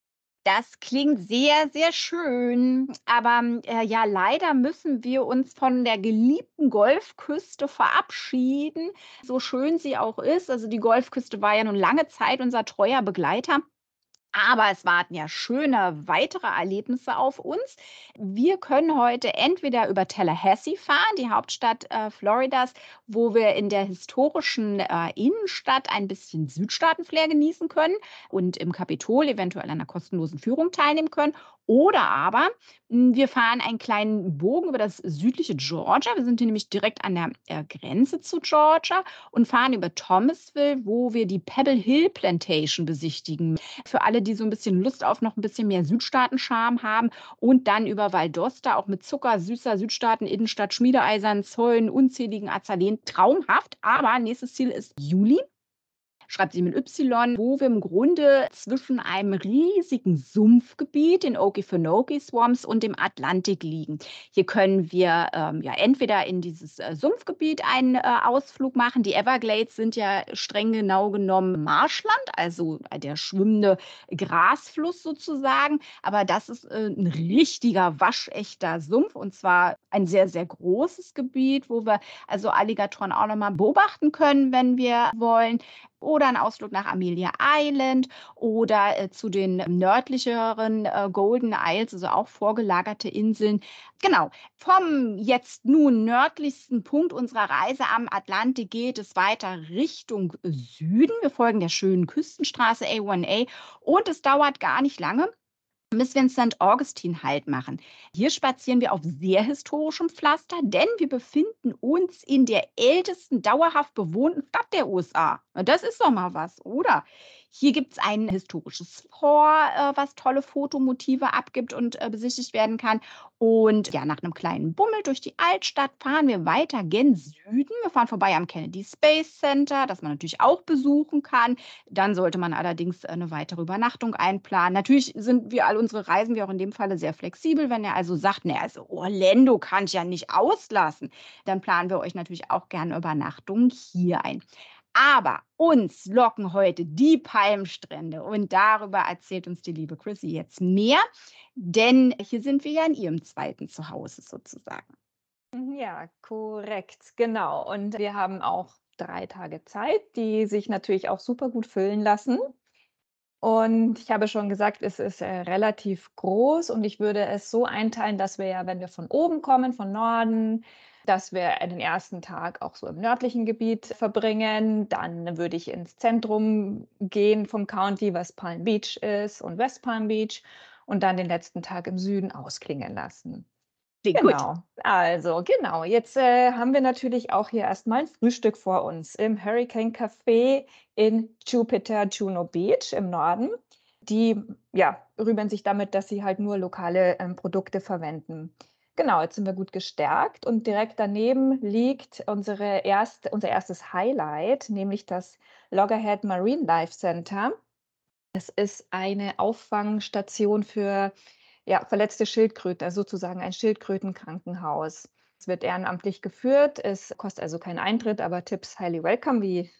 Speaker 1: Das klingt sehr, sehr schön. Aber äh, ja, leider müssen wir uns von der geliebten Golfküste verabschieden, so schön sie auch ist. Also die Golfküste war ja nun lange Zeit unser treuer Begleiter. Aber es warten ja schöne weitere Erlebnisse auf uns. Wir können heute entweder über Tallahassee fahren, die Hauptstadt äh, Floridas, wo wir in der historischen äh, Innenstadt ein bisschen Südstaaten-Flair genießen können und im Kapitol eventuell an einer kostenlosen Führung teilnehmen können. Oder aber mh, wir fahren einen kleinen Bogen über das südliche Georgia. Wir sind hier nämlich direkt an der äh, Grenze zu Georgia und fahren über Thomasville, wo wir die Pebble Hill Plantation besichtigen. Für alle, die so ein bisschen Lust auf noch ein bisschen mehr Südstaaten-Charme haben und dann über Valdosta, auch mit zuckersüßer Südstaaten-Innenstadt, Schmiedeeisern, Zäunen, unzähligen Azaleen. Traumhaft, aber nächstes Ziel ist Juli. Schreibt sie mit Y, wo wir im Grunde zwischen einem riesigen Sumpfgebiet, den Okefenokee-Swamps, und dem Atlantik liegen. Hier können wir ähm, ja entweder in dieses äh, Sumpfgebiet einen äh, Ausflug machen. Die Everglades sind ja streng genau genommen Marschland, also äh, der schwimmende Grasfluss sozusagen. Aber das ist äh, ein richtiger, waschechter Sumpf und zwar ein sehr, sehr großes Gebiet, wo wir also Alligatoren auch nochmal beobachten können, wenn wir wollen. Oder ein Ausflug nach Amelia Island oder äh, zu den nördlicheren äh, Golden Isles, also auch vorgelagerte Inseln. Genau, vom jetzt nun nördlichsten Punkt unserer Reise am Atlantik geht es weiter Richtung Süden. Wir folgen der schönen Küstenstraße A eins A und es dauert gar nicht lange, bis wir in Sankt Augustine Halt machen. Hier spazieren wir auf sehr historischem Pflaster, denn wir befinden uns in der ältesten dauerhaft bewohnten Stadt der U S A. Und das ist doch mal was, oder? Hier gibt es ein historisches Fort, äh, was tolle Fotomotive abgibt und äh, besichtigt werden kann. Und ja, nach einem kleinen Bummel durch die Altstadt fahren wir weiter gen Süden. Wir fahren vorbei am Kennedy Space Center, das man natürlich auch besuchen kann. Dann sollte man allerdings eine weitere Übernachtung einplanen. Natürlich sind wir all unsere Reisen, wie auch in dem Falle, sehr flexibel. Wenn ihr also sagt, ne, also Orlando kann ich ja nicht auslassen, dann planen wir euch natürlich auch gerne Übernachtungen hier ein. Aber uns locken heute die Palmstrände und darüber erzählt uns die liebe Chrissy jetzt mehr, denn hier sind wir ja in ihrem zweiten Zuhause sozusagen.
Speaker 5: Ja, korrekt, genau. Und wir haben auch drei Tage Zeit, die sich natürlich auch super gut füllen lassen. Und ich habe schon gesagt, es ist äh, relativ groß und ich würde es so einteilen, dass wir ja, wenn wir von oben kommen, von Norden, dass wir den ersten Tag auch so im nördlichen Gebiet verbringen. Dann würde ich ins Zentrum gehen vom County, was Palm Beach ist und West Palm Beach und dann den letzten Tag im Süden ausklingen lassen.
Speaker 1: Klingt gut.
Speaker 5: Genau, also genau. Jetzt äh, haben wir natürlich auch hier erstmal ein Frühstück vor uns im Hurricane Café in Jupiter Juno Beach im Norden. Die ja, rühmen sich damit, dass sie halt nur lokale ähm, Produkte verwenden. Genau, jetzt sind wir gut gestärkt und direkt daneben liegt unsere erste, unser erstes Highlight, nämlich das Loggerhead Marine Life Center. Es ist eine Auffangstation für ja, verletzte Schildkröten, also sozusagen ein Schildkrötenkrankenhaus. Es wird ehrenamtlich geführt, es kostet also keinen Eintritt, aber Tipps highly welcome, wie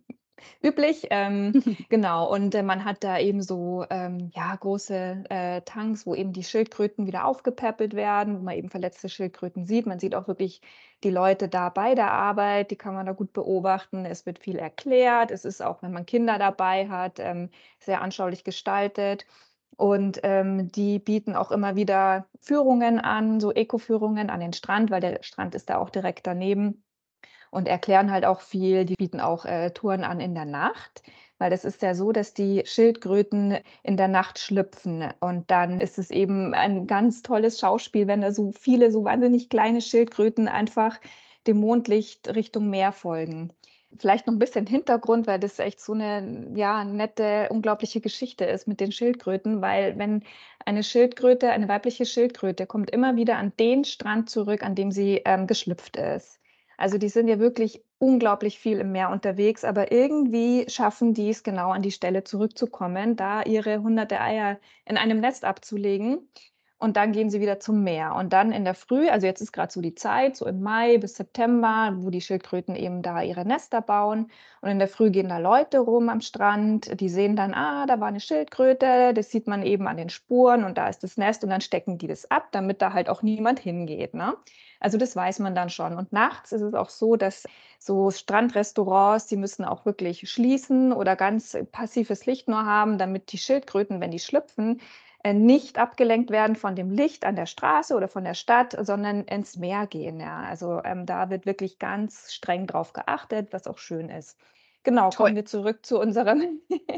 Speaker 5: üblich. Ähm, genau, und äh, man hat da eben so ähm, ja, große äh, Tanks, wo eben die Schildkröten wieder aufgepäppelt werden, wo man eben verletzte Schildkröten sieht. Man sieht auch wirklich die Leute da bei der Arbeit, die kann man da gut beobachten. Es wird viel erklärt. Es ist auch, wenn man Kinder dabei hat, ähm, sehr anschaulich gestaltet. Und ähm, die bieten auch immer wieder Führungen an, so Eco-Führungen an den Strand, weil der Strand ist da auch direkt daneben und erklären halt auch viel. Die bieten auch äh, Touren an in der Nacht, weil das ist ja so, dass die Schildkröten in der Nacht schlüpfen. Und dann ist es eben ein ganz tolles Schauspiel, wenn da so viele, so wahnsinnig kleine Schildkröten einfach dem Mondlicht Richtung Meer folgen. Vielleicht noch ein bisschen Hintergrund, weil das echt so eine ja, nette, unglaubliche Geschichte ist mit den Schildkröten, weil wenn eine Schildkröte, eine weibliche Schildkröte, kommt immer wieder an den Strand zurück, an dem sie ähm, geschlüpft ist. Also die sind ja wirklich unglaublich viel im Meer unterwegs, aber irgendwie schaffen die es genau an die Stelle zurückzukommen, da ihre hunderte Eier in einem Nest abzulegen. Und dann gehen sie wieder zum Meer. Und dann in der Früh, also jetzt ist gerade so die Zeit, so im Mai bis September, wo die Schildkröten eben da ihre Nester bauen. Und in der Früh gehen da Leute rum am Strand, die sehen dann, ah, da war eine Schildkröte, das sieht man eben an den Spuren und da ist das Nest und dann stecken die das ab, damit da halt auch niemand hingeht, ne? Also das weiß man dann schon. Und nachts ist es auch so, dass so Strandrestaurants, die müssen auch wirklich schließen oder ganz passives Licht nur haben, damit die Schildkröten, wenn die schlüpfen, äh, nicht abgelenkt werden von dem Licht an der Straße oder von der Stadt, sondern ins Meer gehen. Ja. Also ähm, da wird wirklich ganz streng drauf geachtet, was auch schön ist. Genau,
Speaker 1: Toll.
Speaker 5: kommen wir zurück zu unserem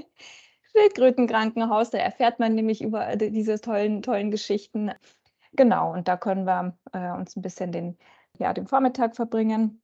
Speaker 5: Schildkrötenkrankenhaus. Da erfährt man nämlich über äh, diese tollen, tollen Geschichten. Genau, und da können wir äh, uns ein bisschen den, ja, den Vormittag verbringen.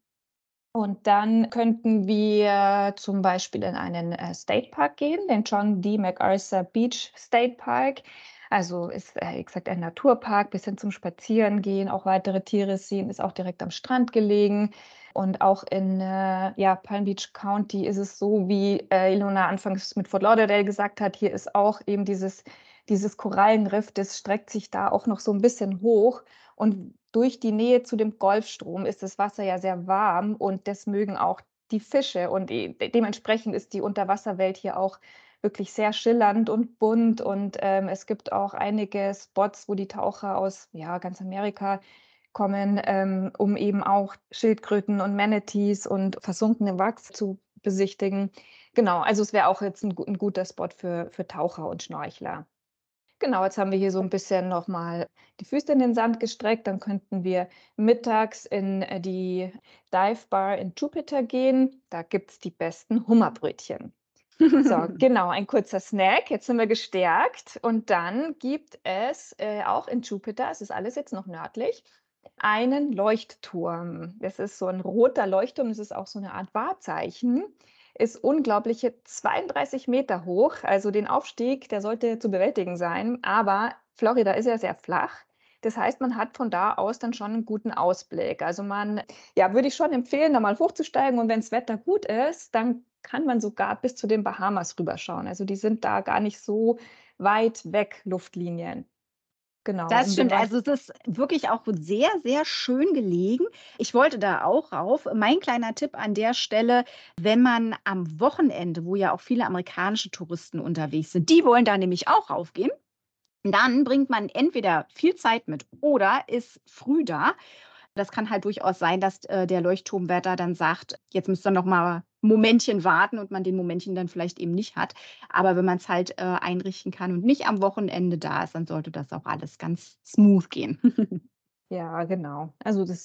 Speaker 5: Und dann könnten wir zum Beispiel in einen äh, State Park gehen, den John D. MacArthur Beach State Park. Also ist, äh, wie gesagt, ein Naturpark, bisschen zum Spazierengehen, auch weitere Tiere sehen, ist auch direkt am Strand gelegen. Und auch in äh, ja, Palm Beach County ist es so, wie äh, Ilona anfangs mit Fort Lauderdale gesagt hat, hier ist auch eben dieses, dieses Korallenriff, das streckt sich da auch noch so ein bisschen hoch. Und durch die Nähe zu dem Golfstrom ist das Wasser ja sehr warm und das mögen auch die Fische. Und de dementsprechend ist die Unterwasserwelt hier auch wirklich sehr schillernd und bunt. Und ähm, es gibt auch einige Spots, wo die Taucher aus ja, ganz Amerika kommen, ähm, um eben auch Schildkröten und Manatees und versunkene Wracks zu besichtigen. Genau, also es wäre auch jetzt ein, ein guter Spot für, für Taucher und Schnorchler. Genau, jetzt haben wir hier so ein bisschen noch mal die Füße in den Sand gestreckt. Dann könnten wir mittags in äh, die Dive Bar in Jupiter gehen. Da gibt's die besten Hummerbrötchen. So, genau, ein kurzer Snack. Jetzt sind wir gestärkt. Und dann gibt es äh, auch in Jupiter, es ist alles jetzt noch nördlich, einen Leuchtturm. Das ist so ein roter Leuchtturm, das ist auch so eine Art Wahrzeichen. Ist unglaubliche zweiunddreißig Meter hoch. Also den Aufstieg, der sollte zu bewältigen sein. Aber Florida ist ja sehr flach. Das heißt, man hat von da aus dann schon einen guten Ausblick. Also man, ja, würde ich schon empfehlen, da mal hochzusteigen. Und wenn das Wetter gut ist, dann kann man sogar bis zu den Bahamas rüberschauen. Also die sind da gar nicht so weit weg, Luftlinien. Genau.
Speaker 1: Das
Speaker 5: Und wir
Speaker 1: stimmt.
Speaker 5: waren
Speaker 1: Also es ist wirklich auch sehr, sehr schön gelegen. Ich wollte da auch rauf. Mein kleiner Tipp an der Stelle, wenn man am Wochenende, wo ja auch viele amerikanische Touristen unterwegs sind, die wollen da nämlich auch raufgehen, dann bringt man entweder viel Zeit mit oder ist früh da. Das kann halt durchaus sein, dass äh, der Leuchtturmwärter dann sagt, jetzt müsst ihr noch mal ein Momentchen warten und man den Momentchen dann vielleicht eben nicht hat. Aber wenn man es halt äh, einrichten kann und nicht am Wochenende da ist, dann sollte das auch alles ganz smooth gehen.
Speaker 5: Ja, genau. Also das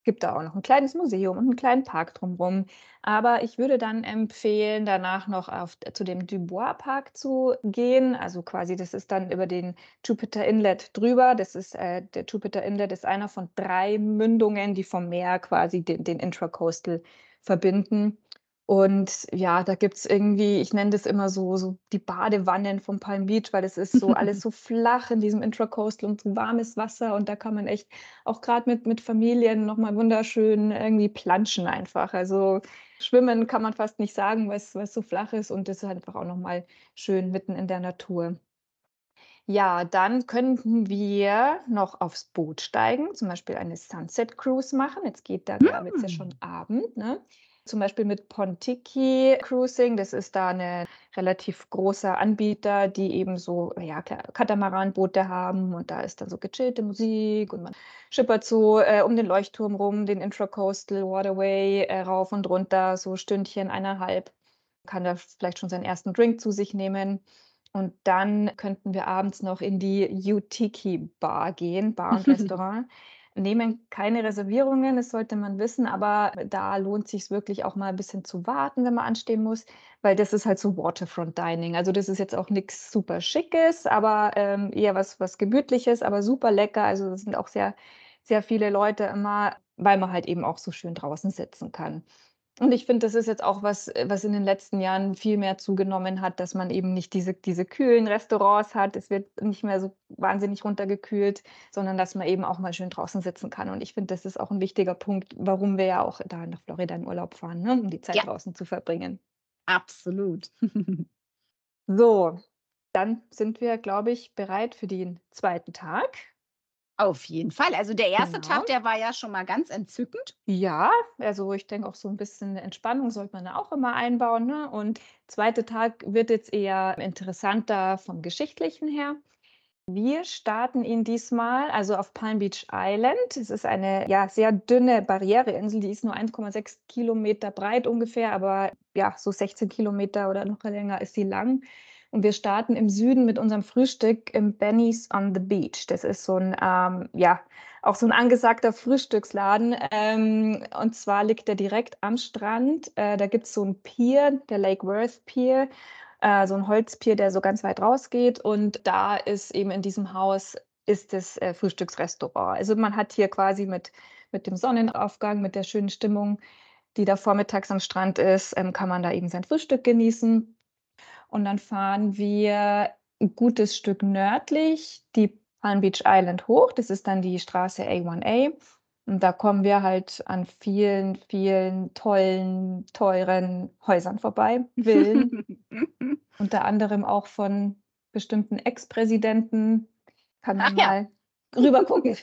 Speaker 5: Gibt da auch noch ein kleines Museum und einen kleinen Park drumherum. Aber ich würde dann empfehlen, danach noch auf, zu dem Dubois Park zu gehen. Also quasi, das ist dann über den Jupiter Inlet drüber. Das ist äh, der Jupiter Inlet ist einer von drei Mündungen, die vom Meer quasi den, den Intracoastal verbinden. Und ja, da gibt es irgendwie, ich nenne das immer so, so die Badewannen vom Palm Beach, weil es ist so alles so flach in diesem Intracoastal und so warmes Wasser. Und da kann man echt auch gerade mit, mit Familien nochmal wunderschön irgendwie planschen einfach. Also schwimmen kann man fast nicht sagen, weil es weil es so flach ist und das ist einfach auch nochmal schön mitten in der Natur. Ja, dann könnten wir noch aufs Boot steigen, zum Beispiel eine Sunset Cruise machen. Jetzt geht da, da wird es ja schon
Speaker 1: Hm.
Speaker 5: Abend, ne? Zum Beispiel mit Pontiki Cruising, das ist da ein relativ großer Anbieter, die eben so ja, Kla- Katamaranboote haben und da ist dann so gechillte Musik und man schippert so äh, um den Leuchtturm rum, den Intracoastal Waterway äh, rauf und runter, so Stündchen, eineinhalb, kann da vielleicht schon seinen ersten Drink zu sich nehmen. Und dann könnten wir abends noch in die Yutiki Bar gehen, Bar und Restaurant. Nehmen keine Reservierungen, das sollte man wissen, aber da lohnt sich wirklich auch mal ein bisschen zu warten, wenn man anstehen muss, weil das ist halt so Waterfront Dining. Also das ist jetzt auch nichts super Schickes, aber ähm, eher was, was Gemütliches, aber super lecker. Also es sind auch sehr, sehr viele Leute immer, weil man halt eben auch so schön draußen sitzen kann. Und ich finde, das ist jetzt auch was, äh, was in den letzten Jahren viel mehr zugenommen hat, dass man eben nicht diese, diese kühlen Restaurants hat. Es wird nicht mehr so wahnsinnig runtergekühlt, sondern dass man eben auch mal schön draußen sitzen kann. Und ich finde, das ist auch ein wichtiger Punkt, warum wir ja auch da nach Florida in Urlaub fahren, ne? Um die Zeit
Speaker 1: Ja,
Speaker 5: draußen zu verbringen.
Speaker 1: absolut.
Speaker 5: So, dann sind wir, glaube ich, bereit für den zweiten Tag.
Speaker 1: Auf jeden Fall. Also der erste Tag,
Speaker 5: Genau.
Speaker 1: der war ja schon mal ganz entzückend.
Speaker 5: Ja, also ich denke auch so ein bisschen Entspannung sollte man da auch immer einbauen, ne? Und zweiter Tag wird jetzt eher interessanter vom Geschichtlichen her. Wir starten ihn diesmal, also auf Palm Beach Island. Es ist eine ja sehr dünne Barriereinsel, die ist nur eins Komma sechs Kilometer breit ungefähr, aber ja, so sechzehn Kilometer oder noch länger ist sie lang. Und wir starten im Süden mit unserem Frühstück im Benny's on the Beach. Das ist so ein, ähm, ja, auch so ein angesagter Frühstücksladen. Ähm, und zwar liegt er direkt am Strand. Äh, da gibt es so ein Pier, der Lake Worth Pier, äh, so ein Holzpier, der so ganz weit rausgeht. Und da ist eben in diesem Haus ist das äh, Frühstücksrestaurant. Also man hat hier quasi mit, mit dem Sonnenaufgang, mit der schönen Stimmung, die da vormittags am Strand ist, ähm, kann man da eben sein Frühstück genießen. Und dann fahren wir ein gutes Stück nördlich die Palm Beach Island hoch. Das ist dann die Straße A eins A. Und da kommen wir halt an vielen, vielen tollen, teuren Häusern vorbei, Villen, unter anderem auch von bestimmten Ex-Präsidenten. Kann
Speaker 1: Ach
Speaker 5: man
Speaker 1: ja.
Speaker 5: mal rüber gucken.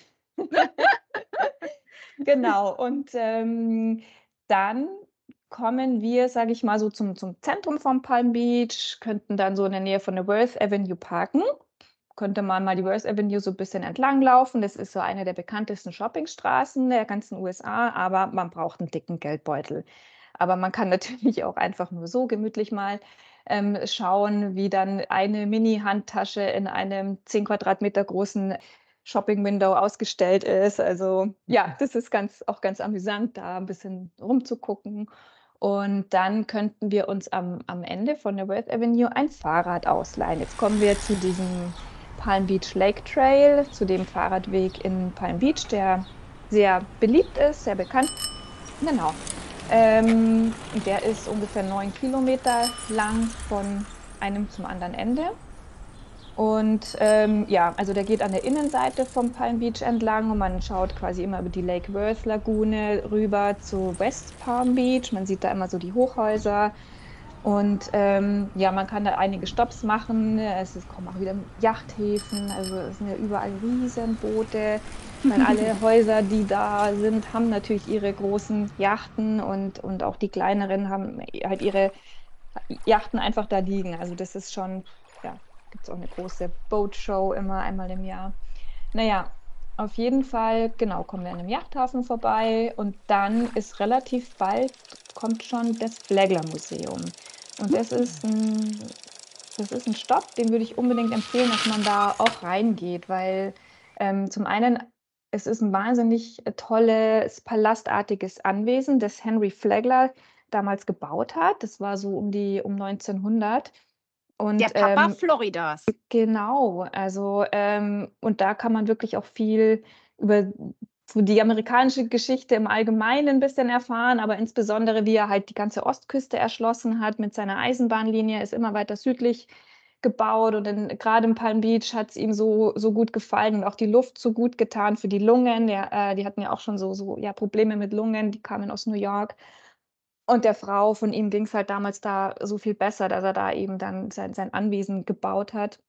Speaker 5: Genau. Und ähm, dann kommen wir, sage ich mal, so zum, zum Zentrum von Palm Beach, könnten dann so in der Nähe von der Worth Avenue parken. Könnte man mal die Worth Avenue so ein bisschen entlang laufen. Das ist so eine der bekanntesten Shoppingstraßen der ganzen U S A, aber man braucht einen dicken Geldbeutel. Aber man kann natürlich auch einfach nur so gemütlich mal ähm, schauen, wie dann eine Mini-Handtasche in einem zehn Quadratmeter großen Shopping-Window ausgestellt ist. Also ja, das ist ganz, auch ganz amüsant, da ein bisschen rumzugucken. Und dann könnten wir uns am, am Ende von der Worth Avenue ein Fahrrad ausleihen. Jetzt kommen wir zu diesem Palm Beach Lake Trail, zu dem Fahrradweg in Palm Beach, der sehr beliebt ist, sehr bekannt. Genau. Ähm, der ist ungefähr neun Kilometer lang von einem zum anderen Ende. Und ähm, ja, also der geht an der Innenseite vom Palm Beach entlang und man schaut quasi immer über die Lake Worth Lagune rüber zu West Palm Beach. Man sieht da immer so die Hochhäuser und ähm, ja, man kann da einige Stops machen. Es ist, kommen auch wieder Yachthäfen, also es sind ja überall Riesenboote. Ich meine, alle Häuser, die da sind, haben natürlich ihre großen Yachten und, und auch die kleineren haben halt ihre Yachten einfach da liegen. Also das ist schon, ja, gibt es auch eine große Boatshow immer einmal im Jahr. Naja, auf jeden Fall, genau, kommen wir an einem Yachthafen vorbei und dann ist relativ bald, kommt schon das Flagler Museum. Und das ist ein, das ist ein Stopp, den würde ich unbedingt empfehlen, dass man da auch reingeht, weil ähm, zum einen Es ist ein wahnsinnig äh, tolles, palastartiges Anwesen, das Henry Flagler damals gebaut hat. Das war so um die um neunzehnhundert.
Speaker 1: Der
Speaker 5: Und
Speaker 1: Papa
Speaker 5: ähm,
Speaker 1: Floridas.
Speaker 5: genau, also ähm, und da kann man wirklich auch viel über so die amerikanische Geschichte im Allgemeinen ein bisschen erfahren, aber insbesondere, wie er halt die ganze Ostküste erschlossen hat mit seiner Eisenbahnlinie, ist immer weiter südlich gebaut und in, gerade in Palm Beach hat es ihm so, so gut gefallen und auch die Luft so gut getan für die Lungen. Ja, äh, die hatten ja auch schon so, so ja, Probleme mit Lungen, die kamen aus New York. Und der Frau von ihm ging es halt damals da so viel besser, dass er da eben dann sein, sein Anwesen gebaut hat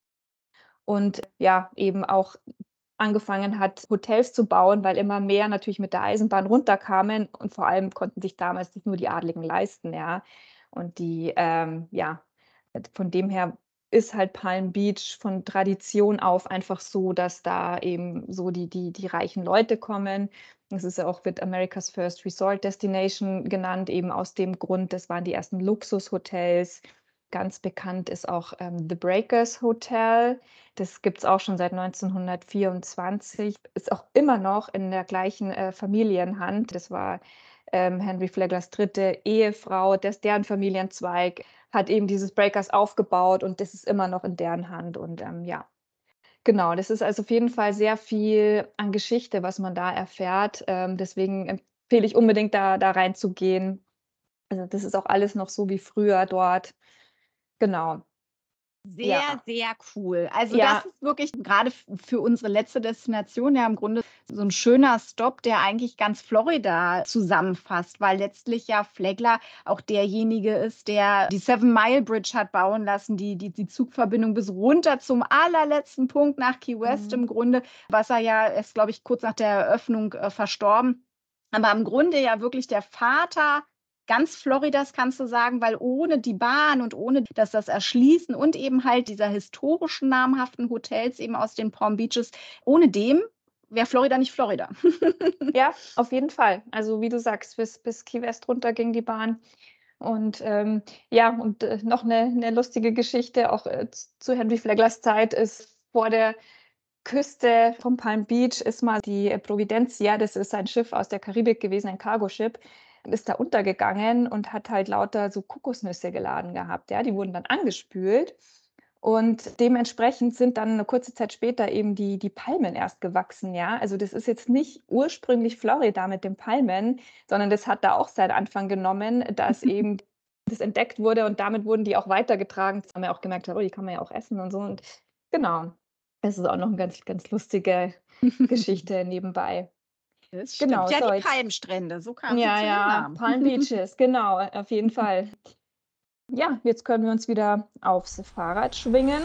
Speaker 5: und ja, eben auch angefangen hat, Hotels zu bauen, weil immer mehr natürlich mit der Eisenbahn runterkamen und vor allem konnten sich damals nicht nur die Adligen leisten, ja. Und die, ähm, ja, von dem her ist halt Palm Beach von Tradition auf einfach so, dass da eben so die, die, die reichen Leute kommen. Das ist ja auch, wird America's First Resort Destination genannt, eben aus dem Grund, das waren die ersten Luxushotels. Ganz bekannt ist auch ähm, The Breakers Hotel. Das gibt es auch schon seit neunzehnhundertvierundzwanzig, ist auch immer noch in der gleichen äh, Familienhand. Das war ähm, Henry Flaglers dritte Ehefrau, des, deren Familienzweig hat eben dieses Breakers aufgebaut und das ist immer noch in deren Hand. Und ähm, ja, genau, das ist also auf jeden Fall sehr viel an Geschichte, was man da erfährt. Ähm, deswegen empfehle ich unbedingt da, da reinzugehen. Also das ist auch alles noch so wie früher dort. Genau.
Speaker 1: Sehr,
Speaker 5: Ja,
Speaker 1: sehr cool. Also das
Speaker 5: ja,
Speaker 1: ist wirklich gerade f- für unsere letzte Destination ja im Grunde so ein schöner Stopp, der eigentlich ganz Florida zusammenfasst, weil letztlich ja Flagler auch derjenige ist, der die Seven Mile Bridge hat bauen lassen, die, die, die Zugverbindung bis runter zum allerletzten Punkt nach Key West
Speaker 5: mhm.
Speaker 1: im Grunde, was er ja erst, glaube ich, kurz nach der Eröffnung äh, verstorben. Aber im Grunde ja wirklich der Vater ganz Floridas, kannst du sagen, weil ohne die Bahn und ohne dass das Erschließen und eben halt dieser historischen namhaften Hotels eben aus den Palm Beaches, ohne dem wäre Florida nicht Florida.
Speaker 5: Ja, auf jeden Fall. Also wie du sagst, bis, bis Key West runter ging die Bahn. Und ähm, ja, und äh, noch eine, eine lustige Geschichte auch äh, z- zu Henry Flaglers Zeit ist vor der Küste von Palm Beach ist mal die äh, Providencia, das ist ein Schiff aus der Karibik gewesen, ein Cargo-Schiff, ist da untergegangen und hat halt lauter so Kokosnüsse geladen gehabt. Ja, die wurden dann angespült und dementsprechend sind dann eine kurze Zeit später eben die, die Palmen erst gewachsen. Ja, also das ist jetzt nicht ursprünglich Florida mit den Palmen, sondern das hat da auch seinen Anfang genommen, dass eben das entdeckt wurde und damit wurden die auch weitergetragen. Das haben wir auch gemerkt, oh, die kann man ja auch essen und so. Und genau, das ist auch noch eine ganz, ganz lustige Geschichte nebenbei.
Speaker 1: Das stimmt.
Speaker 5: Genau,
Speaker 1: Ja,
Speaker 5: so
Speaker 1: die
Speaker 5: jetzt.
Speaker 1: Palmstrände, so kam sie
Speaker 5: Ja,
Speaker 1: zu dem
Speaker 5: ja,
Speaker 1: Namen.
Speaker 5: Palm Beaches, genau, auf jeden Fall. Ja, jetzt können wir uns wieder aufs Fahrrad schwingen.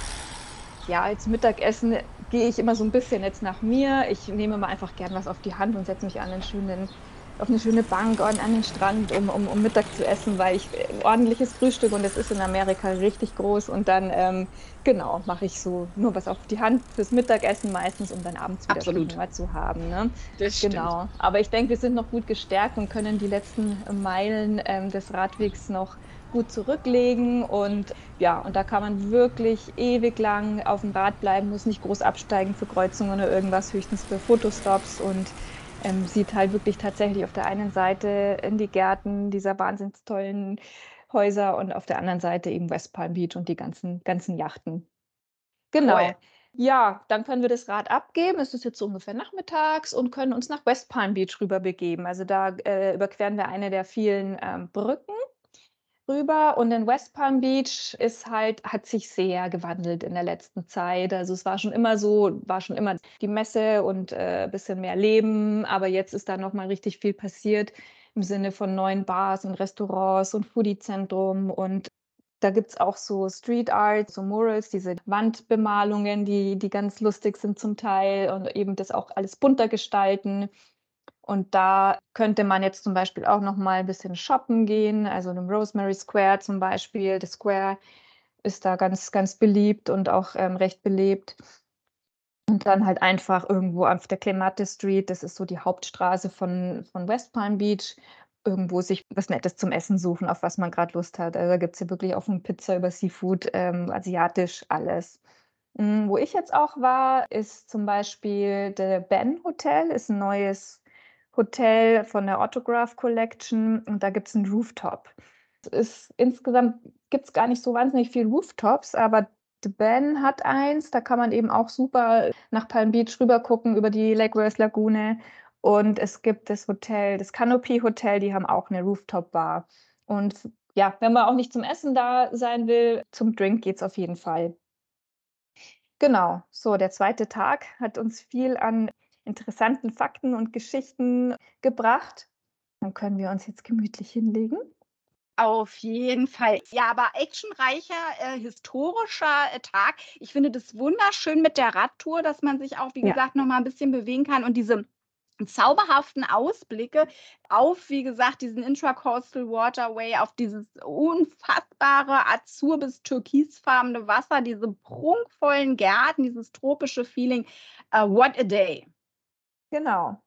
Speaker 5: Ja, als Mittagessen gehe ich immer so ein bisschen jetzt nach mir. Ich nehme mal einfach gern was auf die Hand und setze mich an einen schönen, auf eine schöne Bank und an den Strand, um, um, um Mittag zu essen, weil ich äh, ordentliches Frühstück und das ist in Amerika richtig groß. Und dann, ähm, genau, mache ich so nur was auf die Hand fürs Mittagessen meistens, um dann abends wieder schon
Speaker 1: Absolut.
Speaker 5: Hunger zu haben. Ne?
Speaker 1: Das stimmt.
Speaker 5: Genau. Aber ich denke, wir sind noch gut gestärkt und können die letzten Meilen ähm, des Radwegs noch gut zurücklegen und ja, und da kann man wirklich ewig lang auf dem Rad bleiben, muss nicht groß absteigen für Kreuzungen oder irgendwas, höchstens für Fotostops und ähm, sieht halt wirklich tatsächlich auf der einen Seite in die Gärten dieser wahnsinnig tollen Häuser und auf der anderen Seite eben West Palm Beach und die ganzen, ganzen Yachten. Genau.
Speaker 1: Cool.
Speaker 5: Ja, dann können wir das Rad abgeben. Es ist jetzt so ungefähr nachmittags und können uns nach West Palm Beach rüber begeben. Also da äh, überqueren wir eine der vielen ähm, Brücken rüber und in West Palm Beach ist halt hat sich sehr gewandelt in der letzten Zeit. Also, es war schon immer so war schon immer die Messe und, äh, bisschen mehr Leben, aber jetzt ist da noch mal richtig viel passiert im Sinne von neuen Bars und Restaurants und Foodiezentrum und da gibt's auch so Street Art, so Murals, diese Wandbemalungen, die die ganz lustig sind zum Teil und eben das auch alles bunter gestalten. Und da könnte man jetzt zum Beispiel auch noch mal 'n bisschen shoppen gehen, also im Rosemary Square zum Beispiel. Der Square ist da ganz, ganz beliebt und auch, ähm, recht belebt. Und dann halt einfach irgendwo auf der Clematis Street, das ist so die Hauptstraße von von West Palm Beach, irgendwo sich was Nettes zum Essen suchen, auf was man grad Lust hat. Also, da gibt's ja wirklich auch von Pizza über Seafood, ähm, asiatisch, alles. Hm, wo ich jetzt auch war, ist zum Beispiel The Ben Hotel, ist ein neues Hotel von der Autograph Collection und da gibt's 'n Rooftop. Es ist insgesamt gibt's gar nicht so wahnsinnig viel Rooftops, aber The Ben hat eins, da kann man eben auch super nach Palm Beach rüber gucken über die Lake Worth Lagune. Und es gibt das Hotel, das Canopy Hotel, die haben auch 'ne Rooftop-Bar. Und f ja, wenn man auch nicht zum Essen da sein will, zum Drink geht's auf jeden Fall. Genau, so der zweite Tag hat uns viel an interessanten Fakten und Geschichten gebracht. Dann können wir uns jetzt gemütlich hinlegen.
Speaker 1: Auf jeden Fall. Ja, aber actionreicher, äh, historischer, äh, Tag. Ich finde das wunderschön mit der Radtour, dass man sich auch, wie
Speaker 5: Ja.
Speaker 1: gesagt, noch mal 'n bisschen bewegen kann und diese zauberhaften Ausblicke auf, wie gesagt, diesen Intracoastal Waterway, auf dieses unfassbare azur bis türkisfarbene Wasser, diese prunkvollen Gärten, dieses tropische Feeling. Äh, what a day.
Speaker 5: Genau.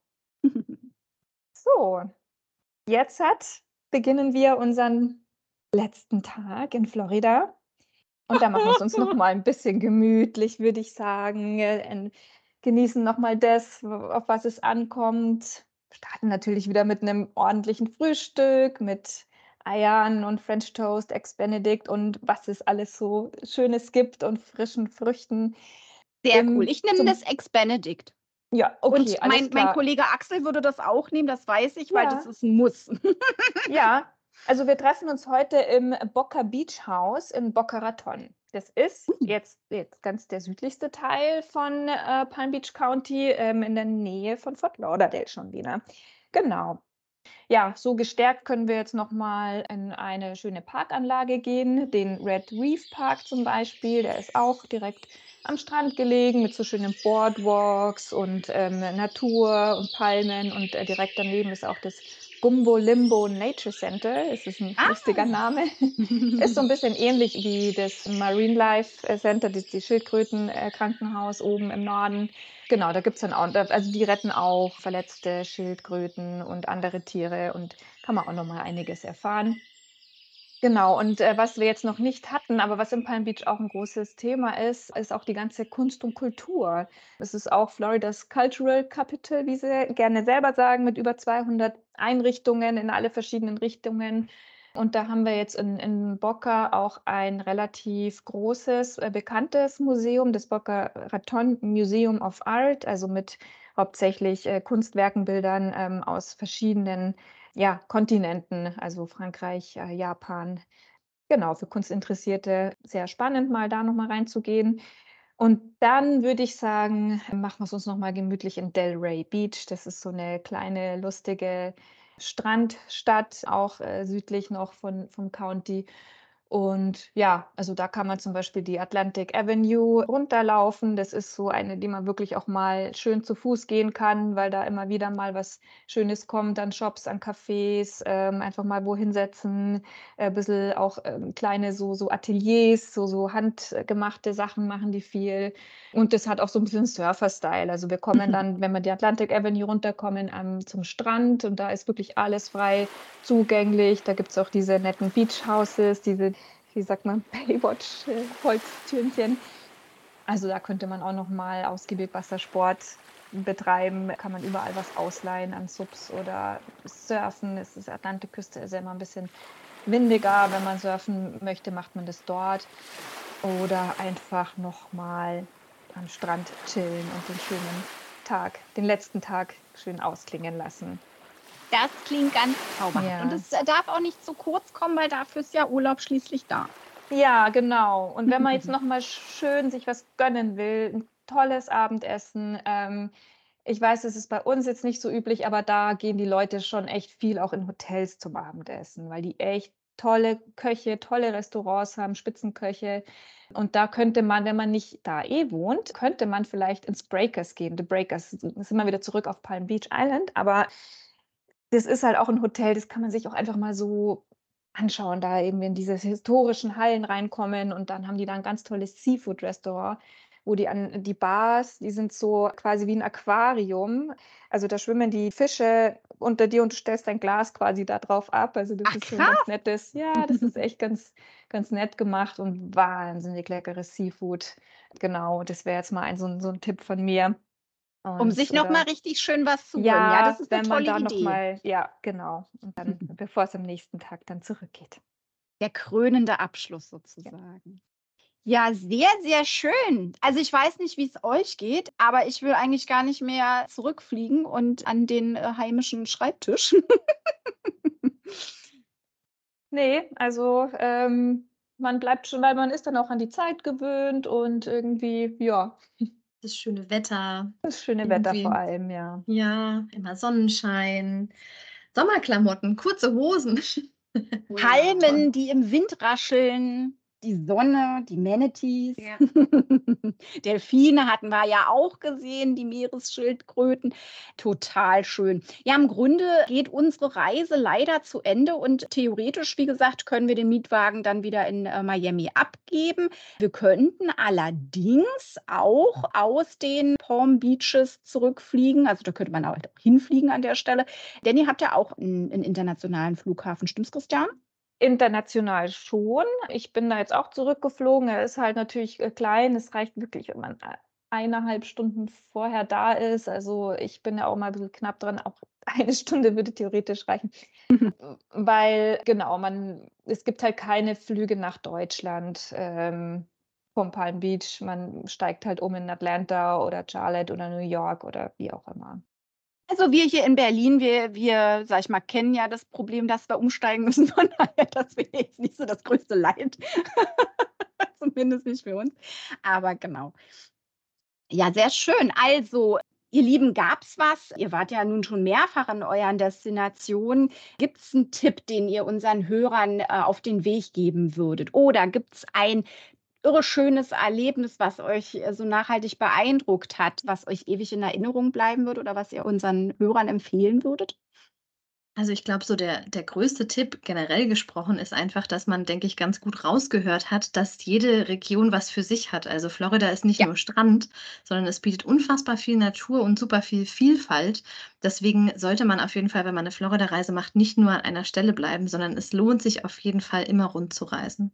Speaker 5: So, jetzt hat beginnen wir unseren letzten Tag in Florida. Und da machen wir's uns noch mal 'n bisschen gemütlich, würde ich sagen, äh, en genießen noch mal das, w auf was es ankommt. Starten natürlich wieder mit 'nem ordentlichen Frühstück, mit Eiern und French Toast, Eggs Benedict und was es alles so Schönes gibt und frischen Früchten
Speaker 1: Sehr cool.
Speaker 5: im
Speaker 1: Ich nehme das
Speaker 5: zum
Speaker 1: Eggs Benedict.
Speaker 5: Ja, okay,
Speaker 1: Und
Speaker 5: alles
Speaker 1: mein mein
Speaker 5: klar.
Speaker 1: Kollege Axel würde das auch nehmen, das weiß ich, weil das
Speaker 5: Ja.
Speaker 1: ist 'n Muss.
Speaker 5: Ja, also wir treffen uns heute im Boca Beach House in Boca Raton. Das ist
Speaker 1: Ui.
Speaker 5: jetzt jetzt ganz der südlichste Teil von, äh, Palm Beach County, ähm, in der Nähe von Fort Lauderdale schon wieder. Genau. Ja, so gestärkt können wir jetzt noch mal in eine schöne Parkanlage gehen, den Red Reef Park zum Beispiel. Der ist auch direkt am Strand gelegen mit so schönen Boardwalks und, ähm, Natur und Palmen und, äh, direkt daneben ist auch das Gumbo Limbo Nature Center. Es ist 'n lustiger
Speaker 1: Ah.
Speaker 5: Name. Ist so 'n bisschen ähnlich wie das Marine Life, äh, Center, das die Schildkröten äh, Krankenhaus oben im Norden. Genau, da gibt's dann auch da also die retten auch verletzte Schildkröten und andere Tiere und kann man auch noch mal einiges erfahren. Genau, und, äh, was wir jetzt noch nicht hatten, aber was in Palm Beach auch 'n großes Thema ist, ist auch die ganze Kunst und Kultur. Es ist auch Floridas Cultural Capital, wie sie gerne selber sagen, mit über zweihundert Einrichtungen in alle verschiedenen Richtungen. Und da haben wir jetzt in in Boca auch ein relativ großes, äh, bekanntes Museum, das Boca Raton Museum of Art, also mit hauptsächlich, äh, Kunstwerken, Bildern, ähm, aus verschiedenen, ja, Kontinenten, also Frankreich, äh, Japan. Genau, für Kunstinteressierte sehr spannend, mal da noch mal reinzugehen. Und dann würde ich sagen, machen wir's uns noch mal gemütlich in Delray Beach. Das ist so 'ne kleine, lustige Strandstadt, auch, äh, südlich noch von vom County. Und ja, also da kann man zum Beispiel die Atlantic Avenue runterlaufen. Das ist so eine, die man wirklich auch mal schön zu Fuß gehen kann, weil da immer wieder mal was Schönes kommt an Shops, an Cafés, ähm, einfach mal wo hinsetzen, äh, bisschen auch, ähm, kleine so so Ateliers, so so handgemachte Sachen machen die viel. Und das hat auch so 'n bisschen Surfer-Style. Also wir kommen dann, wenn wir die Atlantic Avenue runterkommen, ähm, zum Strand und da ist wirklich alles frei zugänglich. Da gibt's auch diese netten Beach Houses, diese, wie sagt man, Baywatch, äh, Holztürmchen. Also da könnte man auch noch mal ausgiebig Wassersport betreiben. Kann man überall was ausleihen an Subs oder surfen. Es ist Atlantikküste, ist ja immer 'n bisschen windiger. Wenn man surfen möchte, macht man das dort. Oder einfach noch mal am Strand chillen und den schönen Tag den letzten Tag schön ausklingen lassen.
Speaker 1: Das klingt ganz zauberhaft. Und
Speaker 5: Ja.
Speaker 1: es, äh, darf auch nicht zu kurz kommen, weil dafür ist ja Urlaub schließlich da.
Speaker 5: Ja, genau. Und wenn man jetzt noch mal schön sich was gönnen will, 'n tolles Abendessen, ähm ich weiß, das ist bei uns jetzt nicht so üblich, aber da gehen die Leute schon echt viel auch in Hotels zum Abendessen, weil die echt tolle Köche, tolle Restaurants haben, Spitzenköche. Und da könnte man, wenn man nicht da eh wohnt, könnte man vielleicht ins Breakers gehen. The Breakers, da sind wir wieder zurück auf Palm Beach Island, aber das ist halt auch 'n Hotel, das kann man sich auch einfach mal so anschauen, da eben in diese historischen Hallen reinkommen und dann haben die da 'n ganz tolles Seafood-Restaurant, wo die an die Bars, die sind so quasi wie 'n Aquarium. Also da schwimmen die Fische unter dir und du stellst dein Glas quasi da drauf ab. Also das
Speaker 1: Ach,
Speaker 5: ist so ein ganz
Speaker 1: krass.
Speaker 5: nettes, ja, das ist echt ganz, ganz nett gemacht und wahnsinnig leckeres Seafood. Genau, das wäre jetzt mal ein, so, ein- so ein Tipp von mir.
Speaker 1: Um
Speaker 5: Und
Speaker 1: sich nochmal
Speaker 5: oder
Speaker 1: richtig schön was zu gönnen. Ja, das
Speaker 5: ja,
Speaker 1: ist eine
Speaker 5: wenn man
Speaker 1: tolle
Speaker 5: da
Speaker 1: Idee.
Speaker 5: nochmal, ja, genau. Und dann, bevor es am nächsten Tag dann zurückgeht.
Speaker 1: Der krönende Abschluss sozusagen. Ja, sehr, sehr schön. Also ich weiß nicht, wie es euch geht, aber ich will eigentlich gar nicht mehr zurückfliegen und an den äh, heimischen Schreibtisch.
Speaker 5: Nee, also ähm, man bleibt schon, weil man ist dann auch an die Zeit gewöhnt und irgendwie, ja,
Speaker 2: Das schöne Wetter,
Speaker 5: das schöne Wetter vor
Speaker 2: irgendwie.
Speaker 5: allem, ja.
Speaker 2: Ja, immer Sonnenschein, Sommerklamotten, kurze Hosen.
Speaker 1: Palmen, die im Wind rascheln, die Sonne, die Manatees.
Speaker 3: Ja.
Speaker 1: Delfine hatten wir ja auch gesehen, die Meeresschildkröten. Total schön. Ja, im Grunde geht unsere Reise leider zu Ende und theoretisch, wie gesagt, können wir den Mietwagen dann wieder in äh, Miami abgeben. Wir könnten allerdings auch aus den Palm Beaches zurückfliegen. Also da könnte man auch hinfliegen an der Stelle. Denn ihr habt ja auch einen, einen internationalen Flughafen. Stimmt's, Christian?
Speaker 5: International schon. Ich bin da jetzt auch zurückgeflogen. Er ist halt natürlich äh, klein. Es reicht wirklich, wenn man äh, eineinhalb Stunden vorher da ist. Also ich bin ja auch mal ein bisschen knapp dran. Auch eine Stunde würde theoretisch reichen. Weil, genau, man, es gibt halt keine Flüge nach Deutschland ähm, vom Palm Beach. Man steigt halt um in Atlanta oder Charlotte oder New York oder wie auch immer.
Speaker 1: Also wir hier in Berlin, wir, wir, sag ich mal, kennen ja das Problem, dass wir umsteigen müssen. Von daher, das wäre jetzt nicht so das größte Leid. Zumindest nicht für uns. Aber genau. Ja, sehr schön. Also, ihr Lieben, gab's was? Ihr wart ja nun schon mehrfach an euren Destinationen. Gibt's einen Tipp, den ihr unseren Hörern äh, auf den Weg geben würdet? Oder gibt's ein irre schönes Erlebnis, was euch äh, so nachhaltig beeindruckt hat, was euch ewig in Erinnerung bleiben wird oder was ihr unseren Hörern empfehlen würdet?
Speaker 2: Also ich glaube, so der, der größte Tipp generell gesprochen ist einfach, dass man, denke ich, ganz gut rausgehört hat, dass jede Region was für sich hat. Also Florida ist nicht
Speaker 1: Ja.
Speaker 2: nur Strand, sondern es bietet unfassbar viel Natur und super viel Vielfalt. Deswegen sollte man auf jeden Fall, wenn man eine Florida-Reise macht, nicht nur an einer Stelle bleiben, sondern es lohnt sich auf jeden Fall immer rund zu reisen.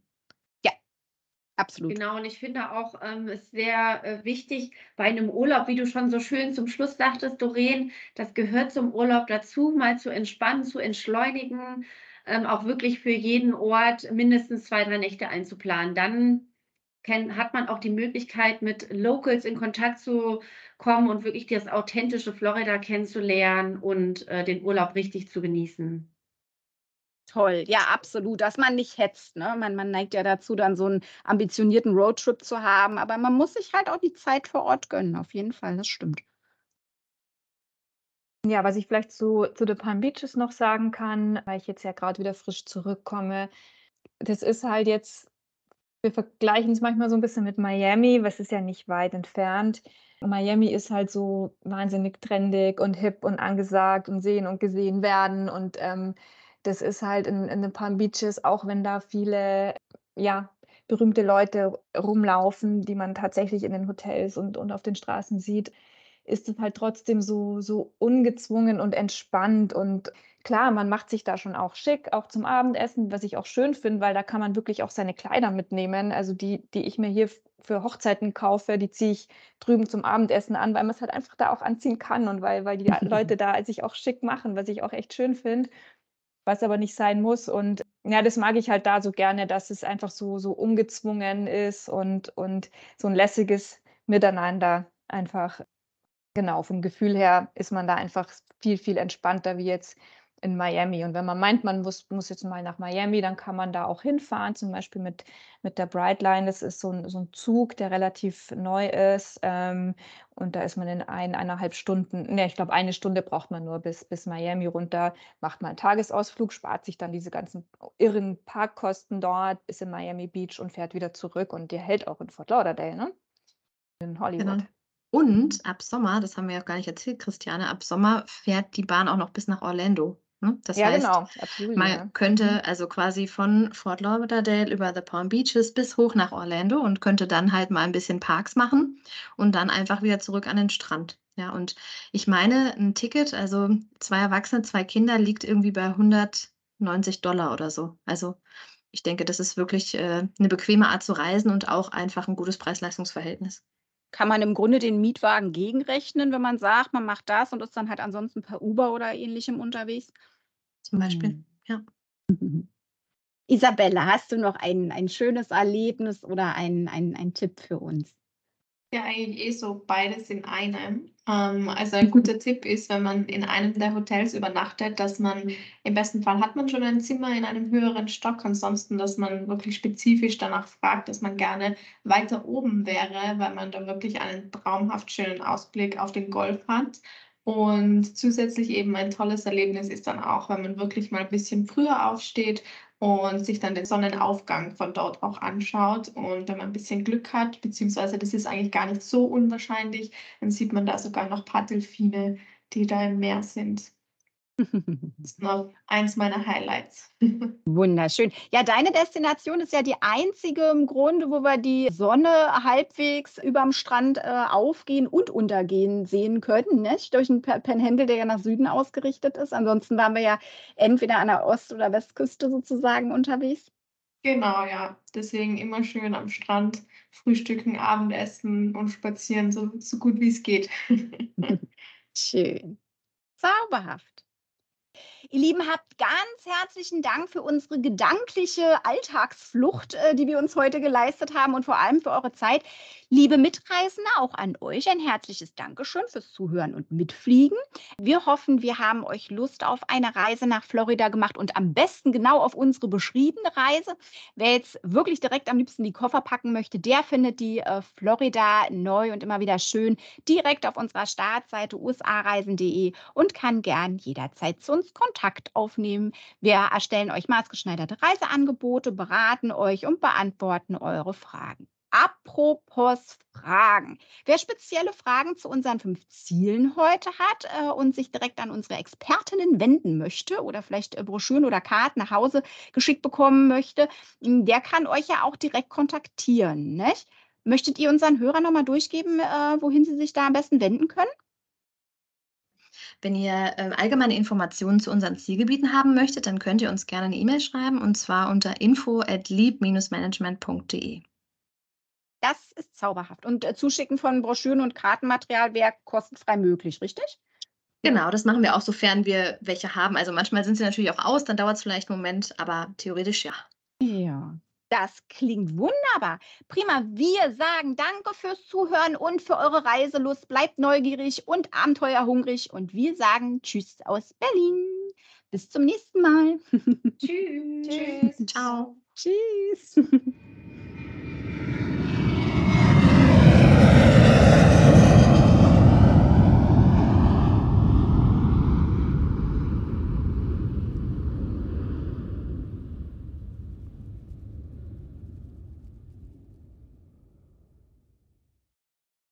Speaker 1: Absolut.
Speaker 3: Genau, und ich finde auch, ähm, es sehr äh, wichtig bei einem Urlaub, wie du schon so schön zum Schluss sagtest, Doreen, das gehört zum Urlaub dazu, mal zu entspannen, zu entschleunigen, ähm, auch wirklich für jeden Ort mindestens zwei, drei Nächte einzuplanen. Dann kenn, hat man auch die Möglichkeit, mit Locals in Kontakt zu kommen und wirklich das authentische Florida kennenzulernen und äh, den Urlaub richtig zu genießen.
Speaker 1: Toll, ja, absolut, dass man nicht hetzt, ne? Man man neigt ja dazu, dann so einen ambitionierten Roadtrip zu haben, aber man muss sich halt auch die Zeit vor Ort gönnen, auf jeden Fall, das stimmt.
Speaker 5: Ja, was ich vielleicht zu, zu den Palm Beaches noch sagen kann, weil ich jetzt ja gerade wieder frisch zurückkomme, das ist halt jetzt, wir vergleichen es manchmal so ein bisschen mit Miami, was ist ja nicht weit entfernt. Miami ist halt so wahnsinnig trendig und hip und angesagt und sehen und gesehen werden. Und ähm, das ist halt in, in den Palm Beaches, auch wenn da viele, ja, berühmte Leute rumlaufen, die man tatsächlich in den Hotels und, und auf den Straßen sieht, ist es halt trotzdem so, so ungezwungen und entspannt. Und klar, man macht sich da schon auch schick, auch zum Abendessen, was ich auch schön finde, weil da kann man wirklich auch seine Kleider mitnehmen. Also die, die ich mir hier f- für Hochzeiten kaufe, die ziehe ich drüben zum Abendessen an, weil man es halt einfach da auch anziehen kann und weil, weil die Leute da sich auch schick machen, was ich auch echt schön finde, was aber nicht sein muss. Und ja, das mag ich halt da so gerne, dass es einfach so, so ungezwungen ist und, und so ein lässiges Miteinander einfach. Genau, vom Gefühl her ist man da einfach viel, viel entspannter wie jetzt in Miami. Und wenn man meint, man muss, muss jetzt mal nach Miami, dann kann man da auch hinfahren, zum Beispiel mit, mit der Brightline. Das ist so ein, so ein Zug, der relativ neu ist. Ähm, und da ist man in ein, eineinhalb Stunden, ne, ich glaube, eine Stunde braucht man nur bis, bis Miami runter, macht mal einen Tagesausflug, spart sich dann diese ganzen irren Parkkosten dort, ist in Miami Beach und fährt wieder zurück. Und der hält auch in Fort Lauderdale, ne? In Hollywood.
Speaker 2: Genau. Und ab Sommer, das haben wir ja auch gar nicht erzählt, Christiane, ab Sommer fährt die Bahn auch noch bis nach Orlando. Ne? Das
Speaker 5: Ja,
Speaker 2: heißt,
Speaker 5: genau, absolut.
Speaker 2: man
Speaker 5: Ja.
Speaker 2: könnte also quasi von Fort Lauderdale über the Palm Beaches bis hoch nach Orlando und könnte dann halt mal ein bisschen Parks machen und dann einfach wieder zurück an den Strand. Ja, und ich meine, ein Ticket, also zwei Erwachsene, zwei Kinder, liegt irgendwie bei hundertneunzig Dollar oder so. Also ich denke, das ist wirklich äh, eine bequeme Art zu reisen und auch einfach ein gutes Preis-Leistungs-Verhältnis
Speaker 1: Kann man im Grunde den Mietwagen gegenrechnen, wenn man sagt, man macht das und ist dann halt ansonsten per Uber oder Ähnlichem unterwegs?
Speaker 2: zum Beispiel.
Speaker 1: Mhm.
Speaker 2: Ja.
Speaker 1: Isabella, hast du noch ein, ein schönes Erlebnis oder ein, ein, ein Tipp für uns?
Speaker 4: Ja, eigentlich eh so beides in einem. Ähm, also ein guter Tipp ist, wenn man in einem der Hotels übernachtet, dass man im besten Fall hat man schon ein Zimmer in einem höheren Stock, ansonsten, dass man wirklich spezifisch danach fragt, dass man gerne weiter oben wäre, weil man da wirklich einen traumhaft schönen Ausblick auf den Golf hat. Und zusätzlich eben ein tolles Erlebnis ist dann auch, wenn man wirklich mal ein bisschen früher aufsteht und sich dann den Sonnenaufgang von dort auch anschaut. Und wenn man ein bisschen Glück hat, beziehungsweise das ist eigentlich gar nicht so unwahrscheinlich, dann sieht man da sogar noch ein paar Delfine, die da im Meer sind. Das ist noch eins meiner Highlights.
Speaker 1: Wunderschön. Ja, deine Destination ist ja die einzige im Grunde, wo wir die Sonne halbwegs überm Strand äh, aufgehen und untergehen sehen können, nicht? Durch einen Pa- Panhandle, der ja nach Süden ausgerichtet ist. Ansonsten waren wir ja entweder an der Ost- oder Westküste sozusagen unterwegs.
Speaker 4: Genau, ja. Deswegen immer schön am Strand frühstücken, Abendessen und spazieren, so, so gut wie es geht.
Speaker 1: Schön. Zauberhaft. Ihr Lieben, habt ganz herzlichen Dank für unsere gedankliche Alltagsflucht, äh, die wir uns heute geleistet haben und vor allem für eure Zeit. Liebe Mitreisende, auch an euch ein herzliches Dankeschön fürs Zuhören und Mitfliegen. Wir hoffen, wir haben euch Lust auf eine Reise nach Florida gemacht und am besten genau auf unsere beschriebene Reise. Wer jetzt wirklich direkt am liebsten die Koffer packen möchte, der findet die äh, Florida neu und immer wieder schön direkt auf unserer Startseite u s a reisen punkt de und kann gern jederzeit zu uns Kontakt aufnehmen. Wir erstellen euch maßgeschneiderte Reiseangebote, beraten euch und beantworten eure Fragen. Apropos Fragen. Wer spezielle Fragen zu unseren fünf Zielen heute hat äh, und sich direkt an unsere Expertinnen wenden möchte oder vielleicht äh, Broschüren oder Karten nach Hause geschickt bekommen möchte, m, der kann euch ja auch direkt kontaktieren, nicht? Möchtet ihr unseren Hörern nochmal durchgeben, äh, wohin sie sich da am besten wenden können?
Speaker 2: Wenn ihr ähm, allgemeine Informationen zu unseren Zielgebieten haben möchtet, dann könnt ihr uns gerne eine E-Mail schreiben und zwar unter info at lieb management punkt de.
Speaker 1: Das ist zauberhaft. Und äh, Zuschicken von Broschüren und Kartenmaterial wäre kostenfrei möglich, richtig?
Speaker 2: Genau, das machen wir auch, sofern wir welche haben. Also manchmal sind sie natürlich auch aus, dann dauert es vielleicht einen Moment, aber theoretisch ja.
Speaker 1: Ja. Das klingt wunderbar. Prima. Wir sagen danke fürs Zuhören und für eure Reiselust. Bleibt neugierig und abenteuerhungrig. Und wir sagen Tschüss aus Berlin. Bis zum nächsten Mal.
Speaker 4: Tschüss.
Speaker 5: Tschüss.
Speaker 2: Ciao.
Speaker 1: Tschüss.